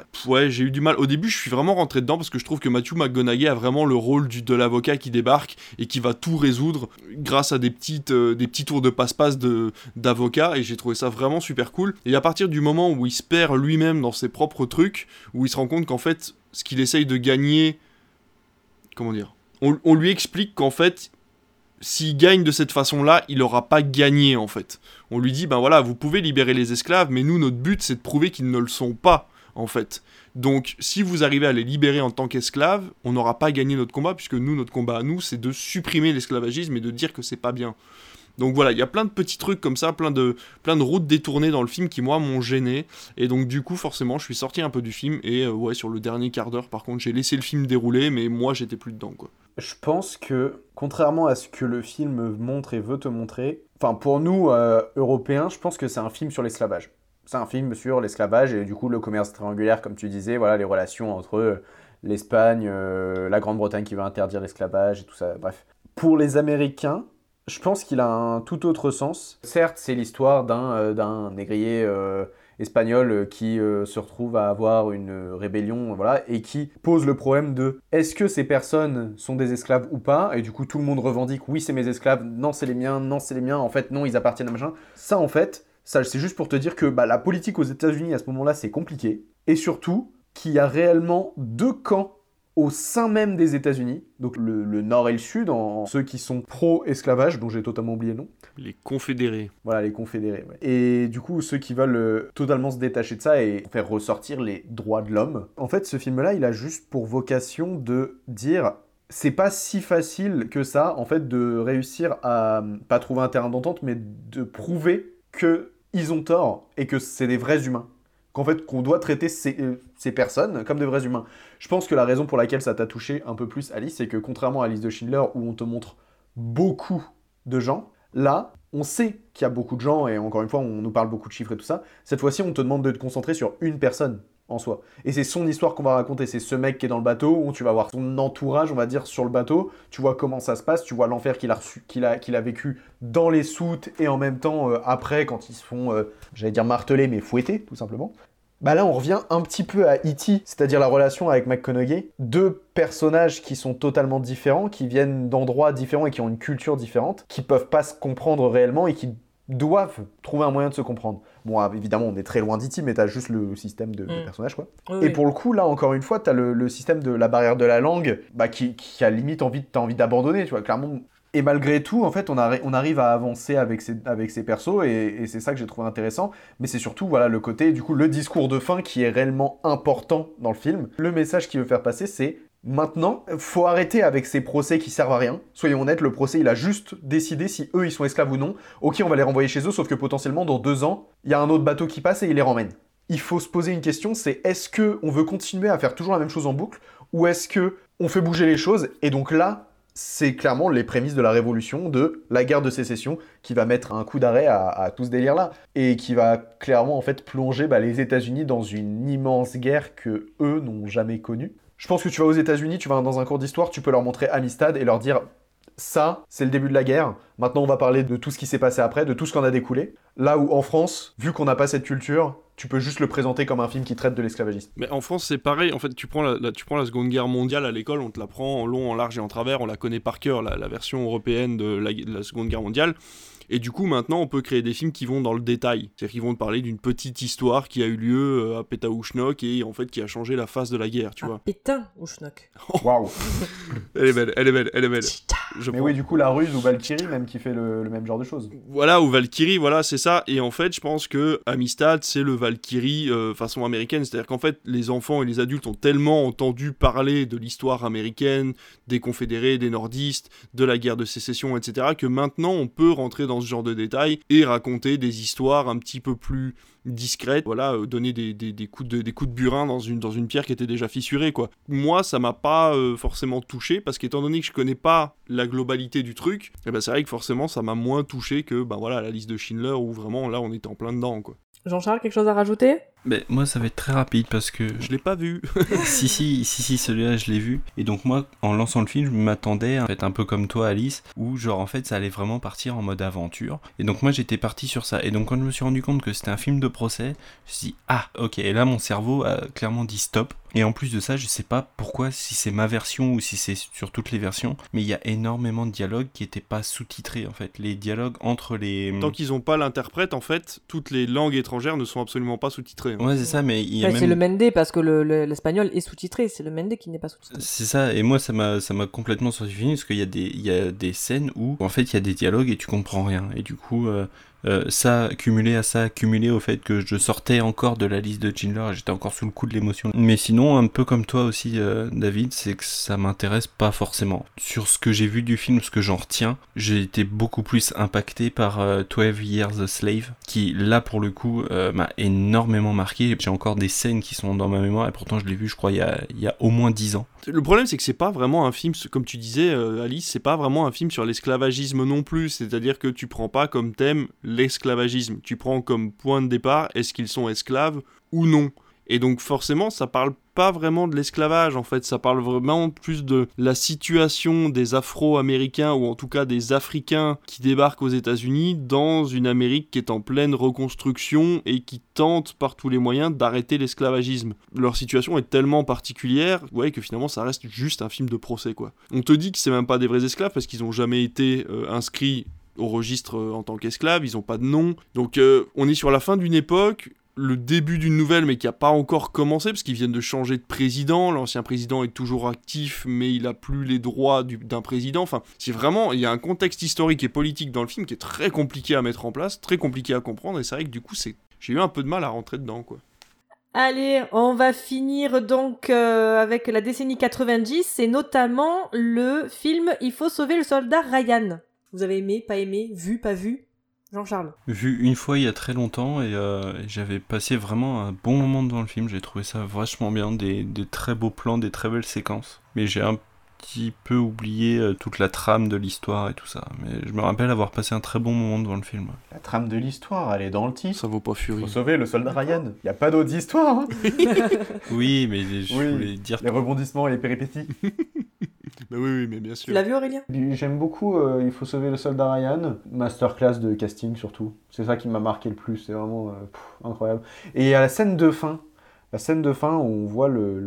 Ouais, j'ai eu du mal. Au début, je suis vraiment rentré dedans parce que je trouve que Matthew McConaughey a vraiment le rôle de l'avocat qui débarque et qui va tout résoudre grâce à des petits tours de passe-passe d'avocat, et j'ai trouvé ça vraiment super cool. Et à partir du moment où il se perd lui-même dans ses propres trucs, où il se rend compte qu'en fait, ce qu'il essaye de gagner... Comment dire ? On lui explique qu'en fait... S'il gagne de cette façon-là, il n'aura pas gagné, en fait. On lui dit, ben voilà, vous pouvez libérer les esclaves, mais nous, notre but, c'est de prouver qu'ils ne le sont pas, en fait. Donc, si vous arrivez à les libérer en tant qu'esclaves, on n'aura pas gagné notre combat, puisque nous, notre combat à nous, c'est de supprimer l'esclavagisme et de dire que c'est pas bien. Donc voilà, il y a plein de petits trucs comme ça, plein de routes détournées dans le film qui, moi, m'ont gêné. Et donc, du coup, forcément, je suis sorti un peu du film. Et ouais, sur le dernier quart d'heure, par contre, j'ai laissé le film dérouler, mais moi, j'étais plus dedans, quoi. Je pense que, contrairement à ce que le film montre et veut te montrer, enfin, pour nous, Européens, je pense que c'est un film sur l'esclavage. C'est un film sur l'esclavage et du coup, le commerce triangulaire, comme tu disais, voilà, les relations entre l'Espagne, la Grande-Bretagne qui veut interdire l'esclavage et tout ça, bref. Pour les Américains, je pense qu'il a un tout autre sens. Certes, c'est l'histoire d'un négrier espagnol qui se retrouve à avoir une rébellion, voilà, et qui pose le problème de est-ce que ces personnes sont des esclaves ou pas, et du coup tout le monde revendique oui c'est mes esclaves, non c'est les miens, en fait non ils appartiennent à machin. Ça en fait, ça c'est juste pour te dire que la politique aux États-Unis à ce moment-là c'est compliqué, et surtout qu'il y a réellement deux camps au sein même des États-Unis, donc le nord et le sud, ceux qui sont pro-esclavage, dont j'ai totalement oublié le nom. Les confédérés. Voilà, les confédérés, ouais. Et du coup, ceux qui veulent totalement se détacher de ça et faire ressortir les droits de l'homme. En fait, ce film-là, il a juste pour vocation de dire... C'est pas si facile que ça, en fait, de réussir à pas trouver un terrain d'entente, mais de prouver qu'ils ont tort et que c'est des vrais humains. Qu'en fait, qu'on doit traiter ces personnes comme de vrais humains. Je pense que la raison pour laquelle ça t'a touché un peu plus, Alice, c'est que contrairement à Liste de Schindler, où on te montre beaucoup de gens, là, on sait qu'il y a beaucoup de gens, et encore une fois, on nous parle beaucoup de chiffres et tout ça. Cette fois-ci, on te demande de te concentrer sur une personne en soi. Et c'est son histoire qu'on va raconter. C'est ce mec qui est dans le bateau, où tu vas voir son entourage, on va dire, sur le bateau. Tu vois comment ça se passe, tu vois l'enfer qu'il a vécu dans les soutes, et en même temps, après, quand ils se font, j'allais dire marteler, mais fouetter, tout simplement. Bah là, on revient un petit peu à E.T., c'est-à-dire la relation avec McConaughey. Deux personnages qui sont totalement différents, qui viennent d'endroits différents et qui ont une culture différente, qui peuvent pas se comprendre réellement et qui doivent trouver un moyen de se comprendre. Bon, évidemment, on est très loin d'E.T., mais t'as juste le système de personnages, quoi. Oui. Et pour le coup, là, encore une fois, t'as le système de la barrière de la langue, qui a limite t'as envie d'abandonner, tu vois, clairement. Et malgré tout, en fait, on arrive à avancer avec ces persos, et c'est ça que j'ai trouvé intéressant. Mais c'est surtout, voilà, le côté, du coup, le discours de fin qui est réellement important dans le film. Le message qu'il veut faire passer, c'est maintenant, faut arrêter avec ces procès qui servent à rien. Soyons honnêtes, le procès, il a juste décidé si eux, ils sont esclaves ou non. Ok, on va les renvoyer chez eux, sauf que potentiellement, dans 2 ans, il y a un autre bateau qui passe et il les ramène. Il faut se poser une question, c'est est-ce qu'on veut continuer à faire toujours la même chose en boucle, ou est-ce qu'on fait bouger les choses, et donc là, c'est clairement les prémices de la révolution, de la guerre de sécession, qui va mettre un coup d'arrêt à tout ce délire-là, et qui va clairement en fait plonger les États-Unis dans une immense guerre que eux n'ont jamais connue. Je pense que tu vas aux États-Unis, tu vas dans un cours d'histoire, tu peux leur montrer Amistad et leur dire ça, c'est le début de la guerre. Maintenant, on va parler de tout ce qui s'est passé après, de tout ce qu'on a découlé. Là où en France, vu qu'on n'a pas cette culture, tu peux juste le présenter comme un film qui traite de l'esclavagisme. Mais en France, c'est pareil. En fait, tu prends la Seconde Guerre mondiale à l'école, on te la prend en long, en large et en travers. On la connaît par cœur, la version européenne de la Seconde Guerre mondiale. Et du coup, maintenant, on peut créer des films qui vont dans le détail. C'est-à-dire qu'ils vont te parler d'une petite histoire qui a eu lieu à Pétaouchnok et en fait qui a changé la face de la guerre, tu vois. Pétain ou Schnock. Waouh. Elle est belle. Mais oui, du coup, la ruse ou Valkyrie, même, qui fait le même genre de choses. Voilà, ou Valkyrie, voilà, c'est ça. Et en fait, je pense que Amistad, c'est le Valkyrie façon américaine. C'est-à-dire qu'en fait, les enfants et les adultes ont tellement entendu parler de l'histoire américaine, des confédérés, des nordistes, de la guerre de sécession, etc., que maintenant, on peut rentrer dans ce genre de détails et raconter des histoires un petit peu plus discrètes, voilà, donner des coups de burin dans une pierre qui était déjà fissurée, quoi. Moi, ça m'a pas forcément touché, parce qu'étant donné que je connais pas la globalité du truc, et ben c'est vrai que forcément, ça m'a moins touché que voilà, la liste de Schindler, où vraiment, là, on était en plein dedans, quoi. Jean-Charles, quelque chose à rajouter ? Mais moi ça va être très rapide parce que... Je l'ai pas vu. si, celui-là je l'ai vu. Et donc moi, en lançant le film, je m'attendais, en fait, un peu comme toi Alice, où genre en fait ça allait vraiment partir en mode aventure. Et donc moi j'étais parti sur ça. Et donc quand je me suis rendu compte que c'était un film de procès, je me suis dit, ah ok, et là mon cerveau a clairement dit stop. Et en plus de ça, je sais pas pourquoi, si c'est ma version ou si c'est sur toutes les versions, mais il y a énormément de dialogues qui étaient pas sous-titrés en fait. Les dialogues entre les... Tant qu'ils ont pas l'interprète, en fait, toutes les langues étrangères ne sont absolument pas sous-titrées. Ouais, c'est ça, mais il y a même... C'est le Mende, parce que l'espagnol est sous-titré, c'est le Mende qui n'est pas sous-titré. C'est ça, et moi ça m'a complètement sorti fini, parce qu'il y a des scènes où en fait il y a des dialogues et tu comprends rien. Et du coup... ça cumulé au fait que je sortais encore de la liste de Schindler et j'étais encore sous le coup de l'émotion. Mais sinon, un peu comme toi aussi, David, c'est que ça m'intéresse pas forcément. Sur ce que j'ai vu du film, ce que j'en retiens, j'ai été beaucoup plus impacté par 12 Years a Slave, qui là pour le coup m'a énormément marqué. J'ai encore des scènes qui sont dans ma mémoire et pourtant je l'ai vu, je crois, il y a au moins 10 ans. Le problème, c'est que c'est pas vraiment un film, comme tu disais, Alice, c'est pas vraiment un film sur l'esclavagisme non plus. C'est-à-dire que tu prends pas comme thème l'esclavagisme. Tu prends comme point de départ, est-ce qu'ils sont esclaves ou non ? Et donc forcément, ça parle pas vraiment de l'esclavage, en fait. Ça parle vraiment plus de la situation des Afro-Américains, ou en tout cas des Africains qui débarquent aux États-Unis dans une Amérique qui est en pleine reconstruction et qui tente par tous les moyens d'arrêter l'esclavagisme. Leur situation est tellement particulière, que finalement ça reste juste un film de procès, quoi. On te dit que c'est même pas des vrais esclaves parce qu'ils ont jamais été inscrits au registre en tant qu'esclaves, ils ont pas de nom. Donc on est sur la fin d'une époque, le début d'une nouvelle mais qui a pas encore commencé parce qu'ils viennent de changer de président, l'ancien président est toujours actif mais il a plus les droits d'un président. Enfin, c'est vraiment, il y a un contexte historique et politique dans le film qui est très compliqué à mettre en place, très compliqué à comprendre, et c'est vrai que du coup j'ai eu un peu de mal à rentrer dedans, quoi. Allez, on va finir donc avec la décennie 90 et notamment le film Il faut sauver le soldat Ryan. Vous avez aimé, pas aimé, vu, pas vu ? Jean-Charles ? Vu une fois il y a très longtemps et j'avais passé vraiment un bon moment devant le film, j'ai trouvé ça vachement bien, des très beaux plans, des très belles séquences. Mais j'ai un petit peu oublié toute la trame de l'histoire et tout ça. Mais je me rappelle avoir passé un très bon moment devant le film. La trame de l'histoire, elle est dans le titre. Ça vaut pas Fury. Faut sauver le soldat Ryan. Y a pas d'autres histoires, hein. Oui, mais je voulais dire... Les rebondissements et les péripéties. Bah oui, mais bien sûr. Tu l'as vu, Aurélien ? J'aime beaucoup Il faut sauver le soldat Ryan. Masterclass de casting, surtout. C'est ça qui m'a marqué le plus. C'est vraiment incroyable. Et à la scène de fin, on voit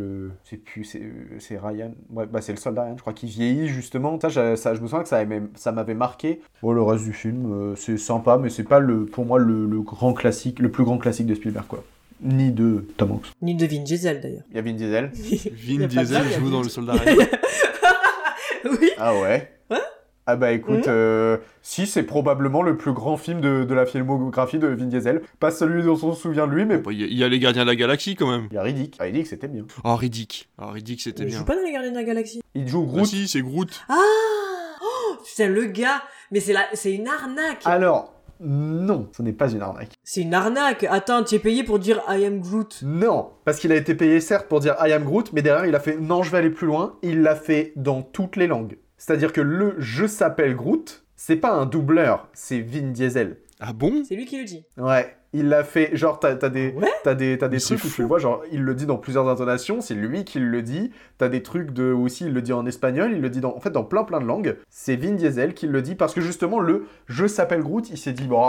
c'est Ryan. Ouais, c'est le soldat Ryan, je crois, qui vieillit, justement. Ça, je me souviens que ça m'avait marqué. Bon, le reste du film, c'est sympa, mais c'est pas, pour moi, le grand classique, le plus grand classique de Spielberg, quoi. Ni de Tom Hanks. Ni de Vin Diesel, d'ailleurs. Il y a Vin Diesel. Vin Diesel joue dans le soldat Ryan. Oui. Ah ouais. Ah bah écoute, si, c'est probablement le plus grand film de la filmographie de Vin Diesel. Pas celui dont on se souvient de lui, mais... Il y a Les Gardiens de la Galaxie, quand même. Il y a Riddick. Riddick, c'était bien. Riddick, c'était bien. Il joue pas dans Les Gardiens de la Galaxie. Il joue Groot. Ah si, c'est Groot. Ah oh, putain, le gars. Mais c'est une arnaque. Alors... Non, ce n'est pas une arnaque. C'est une arnaque. Attends, tu es payé pour dire I am Groot. Non, parce qu'il a été payé certes pour dire I am Groot, mais derrière il a fait non, je vais aller plus loin. Il l'a fait dans toutes les langues. C'est-à-dire que le je s'appelle Groot, c'est pas un doubleur, c'est Vin Diesel. Ah bon ? C'est lui qui le dit. Ouais, il l'a fait. Genre t'as des trucs où tu le vois, genre il le dit dans plusieurs intonations, c'est lui qui le dit. T'as des trucs aussi il le dit en espagnol, il le dit dans plein de langues. C'est Vin Diesel qui le dit parce que justement le je s'appelle Groot, il s'est dit bon,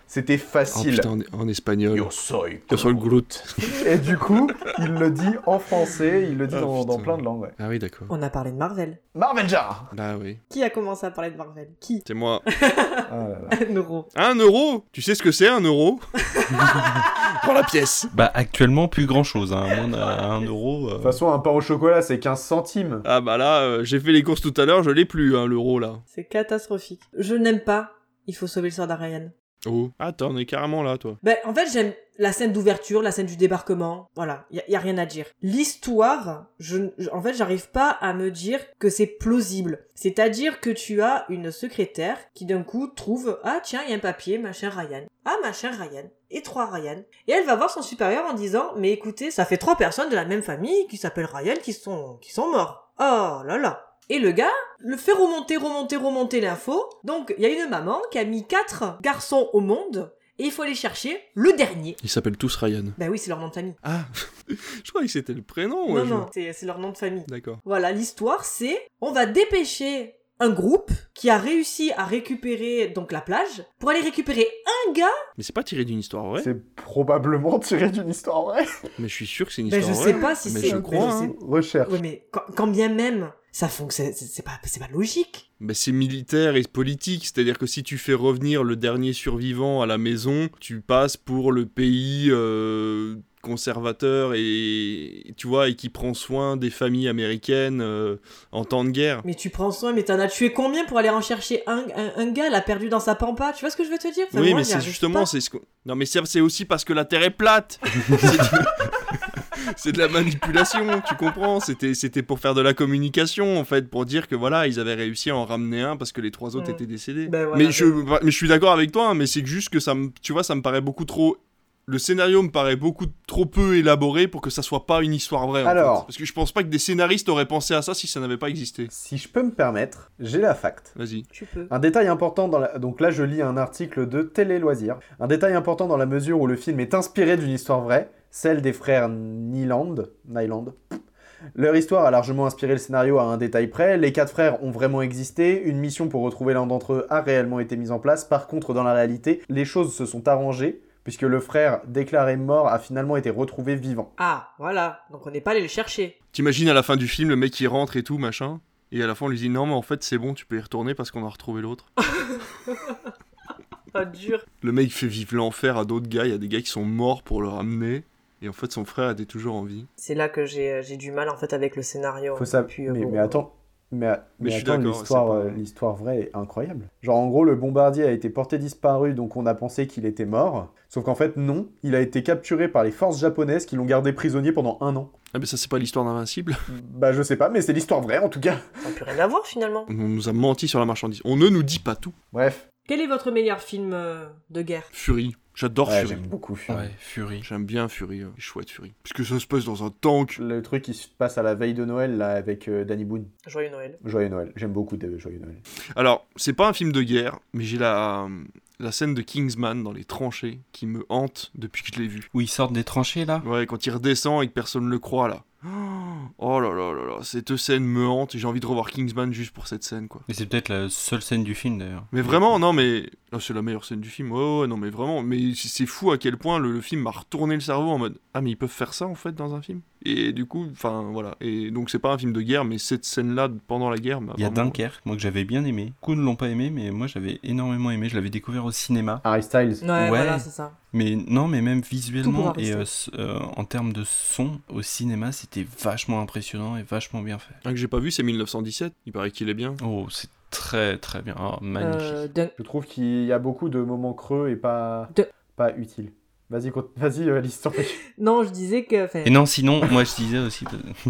C'était facile. Oh putain, en espagnol. Yo soy Groot. Et du coup, il le dit en français, il le dit dans plein de langues. Ouais. Ah oui, d'accord. On a parlé de Marvel. Marvel Jar. Bah oui. Qui a commencé à parler de Marvel? Qui? C'est moi. Ah là là. 1 euro. 1 euro? Tu sais ce que c'est 1 euro? Prends la pièce. Bah actuellement plus grand chose, hein. On a 1 euro. De toute façon, un pain au chocolat, c'est 15 centimes. Ah bah là, j'ai fait les courses tout à l'heure, je l'ai plus, hein, l'euro là. C'est catastrophique. Je n'aime pas. Il faut sauver le soldat Ryan. Oh. Ah, t'en es carrément là, toi. Ben, en fait, j'aime la scène d'ouverture, la scène du débarquement. Voilà, y a rien à dire. L'histoire, en fait, j'arrive pas à me dire que c'est plausible. C'est-à-dire que tu as une secrétaire qui d'un coup trouve, ah tiens, il y a un papier, machin Ryan. Ah, machin Ryan. Et 3 Ryan. Et elle va voir son supérieur en disant, mais écoutez, ça fait 3 personnes de la même famille qui s'appellent Ryan qui sont morts. Oh là là. Et le gars le fait remonter l'info. Donc, il y a une maman qui a mis 4 garçons au monde. Et il faut aller chercher le dernier. Ils s'appellent tous Ryan. Bah oui, c'est leur nom de famille. Ah, je croyais que c'était le prénom. Non, c'est leur nom de famille. D'accord. Voilà, l'histoire, c'est... On va dépêcher un groupe qui a réussi à récupérer donc la plage pour aller récupérer un gars. Mais c'est pas tiré d'une histoire vraie. C'est probablement tiré d'une histoire vraie. Mais je suis sûr que c'est une Ben, histoire je vraie. sais pas si mais c'est... je crois. Hein. Recherche. Oui, mais quand bien même... Ça fonctionne, c'est pas logique. Mais c'est militaire et politique, c'est-à-dire que si tu fais revenir le dernier survivant à la maison, tu passes pour le pays conservateur et tu vois et qui prend soin des familles américaines en temps de guerre. Mais tu prends soin, mais t'en as tué combien pour aller en chercher un gars là perdu dans sa pampa? Tu vois ce que je veux te dire? Enfin, oui, moi, mais c'est justement non mais c'est aussi parce que la Terre est plate. C'est de la manipulation, tu comprends, c'était pour faire de la communication en fait, pour dire que voilà, ils avaient réussi à en ramener un parce que les 3 autres étaient décédés. Ben voilà, mais je suis d'accord avec toi, hein, mais c'est juste que ça me paraît beaucoup trop... Le scénario me paraît beaucoup trop peu élaboré pour que ça soit pas une histoire vraie. Alors, en fait. Parce que je pense pas que des scénaristes auraient pensé à ça si ça n'avait pas existé. Si je peux me permettre, j'ai la fact. Vas-y. Tu peux. Un détail important donc là je lis un article de Télé Loisirs. Un détail important dans la mesure où le film est inspiré d'une histoire vraie, celle des frères Nyland. Leur histoire a largement inspiré le scénario à un détail près. Les 4 frères ont vraiment existé. Une mission pour retrouver l'un d'entre eux a réellement été mise en place. Par contre, dans la réalité, les choses se sont arrangées puisque le frère déclaré mort a finalement été retrouvé vivant. Ah, voilà. Donc on n'est pas allé le chercher. T'imagines à la fin du film, le mec qui rentre et tout, machin, et à la fin on lui dit non mais en fait c'est bon, tu peux y retourner parce qu'on a retrouvé l'autre. Pas dur. Le mec fait vivre l'enfer à d'autres gars, il y a des gars qui sont morts pour le ramener. Et en fait, son frère était toujours en vie. C'est là que j'ai du mal en fait avec le scénario. Mais attends, mais je suis attends, d'accord, l'histoire vraie est incroyable. Genre en gros, le bombardier a été porté disparu, donc on a pensé qu'il était mort. Sauf qu'en fait non, il a été capturé par les forces japonaises qui l'ont gardé prisonnier pendant 1 an. Ah mais ça c'est pas l'histoire d'Invincible. Bah je sais pas, mais c'est l'histoire vraie en tout cas. Ça n'a plus rien à voir finalement. On nous a menti sur la marchandise. On ne nous dit pas tout. Bref. Quel est votre meilleur film de guerre? Fury. J'adore ouais, Fury. J'aime beaucoup Fury. Ouais, Fury. J'aime bien Fury. Chouette Fury. Puisque ça se passe dans un tank. Le truc qui se passe à la veille de Noël là avec Danny Boone. Joyeux Noël. Joyeux Noël. J'aime beaucoup Joyeux Noël. Alors, c'est pas un film de guerre, mais j'ai la scène de Kingsman dans les tranchées qui me hante depuis que je l'ai vu. Où ils sortent des tranchées là? Ouais, quand il redescend et que personne le croit là. Oh là là là là, cette scène me hante et j'ai envie de revoir Kingsman juste pour cette scène quoi. Et c'est peut-être la seule scène du film d'ailleurs. Mais vraiment, non mais... Oh, c'est la meilleure scène du film, ouais, non mais vraiment, mais c'est fou à quel point le film m'a retourné le cerveau en mode ah mais ils peuvent faire ça en fait dans un film. Et du coup, enfin voilà, et donc c'est pas un film de guerre mais cette scène-là pendant la guerre... Il y a Dunkerque, moi que j'avais bien aimé. Beaucoup ne l'ont pas aimé mais moi j'avais énormément aimé, je l'avais découvert au cinéma. Harry Styles. Ouais, voilà, c'est ça. Mais non, mais même visuellement et en termes de son, au cinéma, c'était vachement impressionnant et vachement bien fait. Un que j'ai pas vu, c'est 1917. Il paraît qu'il est bien. Oh, c'est très très bien. Oh, magnifique. Je trouve qu'il y a beaucoup de moments creux et pas utiles. Vas-y, Alice, t'en prie. Non, je disais que... Et non, sinon, moi je disais aussi...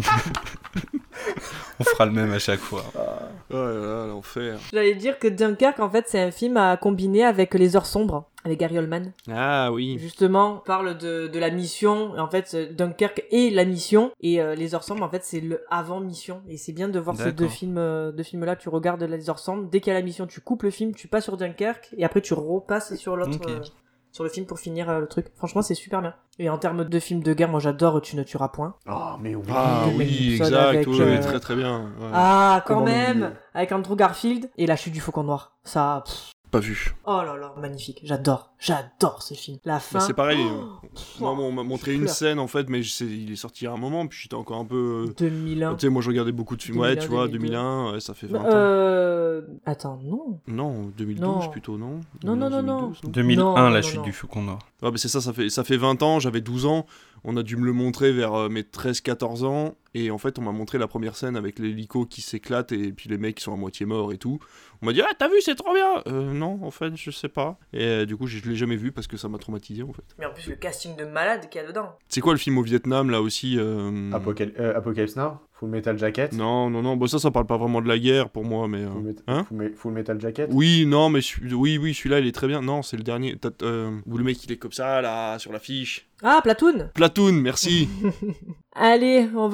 On fera le même à chaque fois. Oh là là, l'enfer. J'allais dire que Dunkerque, en fait, c'est un film à combiner avec Les Heures Sombres, avec Gary Oldman. Ah oui. Justement, on parle de la mission, et en fait, Dunkerque est la mission, et Les Heures Sombres, en fait, c'est le avant-mission. Et c'est bien de voir ces deux films-là, tu regardes Les Heures Sombres, dès qu'il y a la mission, tu coupes le film, tu passes sur Dunkerque, et après tu repasses sur l'autre... Okay. Sur le film pour finir le truc. Franchement, c'est super bien. Et en termes de films de guerre, moi j'adore Tu ne tueras point. Oh, mais oui. Ah oui, exact, avec, oui, très très bien. Ouais. Ah, quand même, avec Andrew Garfield et La chute du faucon noir. Ça... pas vu. Oh là là, magnifique. J'adore ce film. La fin. Bah, c'est pareil. Moi, on m'a je montré une pleure. scène en fait, mais il est sorti il y a un moment, puis j'étais encore un peu. 2001. Tu sais, moi je regardais beaucoup de films. 2001, Ouais, tu vois, 2002. 2001, ça fait 20 ans. Attends, non. Non, 2012 Non. plutôt, non. Non. 2001, Non, la non, chute non. du Faucon Noir. Ouais, mais c'est ça fait 20 ans, j'avais 12 ans. On a dû me le montrer vers mes 13-14 ans. Et en fait, on m'a montré la première scène avec l'hélico qui s'éclate et puis les mecs qui sont à moitié morts et tout. On m'a dit, ah, t'as vu, c'est trop bien. Non, en fait, je sais pas. Et du coup, je l'ai jamais vu parce que ça m'a traumatisé, en fait. Mais en plus, le casting de malade qu'il y a dedans. C'est quoi le film au Vietnam, là aussi Apocalypse Now, Full Metal Jacket. Non. Bon, ça parle pas vraiment de la guerre pour moi, mais. Full Metal Jacket. Oui, non, mais oui, celui-là, il est très bien. Non, c'est le dernier. Où le mec, il est comme ça, là, sur l'affiche. Ah, Platoon. Platoon, merci. Allez, on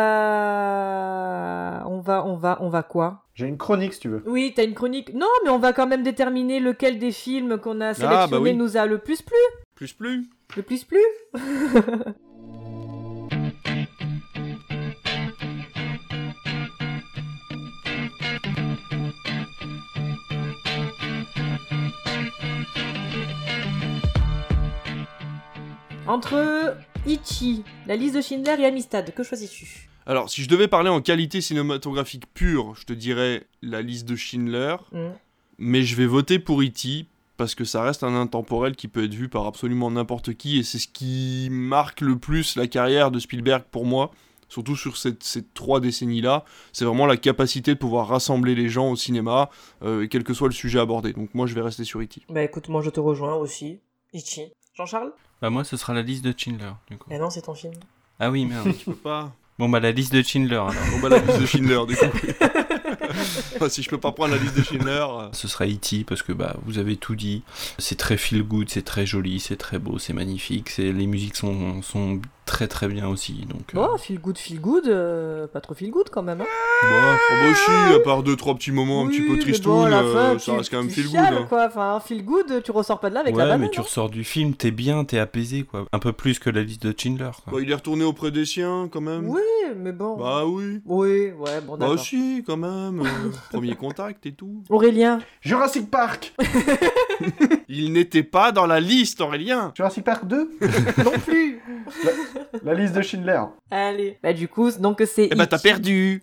va quoi? J'ai une chronique si tu veux. Oui, t'as une chronique. Non, mais on va quand même déterminer lequel des films qu'on a sélectionné nous a le plus plu. Le plus plu. Entre Ichi, La liste de Schindler et Amistad, que choisis-tu? Alors, si je devais parler en qualité cinématographique pure, je te dirais La liste de Schindler. Mais je vais voter pour E.T. parce que ça reste un intemporel qui peut être vu par absolument n'importe qui. Et c'est ce qui marque le plus la carrière de Spielberg pour moi. Surtout sur ces 3 décennies-là. C'est vraiment la capacité de pouvoir rassembler les gens au cinéma, quel que soit le sujet abordé. Donc moi, je vais rester sur E.T. Bah écoute, moi je te rejoins aussi. Ichi. Jean-Charles? Bah moi, ce sera La liste de Schindler, du coup. Eh non, c'est ton film. Ah oui, merde. Je peux pas... Bon bah La liste de Schindler, alors. Bon bah La liste de Schindler, du coup. Si je peux pas prendre La liste de Schindler... Ce sera E.T. parce que bah vous avez tout dit. C'est très feel good, c'est très joli, c'est très beau, c'est magnifique. Les musiques sont très très bien aussi. Donc, Oh, feel good, pas trop feel good quand même. Hein. Bah aussi, à part 2-3 petits moments un petit peu tristounes, ça reste quand même feel good. Hein. Quoi. Enfin, feel good, tu ressors pas de là avec la ouais, banane. mais tu ressors du film, t'es bien, t'es apaisé quoi. Un peu plus que La liste de Schindler. Quoi. Bah, il est retourné auprès des siens quand même. Oui, mais bon. Bah oui. Oui, ouais, bon d'accord. Bah si, quand même. Premier contact et tout. Aurélien. Jurassic Park. Il n'était pas dans la liste, Aurélien. Jurassic Park 2. Non plus. La liste de Schindler. Allez. Bah du coup, donc c'est... Eh bah t'as perdu.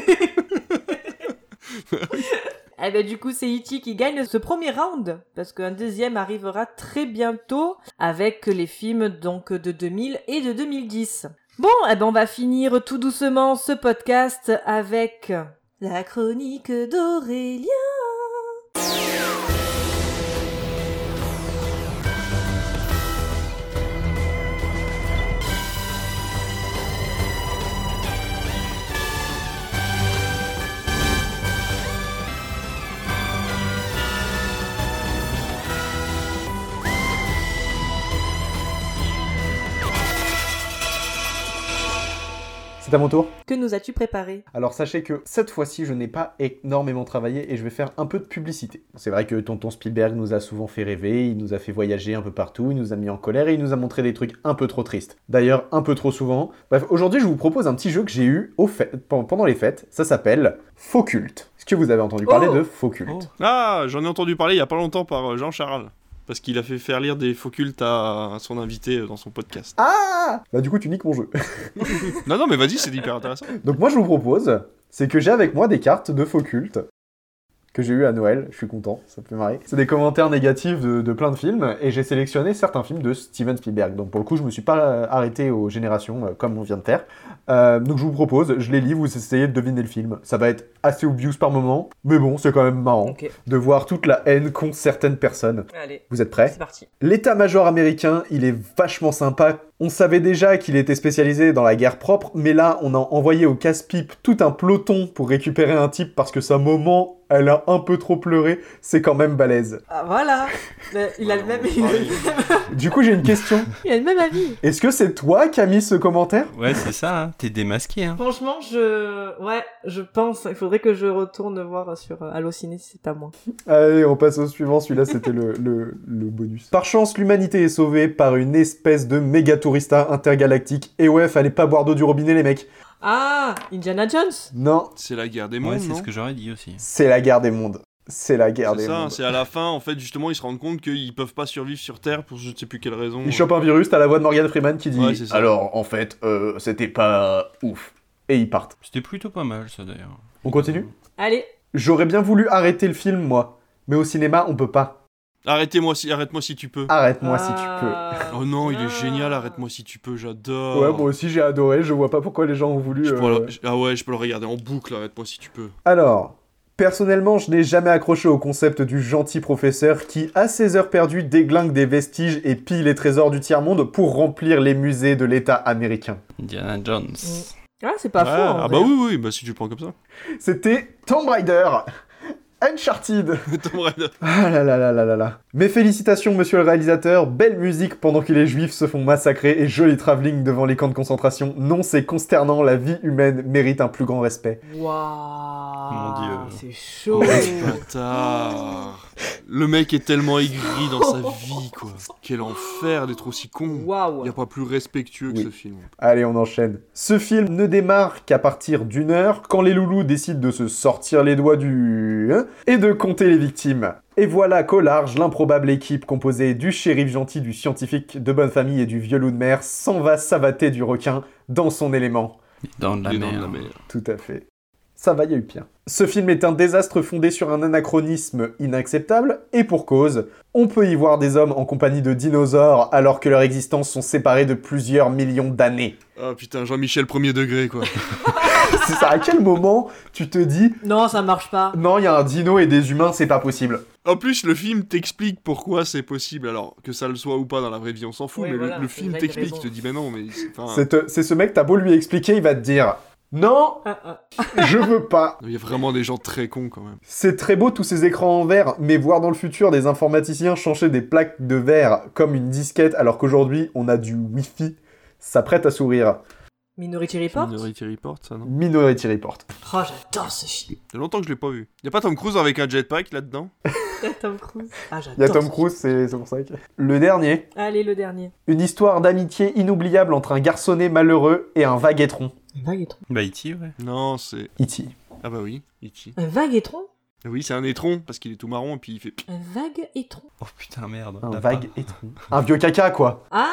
Eh ben du coup c'est Ichi qui gagne ce premier round parce qu'un deuxième arrivera très bientôt avec les films donc de 2000 et de 2010. Bon, eh ben on va finir tout doucement ce podcast avec la chronique d'Aurélien. C'est à mon tour. Que nous as-tu préparé? Alors sachez que cette fois-ci, je n'ai pas énormément travaillé et je vais faire un peu de publicité. C'est vrai que tonton Spielberg nous a souvent fait rêver, il nous a fait voyager un peu partout, il nous a mis en colère et il nous a montré des trucs un peu trop tristes. D'ailleurs, un peu trop souvent. Bref, aujourd'hui, je vous propose un petit jeu que j'ai eu pendant les fêtes. Ça s'appelle Faux-Culte. Est-ce que vous avez entendu parler de Faux-Culte? Ah, j'en ai entendu parler il y a pas longtemps par Jean-Charles. Parce qu'il a fait faire lire des faux cultes à son invité dans son podcast. Ah! Bah du coup, tu niques mon jeu. Non, mais vas-y, c'est hyper intéressant. Donc moi, je vous propose, c'est que j'ai avec moi des cartes de faux cultes que j'ai eu à Noël, je suis content, ça me fait marrer. C'est des commentaires négatifs de plein de films, et j'ai sélectionné certains films de Steven Spielberg. Donc pour le coup, je me suis pas arrêté aux générations, comme on vient de faire. Donc je vous propose, je les lis, vous essayez de deviner le film. Ça va être assez obvious par moment, mais bon, c'est quand même marrant de voir toute la haine qu'ont certaines personnes. Allez, vous êtes prêts? C'est parti. L'état-major américain, il est vachement sympa. On savait déjà qu'il était spécialisé dans la guerre propre, mais là, on a envoyé au casse-pipe tout un peloton pour récupérer un type parce que sa maman, elle a un peu trop pleuré. C'est quand même balèze. Ah voilà. Il a le même... Du coup, j'ai une question. Il a le même avis. Est-ce que c'est toi qui as mis ce commentaire? Ouais, c'est ça, hein. T'es démasqué. Hein. Franchement, je pense. Il faudrait que je retourne voir sur Allociné si c'est à moi. Allez, on passe au suivant. Celui-là, c'était le bonus. Par chance, l'humanité est sauvée par une espèce de méga tourista intergalactique. Et ouais, fallait pas boire d'eau du robinet, les mecs. Ah, Indiana Jones? Non. C'est la guerre des mondes, ouais, c'est non? ce que j'aurais dit aussi. C'est la guerre des mondes. C'est la guerre C'est des ça, mondes. c'est à la fin, en fait, justement, ils se rendent compte qu'ils peuvent pas survivre sur Terre pour je ne sais plus quelle raison. Il chope un virus, t'as la voix de Morgan Freeman qui dit Ouais, c'est ça. alors, en fait, c'était pas ouf. Et ils partent. C'était plutôt pas mal, ça, d'ailleurs. On continue ? Allez. J'aurais bien voulu arrêter le film, moi. Mais au cinéma, on peut pas. Arrête-moi si tu peux. Arrête-moi si tu peux. Oh non, il est génial, arrête-moi si tu peux, j'adore. Ouais, moi aussi j'ai adoré, je vois pas pourquoi les gens ont voulu... Je peux le regarder en boucle, arrête-moi si tu peux. Alors, personnellement, je n'ai jamais accroché au concept du gentil professeur qui, à ses heures perdues, déglingue des vestiges et pille les trésors du tiers-monde pour remplir les musées de l'État américain. Indiana Jones. Ah, c'est pas faux. en Ah vrai. bah oui, bah si tu le prends comme ça. C'était Tomb Raider. Uncharted. Tomb Raider. Ah là là là là là là. Mes félicitations, monsieur le réalisateur. Belle musique pendant que les juifs se font massacrer et joli travelling devant les camps de concentration. Non, c'est consternant, la vie humaine mérite un plus grand respect. Waouh. Mon Dieu. C'est chaud. Bâtard. Le mec est tellement aigri dans sa vie, quoi. Quel enfer d'être aussi con. Waouh. Y a pas plus respectueux que ce film. Allez, on enchaîne. Ce film ne démarre qu'à partir d'1 heure, quand les loulous décident de se sortir les doigts du... et de compter les victimes. Et voilà qu'au large, l'improbable équipe composée du shérif gentil, du scientifique de bonne famille et du vieux loup de mer s'en va savater du requin dans son élément. Dans la Les dents de mer. la mer. Tout à fait. Ça va, y a eu pire. Ce film est un désastre fondé sur un anachronisme inacceptable, et pour cause, on peut y voir des hommes en compagnie de dinosaures alors que leurs existences sont séparées de plusieurs millions d'années. Ah putain, Jean-Michel premier degré, quoi. C'est ça, à quel moment tu te dis Non, ça marche pas. non, il y a un dino et des humains, c'est pas possible. En plus, le film t'explique pourquoi c'est possible. Alors, que ça le soit ou pas dans la vraie vie, on s'en fout, Oui, mais voilà, le c'est film là qu'il a t'explique, raison. te dit, mais non, mais... enfin, C'est ce mec, t'as beau lui expliquer, il va te dire non, je veux pas. il y a vraiment des gens très cons, quand même. C'est très beau tous ces écrans en verre, mais voir dans le futur des informaticiens changer des plaques de verre comme une disquette alors qu'aujourd'hui on a du Wi-Fi, ça prête à sourire. Minority Report. Minority Report, ça, non? Minority Report. Oh, j'adore ce film. Ça fait longtemps que je l'ai pas vu. Y a pas Tom Cruise avec un jetpack, là-dedans? Tom Cruise. Ah, j'adore. Il y a Tom ce Cruise, c'est pour ça que... Le dernier, film. Allez, le dernier. une histoire d'amitié inoubliable entre un garçonnet malheureux et un vaguetron. Un vaguetron. Bah, E.T., ouais. Non, c'est... E.T. Ah bah oui, E.T. Un vaguetron. Oui, c'est un étron, parce qu'il est tout marron, et puis il fait... Un vaguetron. Oh putain, merde. Un T'as vaguetron. Un vieux caca, quoi. Ah.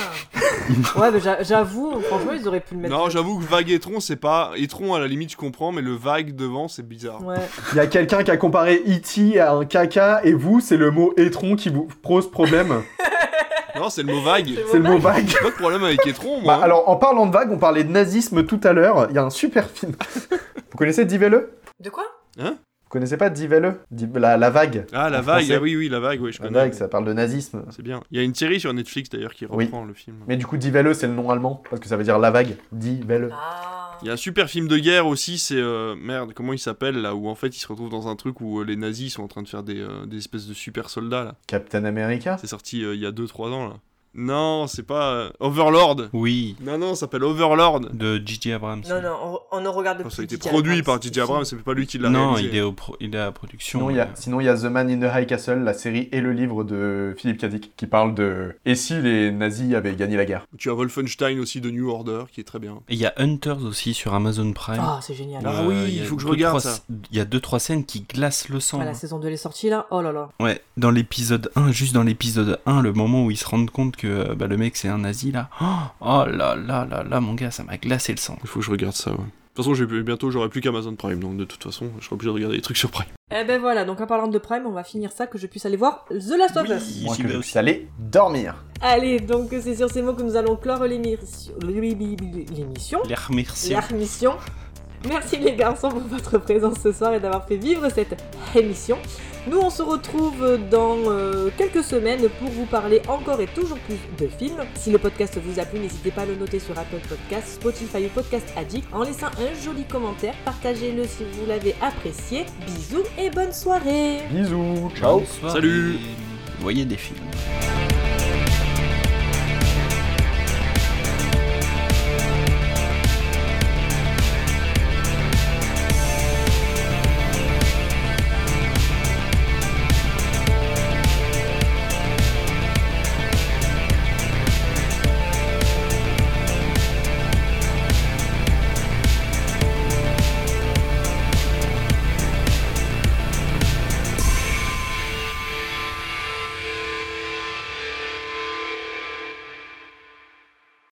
Ouais, mais j'avoue, franchement, ils auraient pu le mettre. Non, j'avoue que vague étron, c'est pas... Étron, à la limite, je comprends, mais le vague devant, c'est bizarre. Ouais. Il y a quelqu'un qui a comparé E.T. à un caca, et vous, c'est le mot étron qui vous pose problème. Non, c'est le mot vague. C'est le mot vague. J'ai pas de problème avec étron, moi. Bah, alors, en parlant de vague, on parlait de nazisme tout à l'heure. Il y a un super film. Vous connaissez Die Welle? De quoi? Hein? Vous connaissez pas Die Welle? La vague. Ah, la en vague, français. ah oui, la vague, oui, je La connais. vague, ça parle de nazisme. C'est bien. Il y a une série sur Netflix, d'ailleurs, qui reprend le film. Mais du coup, Die Welle, c'est le nom allemand, parce que ça veut dire la vague. Die Welle. Il y a un super film de guerre aussi, c'est... merde, comment il s'appelle, là, où en fait, ils se retrouvent dans un truc où les nazis sont en train de faire des espèces de super soldats, là. Captain America? C'est sorti il y a 2-3 ans, là. Non, c'est pas... Overlord. Oui. Non, ça s'appelle Overlord. De J.J. Abrams. Non, on ne regarde plus. Ça a été J.J. produit Abrams. par J.J. Abrams, c'est pas lui qui l'a Non, réalisé. il est à la production. Sinon, il y a The Man in the High Castle, la série et le livre de Philippe Cadic, qui parle de... Et si les nazis avaient gagné la guerre? Tu as Wolfenstein aussi de New Order, qui est très bien. Et il y a Hunters aussi sur Amazon Prime. Ah, c'est génial. Ah oui, il faut que je regarde ça. Il y a 2-3 scènes qui glacent le sang. Ah, la saison 2 est sortie là. Oh là là. Ouais, dans l'épisode 1, juste dans l'épisode 1, le moment où ils se rendent compte que le mec c'est un nazi là. Oh là là là là, mon gars, ça m'a glacé le sang. Il faut que je regarde ça, ouais. De toute façon, bientôt j'aurai plus qu'Amazon Prime, donc de toute façon, je serai obligé de regarder des trucs sur Prime. Eh ben voilà, donc en parlant de Prime, on va finir ça, que je puisse aller voir The Last of Us. Moi, que je puisse aller dormir. Allez, donc c'est sur ces mots que nous allons clore l'émission. L'émission. Merci les garçons pour votre présence ce soir et d'avoir fait vivre cette émission. Nous on se retrouve dans quelques semaines pour vous parler encore et toujours plus de films. Si le podcast vous a plu, n'hésitez pas à le noter sur Apple Podcasts, Spotify ou Podcast Addict en laissant un joli commentaire. Partagez-le si vous l'avez apprécié. Bisous et bonne soirée. Bisous, ciao. Bonne soirée. Salut. Voyez des films.